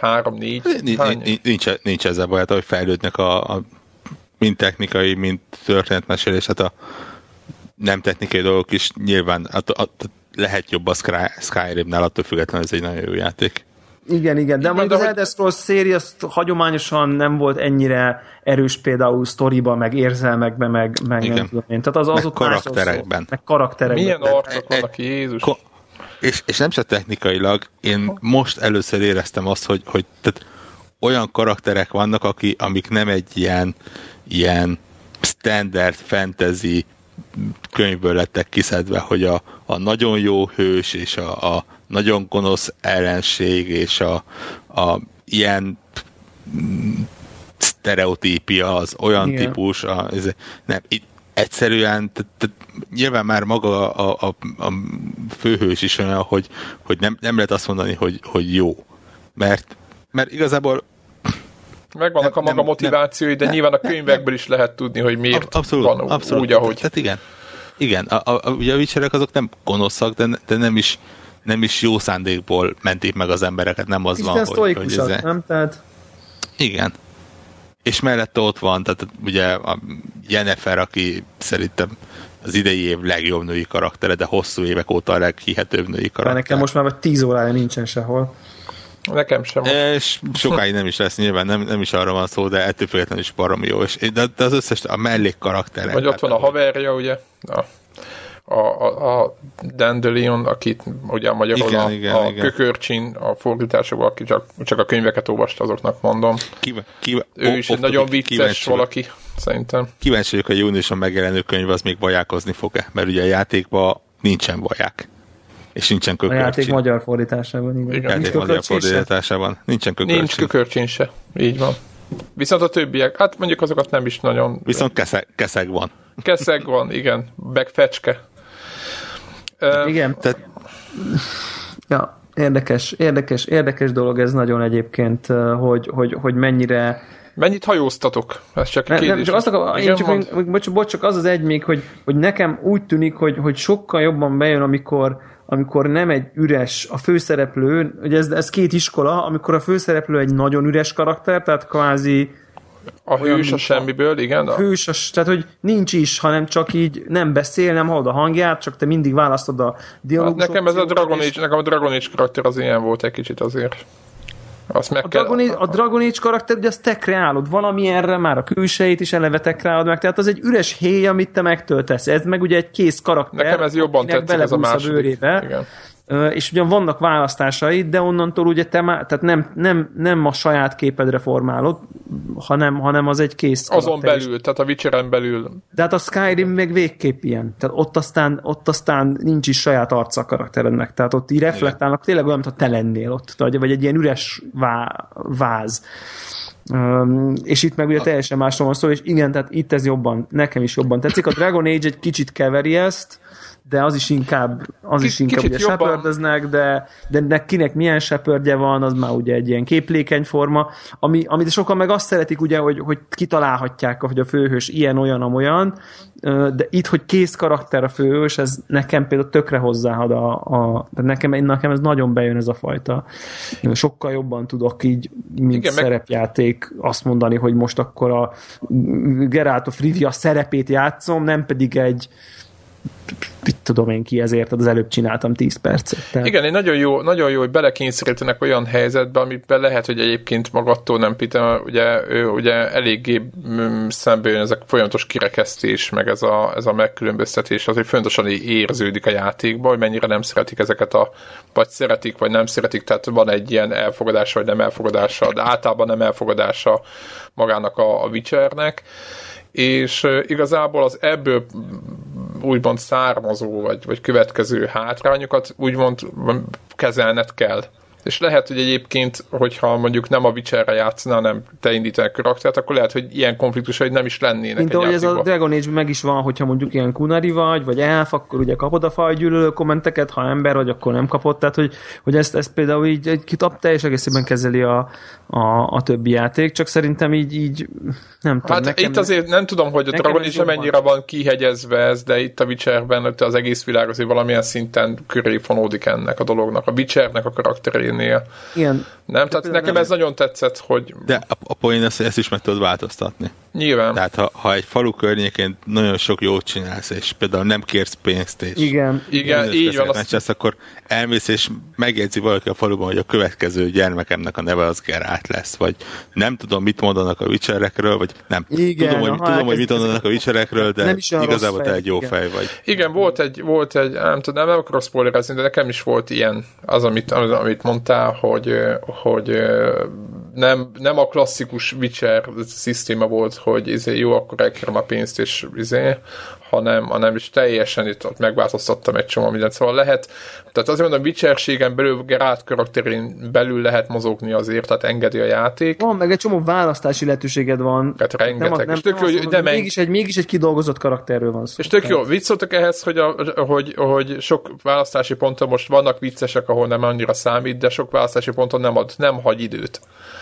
[SPEAKER 2] 3-4.
[SPEAKER 4] Nincs ezzel baj, hogy fejlődnek a mind technikai, mind történetmesélés, hát a nem technikai dolgok is nyilván lehet jobb a Skyrimnál, attól függetlenül ez egy nagyon jó játék.
[SPEAKER 3] Igen, de mondjuk az Elder Scrolls széria azt hagyományosan nem volt ennyire erős például sztoriba, meg érzelmekben, meg nem tudom én. Tehát az
[SPEAKER 4] karakterekben.
[SPEAKER 3] Meg karakterekben.
[SPEAKER 2] Milyen arcok vannak, Jézus!
[SPEAKER 4] És nem csak technikailag, én most először éreztem azt, hogy tehát olyan karakterek vannak, amik nem egy ilyen standard fantasy könyvből lettek kiszedve, hogy a nagyon jó hős és a nagyon gonosz ellenség és a ilyen sztereotípia az olyan igen. Típus, nem, egyszerűen nyilván már maga a főhős is olyan, hogy nem lehet azt mondani, hogy jó. Mert igazából
[SPEAKER 2] megvannak a maga motivációi, de nyilván a könyvekből is lehet tudni, hogy miért van úgy, ahogy.
[SPEAKER 4] Tehát igen. Ugye a Witcherek azok nem gonoszak, de nem is jó szándékból menték meg az embereket, nem az van, hogy ez...
[SPEAKER 3] nem? Tehát...
[SPEAKER 4] Igen. És mellette ott van, tehát ugye a Yennefer, aki szerintem az idei év legjobb női karaktere, de hosszú évek óta a leghihetőbb női karakter.
[SPEAKER 3] Nekem most már vagy 10 órája nincsen sehol.
[SPEAKER 2] Nekem sem.
[SPEAKER 4] És sokáig nem is lesz, nyilván nem is arra van szó, de ettől függetlenül is baromi jó. De az összes, a mellék karakterek.
[SPEAKER 2] Vagy ott van a haverja, ugye? A Dandelion, akit ugye magyarul a Kökörcsin, a fordításokban, aki csak a könyveket olvasta, azoknak mondom. Ő is egy nagyon vicces valaki, szerintem.
[SPEAKER 4] Kíváncsi vagyok, a júniuson megjelenő könyv az még vajákozni fog-e, mert ugye a játékban nincsen vaják. És nincsen Kökörcsin.
[SPEAKER 3] A játék magyar fordításában, igen.
[SPEAKER 4] Játék magyar fordításában nincsen Kökörcsin.
[SPEAKER 2] Nincs Kökörcsin se, így van. Viszont a többiek, hát mondjuk azokat nem is nagyon...
[SPEAKER 4] Viszont keszeg van.
[SPEAKER 2] Keszeg van, igen. Meg fecske.
[SPEAKER 3] Igen. Tehát... Ja, érdekes dolog ez nagyon egyébként, hogy mennyire...
[SPEAKER 2] Mennyit hajóztatok? Ez csak kérdés. Nem,
[SPEAKER 3] csak az egy még, hogy nekem úgy tűnik, hogy sokkal jobban bejön, amikor nem egy üres a főszereplő, ugye ez két iskola, amikor a főszereplő egy nagyon üres karakter, tehát kvázi
[SPEAKER 2] a hős a semmiből, igen?
[SPEAKER 3] A hős, tehát hogy nincs is, hanem csak így nem beszél, nem hallod a hangját, csak te mindig választod a dialógus.
[SPEAKER 2] Hát nekem a Dragon Age karakter az ilyen volt egy kicsit azért.
[SPEAKER 3] A Dragon Age karakter, ugye azt te kreálod valamilyenre, már a külsejét is eleve te kreálod meg, tehát az egy üres héj, amit te megtöltesz. Ez meg ugye egy kész karakter.
[SPEAKER 2] Nekem ez jobban tetszik, ez a második. Igen.
[SPEAKER 3] És ugyan vannak választásaid, de onnantól ugye te tehát nem a saját képedre formálod, hanem az egy kész karakter.
[SPEAKER 2] Azon belül, tehát a Witcheren belül.
[SPEAKER 3] De hát a Skyrim meg végképp ilyen. Tehát ott aztán nincs is saját arca a karakterednek. Tehát ott így reflektálnak, tényleg olyan, mint ha te lennél ott, vagy egy ilyen üres váz. És itt meg ugye teljesen másról van szó, és igen, tehát itt ez nekem is jobban tetszik. A Dragon Age egy kicsit keveri ezt, de az is inkább ugye shepherdeznek, de kinek milyen shepherdje van, az már ugye egy ilyen képlékeny forma, amit sokan meg azt szeretik ugye, hogy kitalálhatják, hogy a főhős ilyen, olyan, amolyan, de itt, hogy kész karakter a főhős, ez nekem például tökre hozzáad de nekem ez nagyon bejön ez a fajta. Sokkal jobban tudok így, mint igen, szerepjáték azt mondani, hogy most akkor a Geralt of Rivia szerepét játszom, nem pedig egy tudom én ki, ezért az előbb csináltam 10 percet. Tehát...
[SPEAKER 2] Igen, nagyon jó, hogy belekényszerítenek olyan helyzetbe, amiben lehet, hogy egyébként magadtól nem pitem, ugye eléggé szembe jön ezek folyamatos kirekesztés, meg ez a megkülönböztetés, az, hogy fontosan érződik a játékban, hogy mennyire nem szeretik ezeket vagy szeretik, vagy nem szeretik, tehát van egy ilyen elfogadása, vagy nem elfogadása, de általában nem elfogadása magának a Witchernek, és igazából az ebből úgymond származó, vagy következő hátrányokat úgymond kezelned kell. És lehet, hogy egyébként, hogyha mondjuk nem a Witcherre játszana, hanem te indítanak karaktert, akkor lehet, hogy ilyen konfliktusai nem is lennének.
[SPEAKER 3] Mint ahogy ez a Dragon Age meg is van, hogyha mondjuk ilyen kunari vagy elf, akkor ugye kapod a fajgyűlölő kommenteket, ha ember vagy, akkor nem kapod. Tehát, hogy ezt például így egy teljes egészében kezeli a többi játék, csak szerintem így nem tudom.
[SPEAKER 2] Hát itt azért nem tudom, hogy a Dragon Age mennyire van kihegyezve ez, de itt a Witcherben az egész világ azért valamilyen szinten köré fonódik ennek a dolognak. A Witchernek a karakterénél.
[SPEAKER 3] Igen.
[SPEAKER 2] Nem? Tehát nekem ez nagyon tetszett, hogy...
[SPEAKER 4] De a poén ezt is meg tudod változtatni.
[SPEAKER 2] Nyilván.
[SPEAKER 4] Tehát ha egy falu környékén nagyon sok jót csinálsz, és például nem kérsz pénzt, és
[SPEAKER 3] igen,
[SPEAKER 2] így van.
[SPEAKER 4] Akkor elmész, és megjegyzi valaki a faluban, hogy a következő gyermekemnek a neve az Geralt lesz, vagy nem tudom, mit mondanak a Witcherekről, vagy nem. Igen, tudom, hogy mit mondanak a Witcherekről, de igazából te egy jó fej vagy.
[SPEAKER 2] Igen, volt egy nem tudom, nem akarok spoilerezni, de nekem is volt ilyen az, amit mondtál, hogy nem a klasszikus Witcher szisztéma volt, hogy jó, akkor elkérem a pénzt, és hanem is teljesen itt megváltoztattam egy csomó mindent. Szóval lehet, tehát azért mondom, Witcherségen belül, Geralt karakterén belül lehet mozogni azért, tehát engedi a játék.
[SPEAKER 3] Van, meg egy csomó választási lehetőséged van.
[SPEAKER 2] Tehát rengeteg. És tök jó,
[SPEAKER 3] mégis egy kidolgozott karakterről van szó.
[SPEAKER 2] És tök jó, viccoltak ehhez, hogy sok választási ponton most vannak viccesek, ahol nem annyira számít, de sok választási ponton nem hagy időt.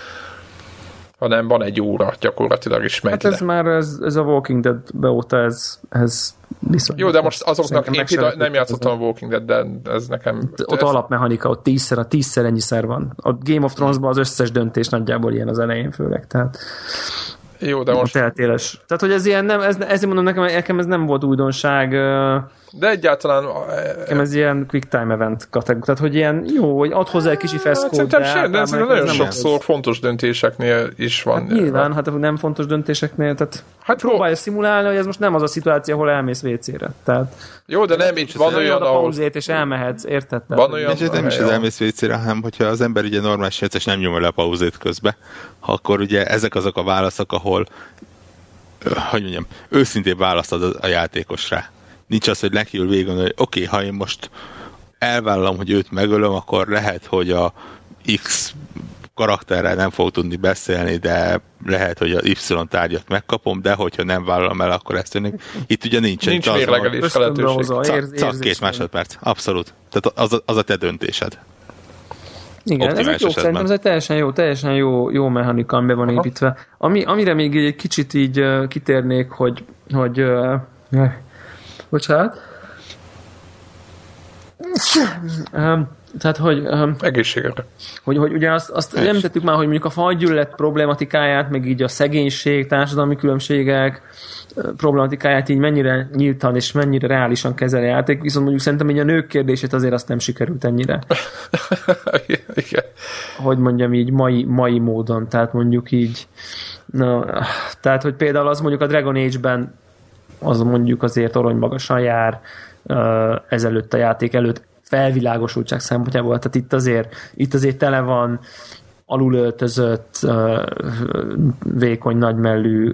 [SPEAKER 2] Hanem van egy óra gyakorlatilag is megy.
[SPEAKER 3] Hát ez már ez a Walking Dead óta ez viszont.
[SPEAKER 2] Jó, de most azoknak én nem játszottam a Walking Dead, de ez nekem...
[SPEAKER 3] Ott alapmechanika, ott 10-szer ennyiszer van. A Game of Thrones-ban az összes döntés nagyjából ilyen az elején főleg, tehát...
[SPEAKER 2] Jó, de most...
[SPEAKER 3] Eltéles. Tehát, hogy ez ilyen, ezért mondom, nekem ez nem volt újdonság.
[SPEAKER 2] De egyáltalán...
[SPEAKER 3] Nekem ez ilyen quick time event kategória. Tehát, hogy ilyen jó, hogy ad hozzá egy kicsi feszkót,
[SPEAKER 2] de nagyon sokszor fontos döntéseknél is van.
[SPEAKER 3] Hát nyilván, hát nem fontos döntéseknél, tehát próbálja szimulálni, hogy ez most nem az a szituáció, ahol elmész WC-re. Tehát
[SPEAKER 2] jó, de nem, itt van olyan,
[SPEAKER 3] ahol... pauzét, és elmehetsz, érted?
[SPEAKER 4] Van olyan... Nem is az elmész WC-re, hanem hogyha az ember ugye normális és nem nyomja le a pauzét közbe, akkor ugye ezek azok a válaszok, ahol hogy mondjam, őszintén választod a játékos rá. Nincs az, hogy nekiül végül, hogy oké, ha én most elvállalom, hogy őt megölöm, akkor lehet, hogy a X karakterrel nem fog tudni beszélni, de lehet, hogy az Y tárgyat megkapom, de hogyha nem vállalom el, akkor ezt tűnik. Itt ugye nincs
[SPEAKER 2] mérlegelés lehetőség.
[SPEAKER 4] 2 másodperc. Abszolút. Tehát az a te döntésed.
[SPEAKER 3] Igen, ez egy jó, szerintem ez egy teljesen jó mechanika, amiben van építve. Amire még egy kicsit így kitérnék, bocsánat. Tehát, hogy...
[SPEAKER 2] Egészségre.
[SPEAKER 3] Hogy ugye azt említettük már, hogy mondjuk a fajgyűlölet problématikáját, meg így a szegénység, társadalmi különbségek problematikáját így mennyire nyíltan és mennyire reálisan kezel a játék, viszont mondjuk szerintem így a nők kérdését azért azt nem sikerült ennyire.
[SPEAKER 2] Igen.
[SPEAKER 3] Hogy mondjam így mai módon, tehát mondjuk így tehát, hogy például az mondjuk a Dragon Age-ben az mondjuk azért torony magasan jár ezelőtt a játék előtt felvilágosultság szempontjából, tehát itt azért tele van alulöltözött, vékony, nagymellű,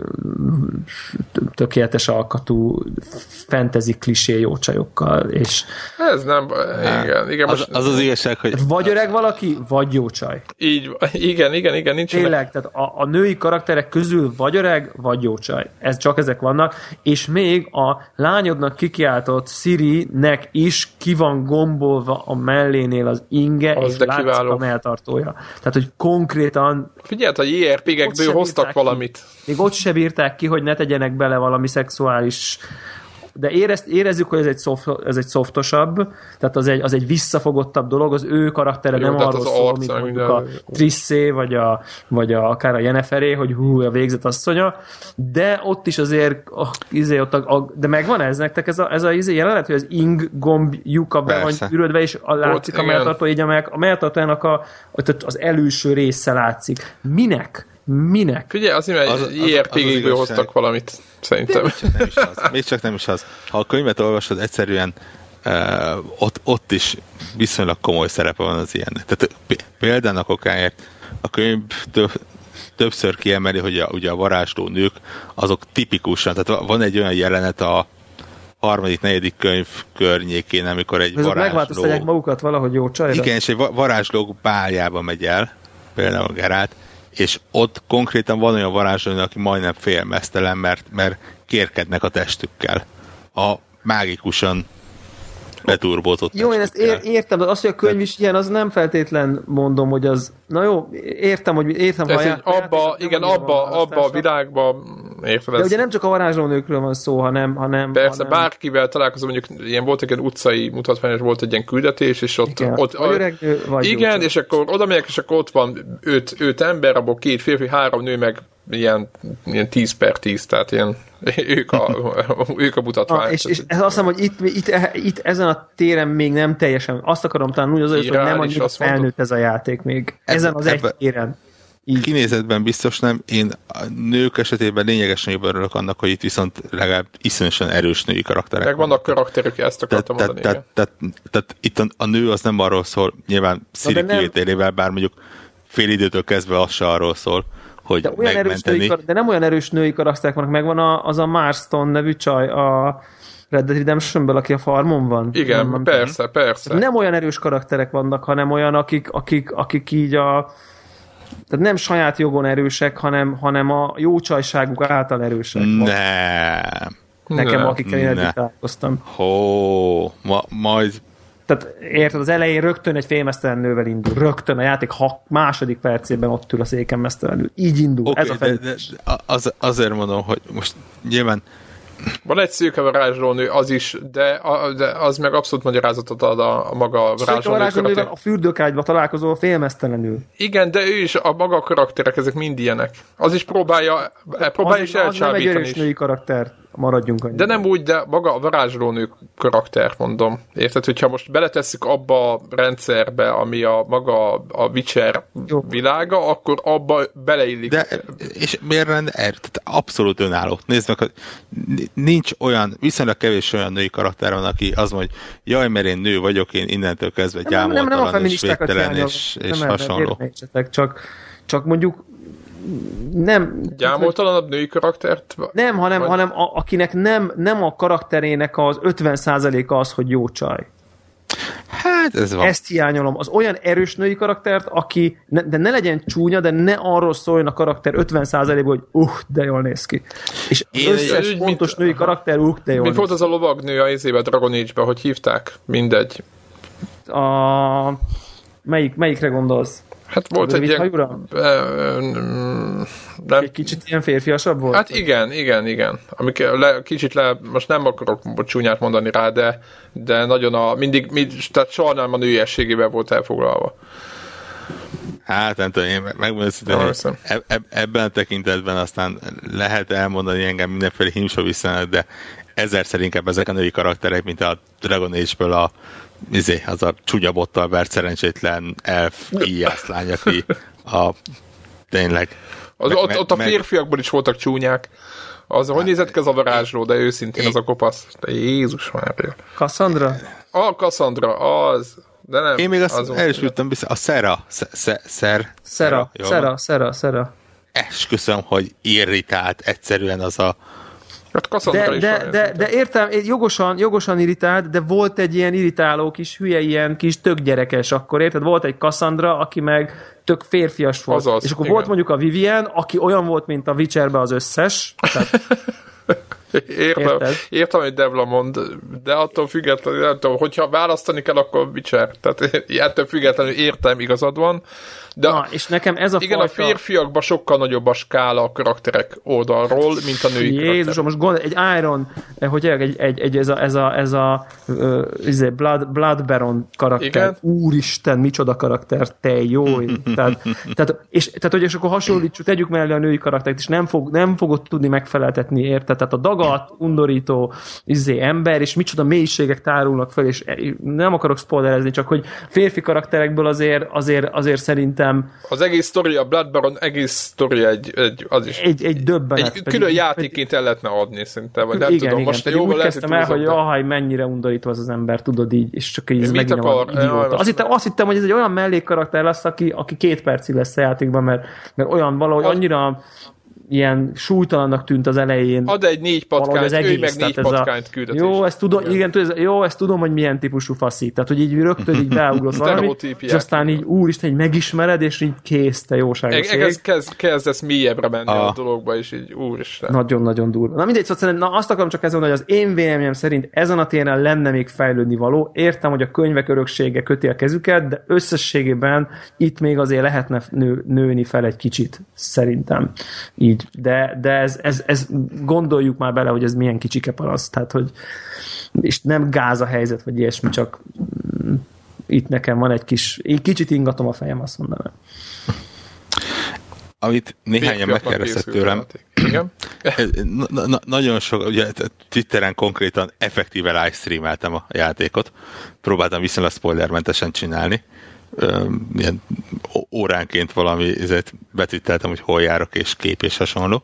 [SPEAKER 3] tökéletes alkatú fantasy klisé jó csajokkal, és
[SPEAKER 2] ez nem, igen.
[SPEAKER 4] Az igazság, hogy...
[SPEAKER 3] Vagy öreg valaki, vagy jó csaj.
[SPEAKER 2] Így, igen, nincs.
[SPEAKER 3] Tényleg, tehát a női karakterek közül vagy öreg, vagy jó csaj. Csak ezek vannak, és még a lányodnak kikiáltott Ciri-nek is ki van gombolva a mellénél az inge, és látszik a melltartója. Tehát, hogy konkrétan...
[SPEAKER 2] Figyeld, a JRPG-ekből hoztak valamit.
[SPEAKER 3] Még ott se bírták ki, hogy ne tegyenek bele valami szexuális... De érezzük, hogy ez egy szoftosabb, tehát az egy visszafogottabb dolog, az ő karaktere nem arról szól, mint mondjuk a Trissé, vagy akár a Yenneferé, hogy a végzett asszonya, de ott is azért de megvan ez nektek, ez a jelenet, hogy az ing gombjuka be van ürödve, és látszik a melltartó, így a melltartójának az előső része látszik. Minek?
[SPEAKER 2] Figyelj, azért, mert JRPG-ből hoztak valamit, szerintem.
[SPEAKER 4] Még csak nem is az. Ha a könyvet olvasod, egyszerűen ott is viszonylag komoly szerepe van az ilyennek. Tehát példának okáért a könyv többször kiemeli, hogy ugye a varázsló nők, azok tipikusan, tehát van egy olyan jelenet a 3.-4. könyv környékén, amikor egy varázsló...
[SPEAKER 3] megváltoztatják magukat valahogy jó csajra.
[SPEAKER 4] Igen, és egy varázsló báljába megy el, például a Geralt, és ott konkrétan van olyan varázsló, aki majdnem félmeztelen, mert kérkednek a testükkel. A mágikusan beturbózott
[SPEAKER 3] jó, én ezt értem, de az, hogy a könyv is ilyen, az nem feltétlen mondom, hogy az... Na jó, értem,
[SPEAKER 2] abba a világban érted.
[SPEAKER 3] De ugye nem csak a varázslónőkről van szó, hanem
[SPEAKER 2] persze, bárkivel találkozom, mondjuk ilyen volt egy ilyen utcai mutatványos, volt egy ilyen küldetés, és ott
[SPEAKER 3] vagy öregnő, vagy
[SPEAKER 2] igen, és akkor oda megyek, és akkor ott van 5 ember, abból 2 férfi, 3 nő, meg ilyen 10/10, tehát ilyen ők a mutatvány.
[SPEAKER 3] És azt hiszem, hogy itt ezen a téren még nem teljesen, azt akarom talán úgy hogy nem annyira felnőtt ez a játék még. Ezen az egy téren.
[SPEAKER 4] Így. Kinézetben biztos nem. Én a nők esetében lényegesen jobban örülök annak, hogy itt viszont legalább iszonyatosan erős női karakterek.
[SPEAKER 2] Meg vannak karakterük, ezt akartam mondani.
[SPEAKER 4] Tehát itt a nő az nem arról szól, nyilván Ciri kivételével, bár mondjuk fél időtől kezdve az se arról szól, hogy megmenteni.
[SPEAKER 3] De nem olyan erős női karakterek vannak, megvan az a Marston nevű csaj a Red Dead Redemption-ből, aki a farmon van.
[SPEAKER 2] Igen, persze.
[SPEAKER 3] Nem olyan erős karakterek vannak, hanem olyan, akik így tehát nem saját jogon erősek, hanem a jó csajságuk által erősek. Nekem, akikkel én eddig találkoztam.
[SPEAKER 4] Majd... Tehát
[SPEAKER 3] érted, az elején rögtön egy félmeztelen nővel indul. Rögtön a játék második percében ott ül a széken meztelenül. Így indul.
[SPEAKER 4] Okay,
[SPEAKER 3] ez a
[SPEAKER 4] felütés. Azért mondom, hogy most nyilván
[SPEAKER 2] van egy szőke varázslónő, az is, de az meg abszolút magyarázatot ad a maga varázslónővel.
[SPEAKER 3] A fürdőkágyba találkozó félmeztelenül.
[SPEAKER 2] Igen, de ő is, a maga karakterek, ezek mind ilyenek. Az is próbálja is elcsábítani. Az nem egy
[SPEAKER 3] erős női karakter, maradjunk annyi.
[SPEAKER 2] De nem úgy, de maga a varázslónő karakter, mondom. Érted, hogyha most beletesszük abba a rendszerbe, ami maga a Witcher világa, akkor abba beleillik.
[SPEAKER 4] De, és miért lenne abszolút önálló. Nézd meg, hogy nincs olyan, viszonylag kevés olyan női karakter van, aki az mondja, hogy jaj, mert én nő vagyok, én innentől kezdve gyámoltalan és végtelen és hasonló.
[SPEAKER 3] Csak mondjuk nem...
[SPEAKER 2] Gyámoltalanabb női karaktert?
[SPEAKER 3] Nem, hanem akinek nem a karakterének az 50%-a az, hogy jó csaj.
[SPEAKER 4] Hát ez van.
[SPEAKER 3] Ezt hiányolom. Az olyan erős női karaktert, aki, de ne legyen csúnya, de ne arról szóljon a karakter 50%-ból, hogy de jól néz ki. És az összes fontos női karakter, de jól néz ki.
[SPEAKER 2] Mint volt az a lovagnő a izébe, Dragon Age-be, hogy hívták? Mindegy.
[SPEAKER 3] Melyikre gondolsz?
[SPEAKER 2] Hát volt egy ilyen...
[SPEAKER 3] Egy kicsit ilyen férfiasabb volt?
[SPEAKER 2] Hát igen. Kicsit most nem akarok csúnyát mondani rá, de nagyon tehát soha nem a nőiességével volt elfoglalva.
[SPEAKER 4] Hát nem tudom, én megmondom, hogy ebben a tekintetben aztán lehet elmondani engem mindenféle himsovisszanak, de ezerszer inkább ezek a női karakterek, mint a Dragon Age-ből az a csúnyabottal vert szerencsétlen elf íjászlány, aki tényleg...
[SPEAKER 2] Ott a férfiakból is voltak csúnyák. Hogy nézett ki az a varázsló, de őszintén az a kopasz. De Jézus Mária.
[SPEAKER 3] Cassandra?
[SPEAKER 2] A Cassandra, az... De nem,
[SPEAKER 4] én még azt el is ültem vissza. A
[SPEAKER 3] Szera.
[SPEAKER 4] Esküszöm, hogy irritált egyszerűen az a...
[SPEAKER 2] Hát
[SPEAKER 3] de értem, jogosan irritált, de volt egy ilyen irritáló kis hülye, ilyen kis tök gyerekes akkor, érted? Volt egy Cassandra, aki meg tök férfias volt.
[SPEAKER 2] Azaz,
[SPEAKER 3] és akkor
[SPEAKER 2] igen.
[SPEAKER 3] volt mondjuk a Vivian, aki olyan volt, mint a Witcherbe az összes. Tehát...
[SPEAKER 2] Értem, hogy Devla mond, de attól függetlenül, hogyha választani kell, akkor Witcher. Tehát ettől függetlenül értem, igazad van. De
[SPEAKER 3] és nekem ez a
[SPEAKER 2] igen,
[SPEAKER 3] fajta...
[SPEAKER 2] a férfiakban sokkal nagyobb a skála a karakterek oldalról, mint a női
[SPEAKER 3] Jézusom, most egy Iron, ez a Blood Baron karakter. Igen? Úristen, micsoda karakter, te jó. tehát, hogy akkor hasonlítsuk, tegyük mellé a női karaktert, és nem fogod tudni megfeleltetni, érted? Tehát a dagat, undorító ember, és micsoda mélységek tárulnak fel, és nem akarok spoilerezni, csak hogy férfi karakterekből azért szerintem
[SPEAKER 2] az egész sztori, a Blood Baron egész sztori
[SPEAKER 3] egy döbbenet.
[SPEAKER 2] Egy külön játékként el lehetne adni szinte, vagy nem
[SPEAKER 3] igen,
[SPEAKER 2] tudom.
[SPEAKER 3] Igen. Most úgy kezdtem el, hogy mennyire undorítva az ember, tudod így, és csak így megint idióta. Azt hittem, hogy ez egy olyan mellékkarakter lesz, aki 2 percig lesz a játékban, mert olyan valahogy annyira ilyen súlytalannak tűnt az elején.
[SPEAKER 2] Ad egy 4 patkányt, ő meg 4 patkányt küldetés.
[SPEAKER 3] Jó, ezt tudom, hogy milyen típusú faszi. Tehát, hogy így rögtön így beugrott valami, és aztán így úristen, így megismered, és így kész, te jóságos.
[SPEAKER 2] Kezdesz mélyebbre menni a dologba, és így úristen.
[SPEAKER 3] Nagyon-nagyon durva. Na mindegy, szóval azt akarom csak ezen, hogy az én véleményem szerint ezen a téren lenne még fejlődni való. Értem, hogy a könyvek öröksége köti a kezüket, de összességében itt még azért lehetne nőni fel egy kicsit, szerintem. Így. De ez gondoljuk már bele, hogy ez milyen kicsike parasz, tehát hogy és nem gáz a helyzet, vagy ilyesmi, csak itt nekem van egy kicsit ingatom a fejem, azt mondanám.
[SPEAKER 4] Amit néhányan megkérdezett tőlem, nagyon sok, ugye Twitteren konkrétan effektíve livestreameltem a játékot, próbáltam viszonylag spoilermentesen csinálni, ilyen óránként valami betűteltem, hogy hol járok, és kép és hasonló.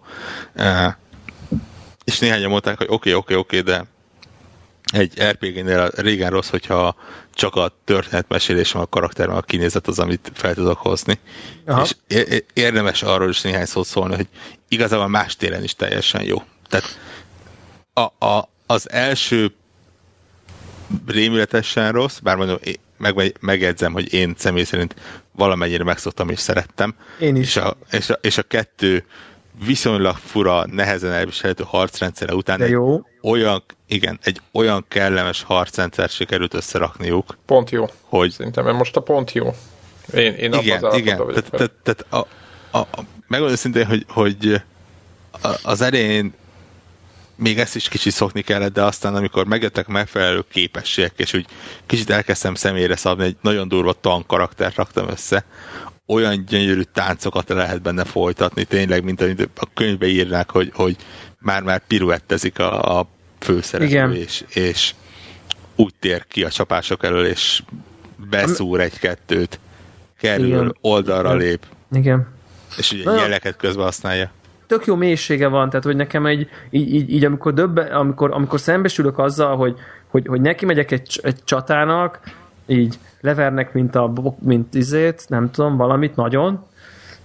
[SPEAKER 4] És néhányan mondták, hogy oké, de egy RPG-nél régen rossz, hogyha csak a történetmesélés van a karakter, a kinézet az, amit fel tudok hozni. Aha. És érdemes arról is néhány szót szólni, hogy igazából más téren is teljesen jó. Tehát az első rémületesen rossz, bár mondom, megjegyzem, hogy én személy szerint valamennyire megszoktam és szerettem.
[SPEAKER 3] Én is.
[SPEAKER 4] És a 2 viszonylag fura, nehezen elviselhető harcrendszere után egy olyan kellemes harcrendszer sikerült összerakniuk.
[SPEAKER 2] Pont jó. Hogy szerintem, mert most a pont jó. Én
[SPEAKER 4] igen. Tehát megmondom szintén, hogy az elején még ezt is kicsit szokni kellett, de aztán amikor megjöttek megfelelő képességek, és úgy kicsit elkezdtem személyre szabni, egy nagyon durva tank karaktert raktam össze, olyan gyönyörű táncokat lehet benne folytatni, tényleg, mint amit a könyvbe írnák, hogy már piruettezik a főszereplő, és úgy tér ki a csapások elől, és beszúr egy-kettőt, kerül, oldalra lép.
[SPEAKER 3] Igen.
[SPEAKER 4] És ugye jeleket közben használja.
[SPEAKER 3] Tök jó mélysége van, tehát hogy nekem így amikor szembesülök azzal, hogy neki megyek egy csatának, így levernek, mint nem tudom, valamit nagyon,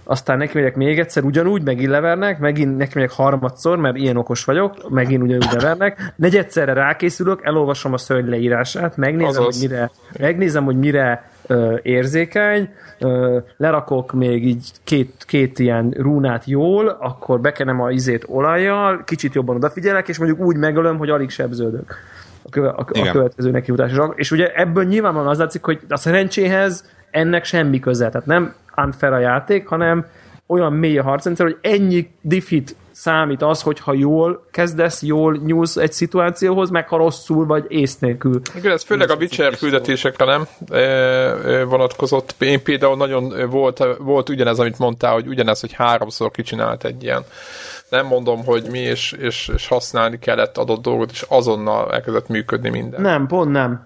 [SPEAKER 3] aztán neki megyek még egyszer ugyanúgy, megint levernek, megint neki megyek harmadszor, mert ilyen okos vagyok, megint ugyanúgy levernek, negyedszerre rákészülök, elolvasom a szörny leírását, megnézem, hogy mire érzékeny, lerakok még így két ilyen rúnát jól, akkor bekenem a izét olajjal, kicsit jobban odafigyelek, és mondjuk úgy megölöm, hogy alig sebződök a következő nekifutásra. És ugye ebből nyilvánvalóan az látszik, hogy a szerencséhez ennek semmi köze. Tehát nem unfair a játék, hanem olyan mély a harcrendszer, hogy ennyi diffit számít az, hogyha jól kezdesz, jól nyúlsz egy szituációhoz, meg ha rosszul vagy ész nélkül.
[SPEAKER 2] Igen, ez főleg a Witcher küldetésekre nem vonatkozott. Én például nagyon volt ugyanez, amit mondtál, hogy ugyanez, hogy 3-szor kicsinált egy ilyen. Nem mondom, hogy mi, és használni kellett adott dolgot, és azonnal elkezdett működni minden.
[SPEAKER 3] Nem, pont nem.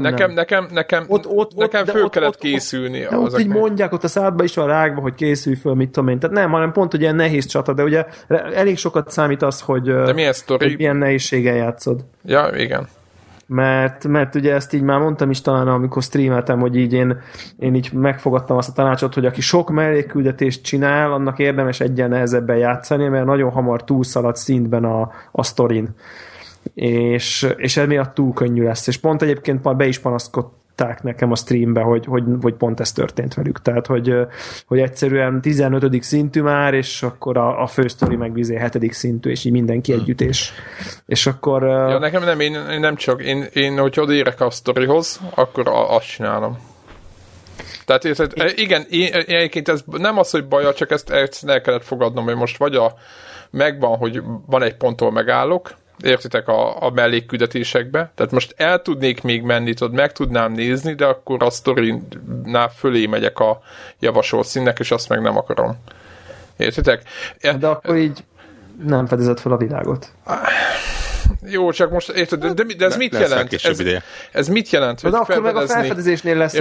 [SPEAKER 2] Nekem föl kellett készülni.
[SPEAKER 3] Ott így mondják, ott a szádba is van rágva, hogy készülj föl, mit tudom én. Tehát nem, hanem pont, hogy ilyen nehéz csata, de ugye elég sokat számít az, hogy milyen nehézséggel játszod.
[SPEAKER 2] Ja, igen.
[SPEAKER 3] Mert ugye ezt így már mondtam is talán, amikor streameltem, hogy így én így megfogadtam azt a tanácsot, hogy aki sok mellékküldetést csinál, annak érdemes egyen nehezebben játszani, mert nagyon hamar túlszalad szintben a sztorin. És emiatt túl könnyű lesz. És pont egyébként már be is panaszkodták nekem a streambe, hogy pont ez történt velük. Tehát, hogy egyszerűen 15. szintű már, és akkor a fősztori meg 7. szintű, és így mindenki együtt, és akkor...
[SPEAKER 2] Ja, nekem nem, én nem csak, én hogyha odaérek a sztorihoz, akkor azt csinálom. Tehát igen, egyébként ez nem az, hogy baja, csak ezt el kellett fogadnom, hogy most vagy megvan, hogy van egy ponttól megállok, értitek, a mellékküldetésekbe. Tehát most el tudnék még menni, meg tudnám nézni, de akkor a sztorinál fölé megyek a javasolt színnek, és azt meg nem akarom. Értitek?
[SPEAKER 3] De akkor így nem fedezed fel a világot.
[SPEAKER 2] Jó, csak most érted, de ez mit jelent? Ez mit jelent, hogy
[SPEAKER 3] akkor meg a felfedezésnél lesz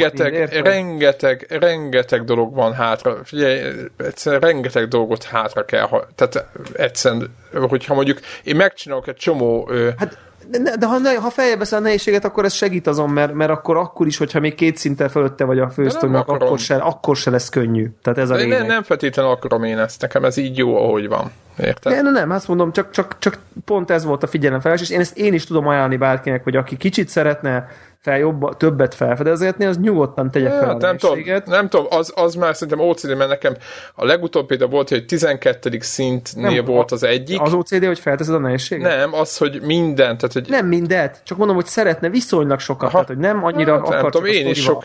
[SPEAKER 2] rengeteg dolog van hátra. Figyelj, egyszerűen rengeteg dolgot hátra kell. Tehát egyszerűen, hogyha mondjuk én megcsinálok egy csomó...
[SPEAKER 3] De ha feljebb veszel a nehézséget, akkor ez segít azon, mert akkor is, hogyha még 2 szinttel fölötte vagy a fősztorinak, akkor se lesz könnyű. Tehát ez a lényeg.
[SPEAKER 2] Nem feltétlenül akarom én ezt, nekem ez így jó, ahogy van. Érted?
[SPEAKER 3] Nem, azt mondom, csak pont ez volt a figyelemfelhívás, és én is tudom ajánlani bárkinek, hogy aki kicsit szeretne többet felfedezetni, az nyugodtan tegye fel a nehézséget.
[SPEAKER 2] Nem tudom, az már szerintem OCD, mert nekem a legutóbb például volt, hogy 12. szintnél volt az egyik.
[SPEAKER 3] Az OCD, hogy felteszed a nehézséget?
[SPEAKER 2] Nem, az, hogy minden. Tehát, hogy...
[SPEAKER 3] Nem mindent, csak mondom, hogy szeretne viszonylag sokat, tehát, hogy nem annyira akar
[SPEAKER 2] nem tudom,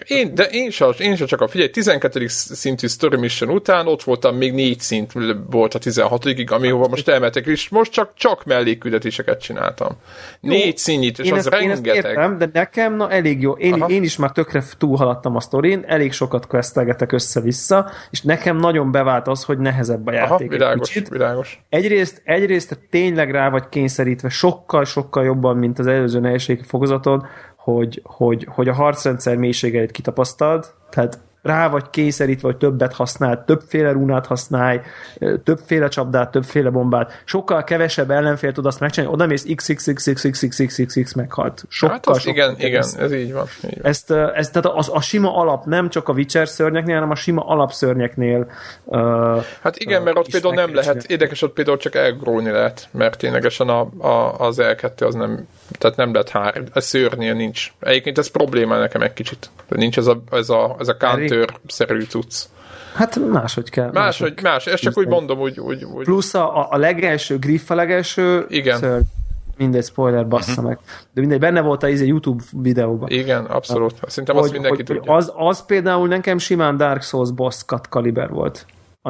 [SPEAKER 2] én sem csak figyelj, 12. szintű story mission után ott voltam, még 4 szint volt a 16-ig, amihova most elmetek, és most csak mellékküldetéseket csináltam. 4 színnyit, és az rengeteg.
[SPEAKER 3] Én ezt értem, de nekem elég jó. Én is már tökre túlhaladtam a sztorin, elég sokat questelgetek össze-vissza, és nekem nagyon bevált az, hogy nehezebb a játék.
[SPEAKER 2] Világos.
[SPEAKER 3] Egyrészt tényleg rá vagy kényszerítve sokkal jobban, mint az előző nehézségi fokozaton, hogy a harcrendszer mélységeit kitapasztald, tehát rá vagy kényszerítve, hogy többet használ, többféle rúnát használj, többféle csapdát, többféle bombát, sokkal kevesebb ellenfél tud azt megcsinálni, oda mész XXXXXXXX meghalt.
[SPEAKER 2] Igen, ez így van.
[SPEAKER 3] Tehát a sima alap, nem csak a Witcher szörnyeknél, hanem a sima alapszörnyeknél.
[SPEAKER 2] Hát igen, mert ott például nem lehet, érdekes, ott például csak elgróni lehet, mert ténylegesen az L2 az nem, tehát nem lehet a szőrnél nincs. Egyébként ez probléma nekem egy kicsit. Nincs ez a counter-szerű cucc.
[SPEAKER 3] Hát máshogy kell.
[SPEAKER 2] Más. Ezt csak úgy mondom, úgy.
[SPEAKER 3] Plusz a legelső, Griff a legelső.
[SPEAKER 2] Igen.
[SPEAKER 3] Szörny. Mindegy, spoiler, bassza meg. De mindegy, benne volt a YouTube videóban.
[SPEAKER 2] Igen, abszolút. Szerintem azt mindenki tudja.
[SPEAKER 3] Az például nekem simán Dark Souls boss cut kaliber volt.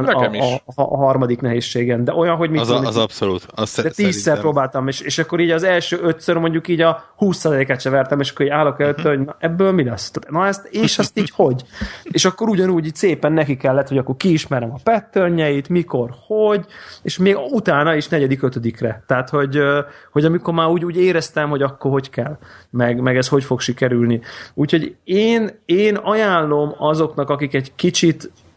[SPEAKER 3] A harmadik nehézségen, de olyan, hogy
[SPEAKER 4] az abszolút.
[SPEAKER 3] De 10-szer próbáltam, és akkor így az első 5-ször mondjuk így a 20%-et se vertem, és akkor így állok előtt, hogy na, ebből mi lesz? Na és azt így hogy? És akkor ugyanúgy így szépen neki kellett, hogy akkor kiismerem a patternjeit, mikor, hogy, és még utána is 4.-5-re. Tehát, hogy amikor már úgy éreztem, hogy akkor hogy kell, meg ez hogy fog sikerülni. Úgyhogy én ajánlom azoknak, akik egy kicsit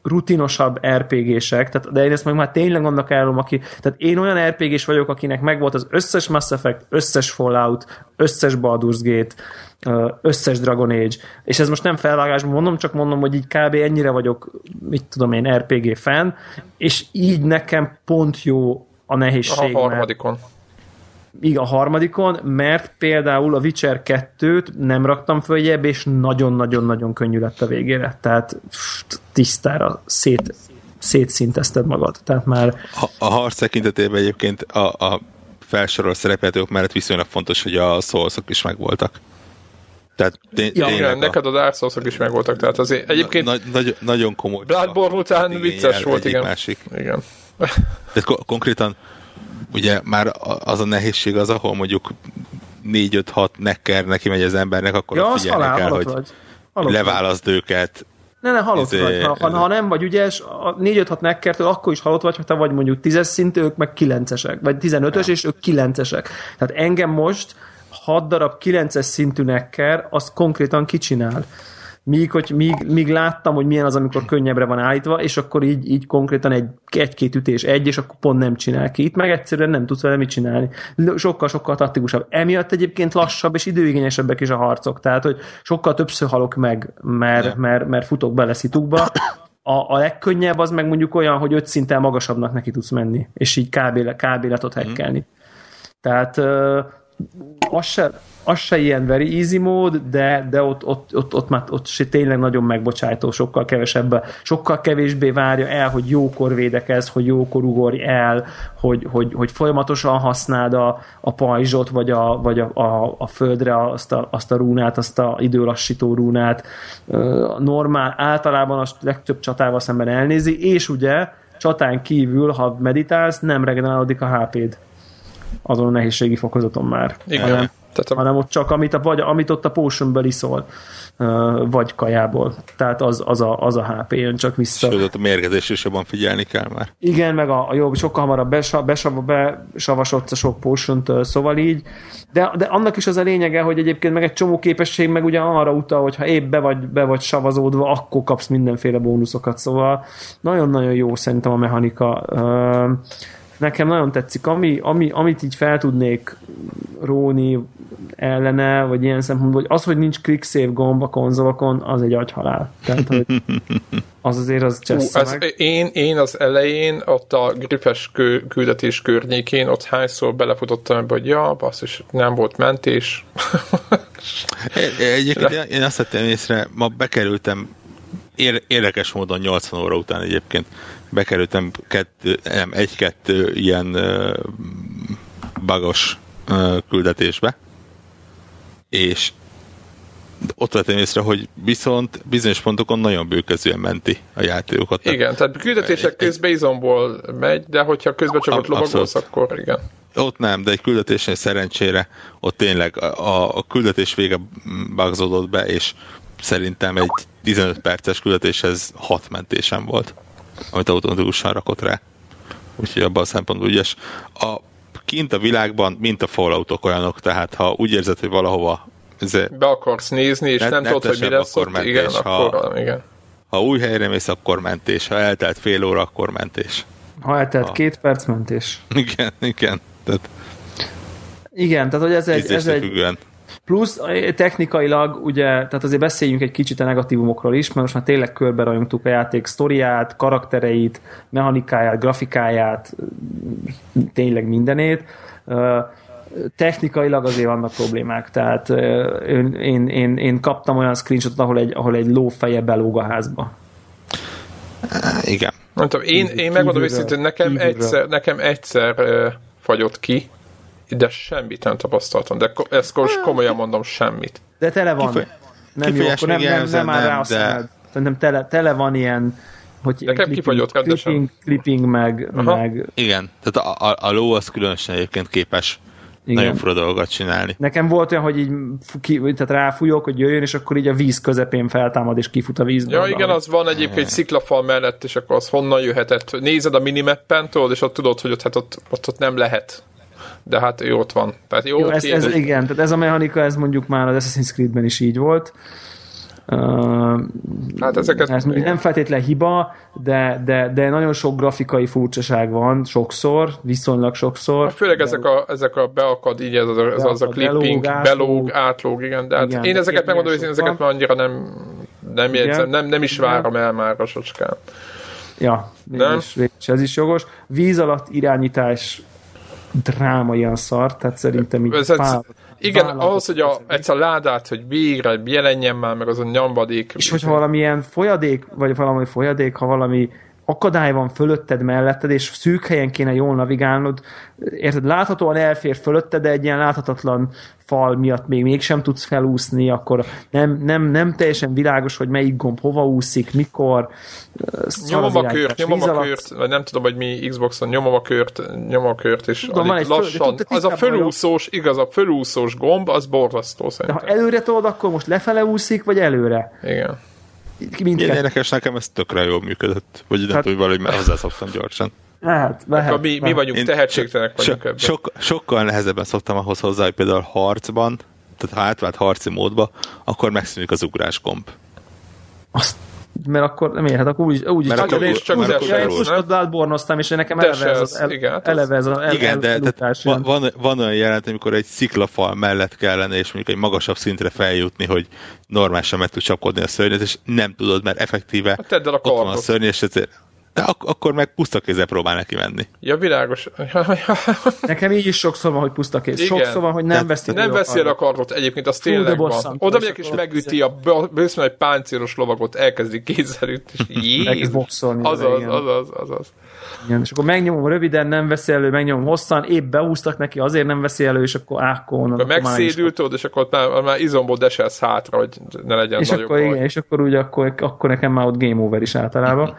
[SPEAKER 3] rutinosabb RPG-sek, de én ezt meg már tényleg annak állom, tehát én olyan RPG-s vagyok, akinek megvolt az összes Mass Effect, összes Fallout, összes Baldur's Gate, összes Dragon Age, és ez most nem felvágásban mondom, csak mondom, hogy így kb. Ennyire vagyok, mit tudom én, RPG fan, és így nekem pont jó a nehézség.
[SPEAKER 2] A harmadikon.
[SPEAKER 3] Igen, a harmadikon, mert például a Witcher 2-t nem raktam följebb, és nagyon-nagyon-nagyon könnyű lett a végére. Tehát tisztára szétszintezted magad. Tehát már...
[SPEAKER 4] A harc tekintetében egyébként a felsorolt szerepjátékok mellett viszonylag fontos, hogy a Souls-ok is megvoltak. Tehát
[SPEAKER 2] igen, neked az Dark Souls-ok is megvoltak. Tehát azért egyébként
[SPEAKER 4] nagyon komoly.
[SPEAKER 2] Bloodborne után vicces volt, igen.
[SPEAKER 4] Másik.
[SPEAKER 2] Igen.
[SPEAKER 4] Tehát konkrétan ugye már az a nehézség az, ahol mondjuk 4-5-6 nekker neki megy az embernek, akkor figyelni kell, hogy leválaszd őket.
[SPEAKER 3] Halott vagy. Ha nem vagy ügyes, a 4-5-6 nekkertől akkor is halott vagy, ha te vagy mondjuk 10-es szintű, ők meg 9-esek, vagy 15-ös, és ők 9-esek. Tehát engem most 6 darab 9-es szintű nekker, azt konkrétan kicsinál. Míg láttam, hogy milyen az, amikor könnyebbre van állítva, és akkor így konkrétan egy-két ütés és akkor pont nem csinál ki. Itt meg egyszerűen nem tudsz vele mit csinálni. Sokkal taktikusabb. Emiatt egyébként lassabb és időigényesebbek is a harcok. Tehát, hogy sokkal többször halok meg, mert futok bele szitukba. A legkönnyebb az meg mondjuk olyan, hogy 5 szinttel magasabbnak neki tudsz menni, és így kb. Le tudod hackelni. Tehát az se ilyen very easy mód, de ott tényleg nagyon megbocsájtó, sokkal kevésbé várja el, hogy jókor védekezz, hogy jókor ugorj el, hogy folyamatosan használd a pajzsot, vagy a földre azt a rúnát, azt a időlassító rúnát. Normál, általában a legtöbb csatával szemben elnézi, és ugye csatán kívül, ha meditálsz, nem regenerálódik a HP-d azon a nehézségi fokozaton már.
[SPEAKER 2] Igen.
[SPEAKER 3] Hanem ott csak amit ott a potionből iszol, vagy kajából. Tehát az a HP jön csak vissza.
[SPEAKER 4] Sőt, a mérgezésre is jobban figyelni kell már.
[SPEAKER 3] Igen, meg a jobb, sokkal hamarabb besavasodsz a sok potion-től, szóval így. De annak is az a lényege, hogy egyébként meg egy csomó képesség meg ugye arra utal, hogy ha épp be vagy savazódva, akkor kapsz mindenféle bónuszokat. Szóval nagyon-nagyon jó szerintem a mechanika. Nekem nagyon tetszik, amit így fel tudnék róni ellene, vagy ilyen szempontból, hogy az, hogy nincs quick save gomb a konzolokon, az egy agyhalál. Tehát, hogy az azért az csessze meg.
[SPEAKER 2] Én az elején, ott a grifes küldetés környékén, ott hányszor belefutottam ebbe, hogy basszus, nem volt mentés.
[SPEAKER 4] Egyébként én azt vettem észre, ma bekerültem érdekes módon 80 óra után egyébként bekerültem egy-kettő ilyen bugos küldetésbe, és ott vettem észre, hogy viszont bizonyos pontokon nagyon bőkezően menti a játékokat.
[SPEAKER 2] Igen, tehát küldetések közben izomból megy, de hogyha közben csak ott lovagolsz, akkor igen.
[SPEAKER 4] Ott nem, de egy küldetésnél szerencsére ott tényleg a küldetés vége bugzódott be, és szerintem egy 15 perces küldetéshez 6 mentésem volt, amit automatikusan rakott rá. Úgyhogy abban a szempontból ügyes. Kint a világban, mint a Falloutok olyanok, tehát ha úgy érzed, hogy valahova
[SPEAKER 2] be akarsz nézni, és nem tudod, hogy mi lesz ott,
[SPEAKER 4] mentés.
[SPEAKER 2] igen, akkor igen.
[SPEAKER 4] Ha új helyre mész, akkor mentés. Ha eltelt fél óra, akkor mentés.
[SPEAKER 3] Ha eltelt 2 perc, mentés.
[SPEAKER 4] Igen.
[SPEAKER 3] Igen, tehát hogy ez egy plusz technikailag, ugye, tehát azért beszéljünk egy kicsit a negatívumokról is, mert most már tényleg körbe rajongtuk a játék sztoriát, karaktereit, mechanikáját, grafikáját, tényleg mindenét. Technikailag azért vannak problémák, tehát én kaptam olyan screenshotot, ahol egy lófeje belóg a házba.
[SPEAKER 4] Igen.
[SPEAKER 2] Nem tudom, én megmondom őszintén, nekem egyszer fagyott ki, de semmit nem tapasztaltam, de ezt komolyan mondom, semmit.
[SPEAKER 3] De tele van. Nem jó, akkor nem áll rá a szemed. Szerintem tele van ilyen, hogy clipping meg...
[SPEAKER 4] Igen, tehát a ló az különösen egyébként képes nagyon fura dolgokat csinálni.
[SPEAKER 3] Nekem volt olyan, hogy így tehát ráfújok, hogy jöjjön, és akkor így a víz közepén feltámad, és kifut a vízbe.
[SPEAKER 2] Ja, igen, az van egyébként egy sziklafal mellett, és akkor az honnan jöhetett. Nézed a minimappen, tudod, és ott tudod, hogy ott nem lehet. De hát ő ott van. Tehát jó,
[SPEAKER 3] igen, tehát ez a mechanika, ez mondjuk már az Assassin's Creed-ben is így volt.
[SPEAKER 2] Hát ez
[SPEAKER 3] nem feltétlen hiba, de nagyon sok grafikai furcsaság van, sokszor, viszonylag sokszor.
[SPEAKER 2] Hát főleg ezek a beakad, így ez a clipping, belóg, átlóg, igen. De hát igen, én ezeket megmondom, hogy én ezeket már annyira nem jegyzem, nem is várom el már a socskán.
[SPEAKER 3] Ja, és ez is jogos. Víz alatt irányítás dráma ilyen szar, tehát szerintem így
[SPEAKER 2] igen, ahhoz, hogy egyszer a ládát, hogy végre jelenjen már, meg azon nyambadék.
[SPEAKER 3] És hogyha valamilyen folyadék, vagy valami folyadék, ha valami akadály van fölötted, melletted, és szűk helyen kéne jól navigálnod, érted, láthatóan elfér fölötted, de egy ilyen láthatatlan fal miatt mégsem tudsz felúszni, akkor nem teljesen világos, hogy melyik gomb hova úszik, mikor.
[SPEAKER 2] Nyomom a kört, vagy nem tudom, hogy mi Xboxon, nyomom a kört, és lassan. Az a fölúszós, igaz, a fölúszós gomb, az borzasztó szerintem.
[SPEAKER 3] De ha előre tolod, akkor most lefele úszik, vagy előre?
[SPEAKER 2] Igen.
[SPEAKER 4] Érdekes, nekem ez tökre jól működött. Vagy nem tudom, hogy valahogy hozzászoktam gyorsan.
[SPEAKER 3] Lehet.
[SPEAKER 2] Mi vagyunk tehetségtelenek vagyunk ebben.
[SPEAKER 4] Sokkal nehezebben szoktam ahhoz hozzá, hogy például harcban, tehát ha átvált harci módba, akkor megszűnik az ugrás gomb.
[SPEAKER 3] Mert akkor nem érhet, akkor úgy is
[SPEAKER 2] csak
[SPEAKER 3] most Bloodborne-oztam, és nekem eleve ez a
[SPEAKER 4] igen, de van olyan jelent, amikor egy sziklafal mellett kellene, és mondjuk egy magasabb szintre feljutni, hogy normálisan meg tud csapkodni a szörnyet, és nem tudod, mert effektíve ott van a szörny, és ezért de akkor meg puszta kézzel próbál neki menni.
[SPEAKER 2] Ja, világos.
[SPEAKER 3] Nekem így is sokszor van, hogy puszta kéz. Sokszor van, hogy nem veszi
[SPEAKER 2] el a kardot. Egyébként az tényleg van. Oda megyek és megüti a bőszben egy páncélos lovagot, elkezdi kézzel ütni, és
[SPEAKER 3] elkezd boxolni.
[SPEAKER 2] Azaz.
[SPEAKER 3] Igen, és akkor megnyomom röviden, nem veszi elő, megnyomom hosszan, épp behúztak neki, azért nem veszi elő, és akkor
[SPEAKER 2] akkor megszédültod, és akkor már izomból deselsz hátra, hogy ne legyen
[SPEAKER 3] és
[SPEAKER 2] nagyobb
[SPEAKER 3] akkor, baj. Igen, és akkor úgy, akkor nekem már ott game over is általában.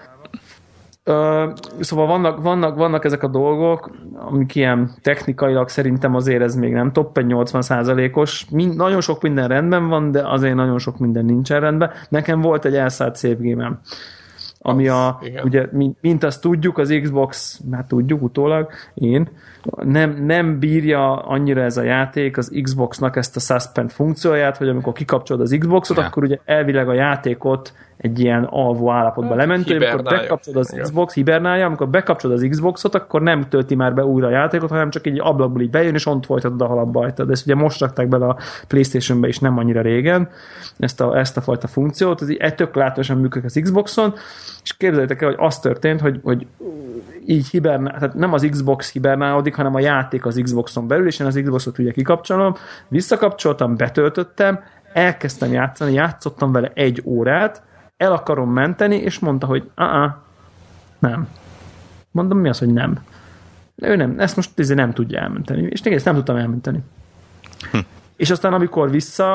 [SPEAKER 3] Szóval vannak ezek a dolgok, amik ilyen technikailag szerintem azért ez még nem top, egy 80%-os. Nagyon sok minden rendben van, de azért nagyon sok minden nincsen rendben. Nekem volt egy elszállt save game-em, ami ugye, mint azt tudjuk, az Xbox, már tudjuk utólag, nem bírja annyira ez a játék az Xboxnak ezt a suspend funkcióját, hogy amikor kikapcsolod az Xboxot, akkor ugye elvileg a játékot egy ilyen alvó állapotba lementő, amikor bekapcsolod az Xbox, hibernálja, amikor bekapcsolod az Xboxot, akkor nem tölti már be újra a játékot, hanem csak egy ablakból így bejön, és ont folytatod a halabba ajtad. Ezt ugye most rakták bele a PlayStation-be is nem annyira régen, ezt a fajta funkciót, ez így tök látványosan működik az Xboxon, és képzeljétek el, hogy az történt, hogy így tehát nem az Xbox hibernálódik, hanem a játék az Xboxon belül, és én az Xboxot ugye kikapcsolom, visszakapcsoltam, betöltöttem, elkezdtem játszani, játszottam vele 1 órát, el akarom menteni, és mondta, hogy nem. Mondom, mi az, hogy nem? Ő nem, ezt most nem tudja elmenteni. És tényleg ezt nem tudtam elmenteni. És aztán amikor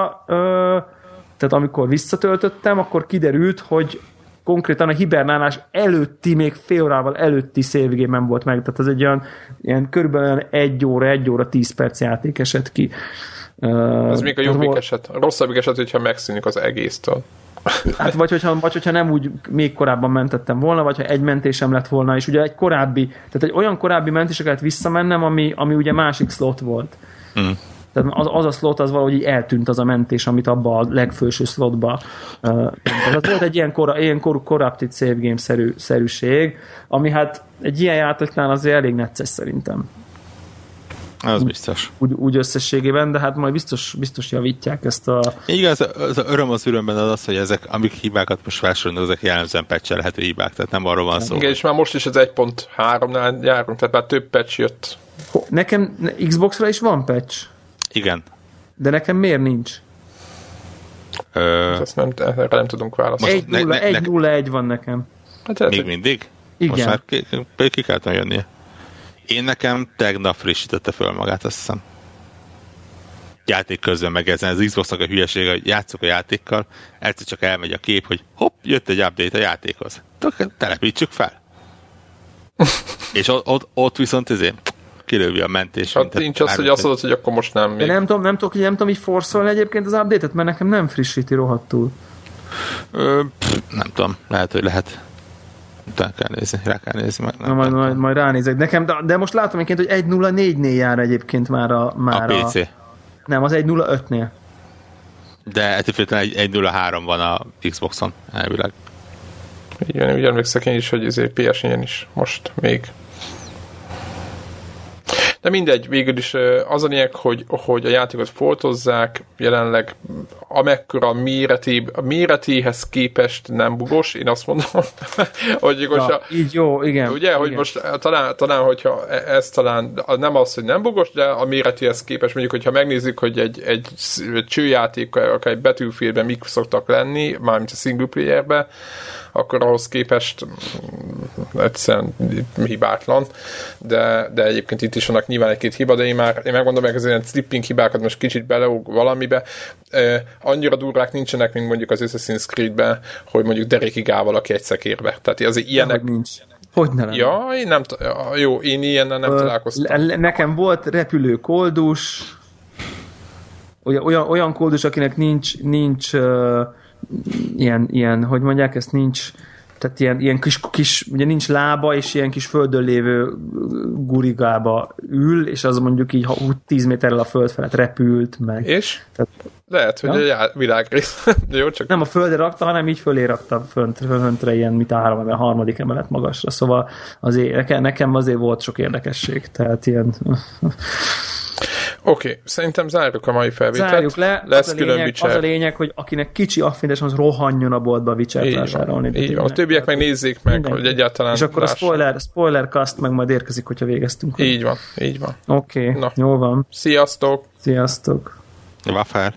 [SPEAKER 3] amikor visszatöltöttem, akkor kiderült, hogy konkrétan a hibernálás előtti, még fél órával előtti save game-en volt meg, tehát az egy ilyen körülbelül 1 óra 10 perc játék esett ki.
[SPEAKER 2] Ez még a jobbik eset. A rosszabbik eset, hogyha megszűnik az egésztől.
[SPEAKER 3] Hát vagy hogyha nem úgy még korábban mentettem volna, vagy ha egy mentésem lett volna, és ugye egy olyan korábbi mentésre kellett visszamennem, ami ugye másik slot volt. Tehát az a slot az valahogy eltűnt, az a mentés, amit abba a legfőső slotba. Az volt egy ilyen corrupted save game szerűség, ami hát egy ilyen játéknál azért elég necces szerintem.
[SPEAKER 4] Az biztos.
[SPEAKER 3] Úgy összességében, de hát majd biztos javítják ezt a...
[SPEAKER 4] Igaz, az öröm az ürömben az, hogy ezek, amik hibákat most felsorolnak, ezek jellemzően patchelhető hibák, tehát nem arról van szó.
[SPEAKER 2] Igen, és már most is az 1.3-nál járunk, tehát már több patch jött.
[SPEAKER 3] Nekem Xboxra is van patch?
[SPEAKER 4] Igen.
[SPEAKER 3] De nekem miért nincs?
[SPEAKER 2] Ezt erre nem tudunk válaszolni.
[SPEAKER 3] 1.0.1 van nekem.
[SPEAKER 4] Hát még mindig?
[SPEAKER 3] Igen.
[SPEAKER 4] Most már ki kellett jönnie. Én nekem tegnap frissítette föl magát, azt hiszem. Játék közben meg ezen az Xboxnak a hülyesége, hogy játszok a játékkal, egyszer csak elmegy a kép, hogy hopp, jött egy update a játékhoz. Telepítsük fel. És ott viszont kilővi a mentés.
[SPEAKER 2] Hát nincs az, hogy azt mondod, hogy akkor most nem még.
[SPEAKER 3] De nem tudom így forszolni egyébként az update-et, mert nekem nem frissíti rohadtul.
[SPEAKER 4] Nem tudom, lehet. Rá kell nézni.
[SPEAKER 3] Majd ránézek. Nekem, de most látom egyébként, hogy 1.04-nél jár egyébként már a
[SPEAKER 4] PC.
[SPEAKER 3] Nem, az 1.05-nél.
[SPEAKER 4] De ettől függetlenül 1.0.3 van a Xboxon elvileg.
[SPEAKER 2] Igen, úgy emlékszek én is, hogy ezért PS4-en is most még. De mindegy, végül is az a lényeg, hogy a játékot foltozzák, jelenleg amekkora méretéhez képest nem bugos, én azt mondom, hogy most
[SPEAKER 3] így jó, igen.
[SPEAKER 2] Ugye, hogy
[SPEAKER 3] igen.
[SPEAKER 2] most talán, hogyha ez talán nem az, hogy nem bugos, de a méretéhez képest, mondjuk, hogyha megnézzük, hogy egy csőjáték, akár egy Battlefieldben mik szoktak lenni, mármint a single playerben, akkor ahhoz képest egyszerűen hibátlan, de egyébként itt is vannak nyilván egy-két hiba, de én megmondom meg az ilyen stripping hibákat most kicsit beleug valamibe. Annyira durvák nincsenek, mint mondjuk az Assassin's Creed-ben, hogy mondjuk derékig áll valaki egy szekérbe. Tehát azért ilyenek...
[SPEAKER 3] Hogy ne lenne?
[SPEAKER 2] Ja, én ilyennel nem találkoztam.
[SPEAKER 3] Nekem volt repülő koldus, olyan koldus, akinek nincs ilyen, hogy mondják, ezt nincs, tehát ilyen kis, ugye nincs lába, és ilyen kis földön lévő gurigába ül, és az mondjuk így 10 méterrel a föld felett repült meg.
[SPEAKER 2] És?
[SPEAKER 3] Tehát,
[SPEAKER 2] lehet, hogy a világrész. Jó, csak...
[SPEAKER 3] Nem a földre rakta, hanem így fölé rakta föntre ilyen, mint a 3. emelet magasra. Szóval azért, nekem azért volt sok érdekesség. Tehát ilyen...
[SPEAKER 2] Oké, szerintem zárjuk a mai felvételt.
[SPEAKER 3] Zárjuk le,
[SPEAKER 2] lesz külön Witcher.
[SPEAKER 3] Az a lényeg, hogy akinek kicsi affinitás, az rohanjon a boltba a Witcher-t vásárolni.
[SPEAKER 2] Így van. A többiek meg nézzék meg,
[SPEAKER 3] mindenki.
[SPEAKER 2] hogy egyáltalán
[SPEAKER 3] és akkor
[SPEAKER 2] lássák.
[SPEAKER 3] a spoiler cast meg majd érkezik, hogyha végeztünk.
[SPEAKER 2] Így van.
[SPEAKER 3] Oké, jól van.
[SPEAKER 2] Sziasztok!
[SPEAKER 3] Sziasztok!
[SPEAKER 4] Waffer.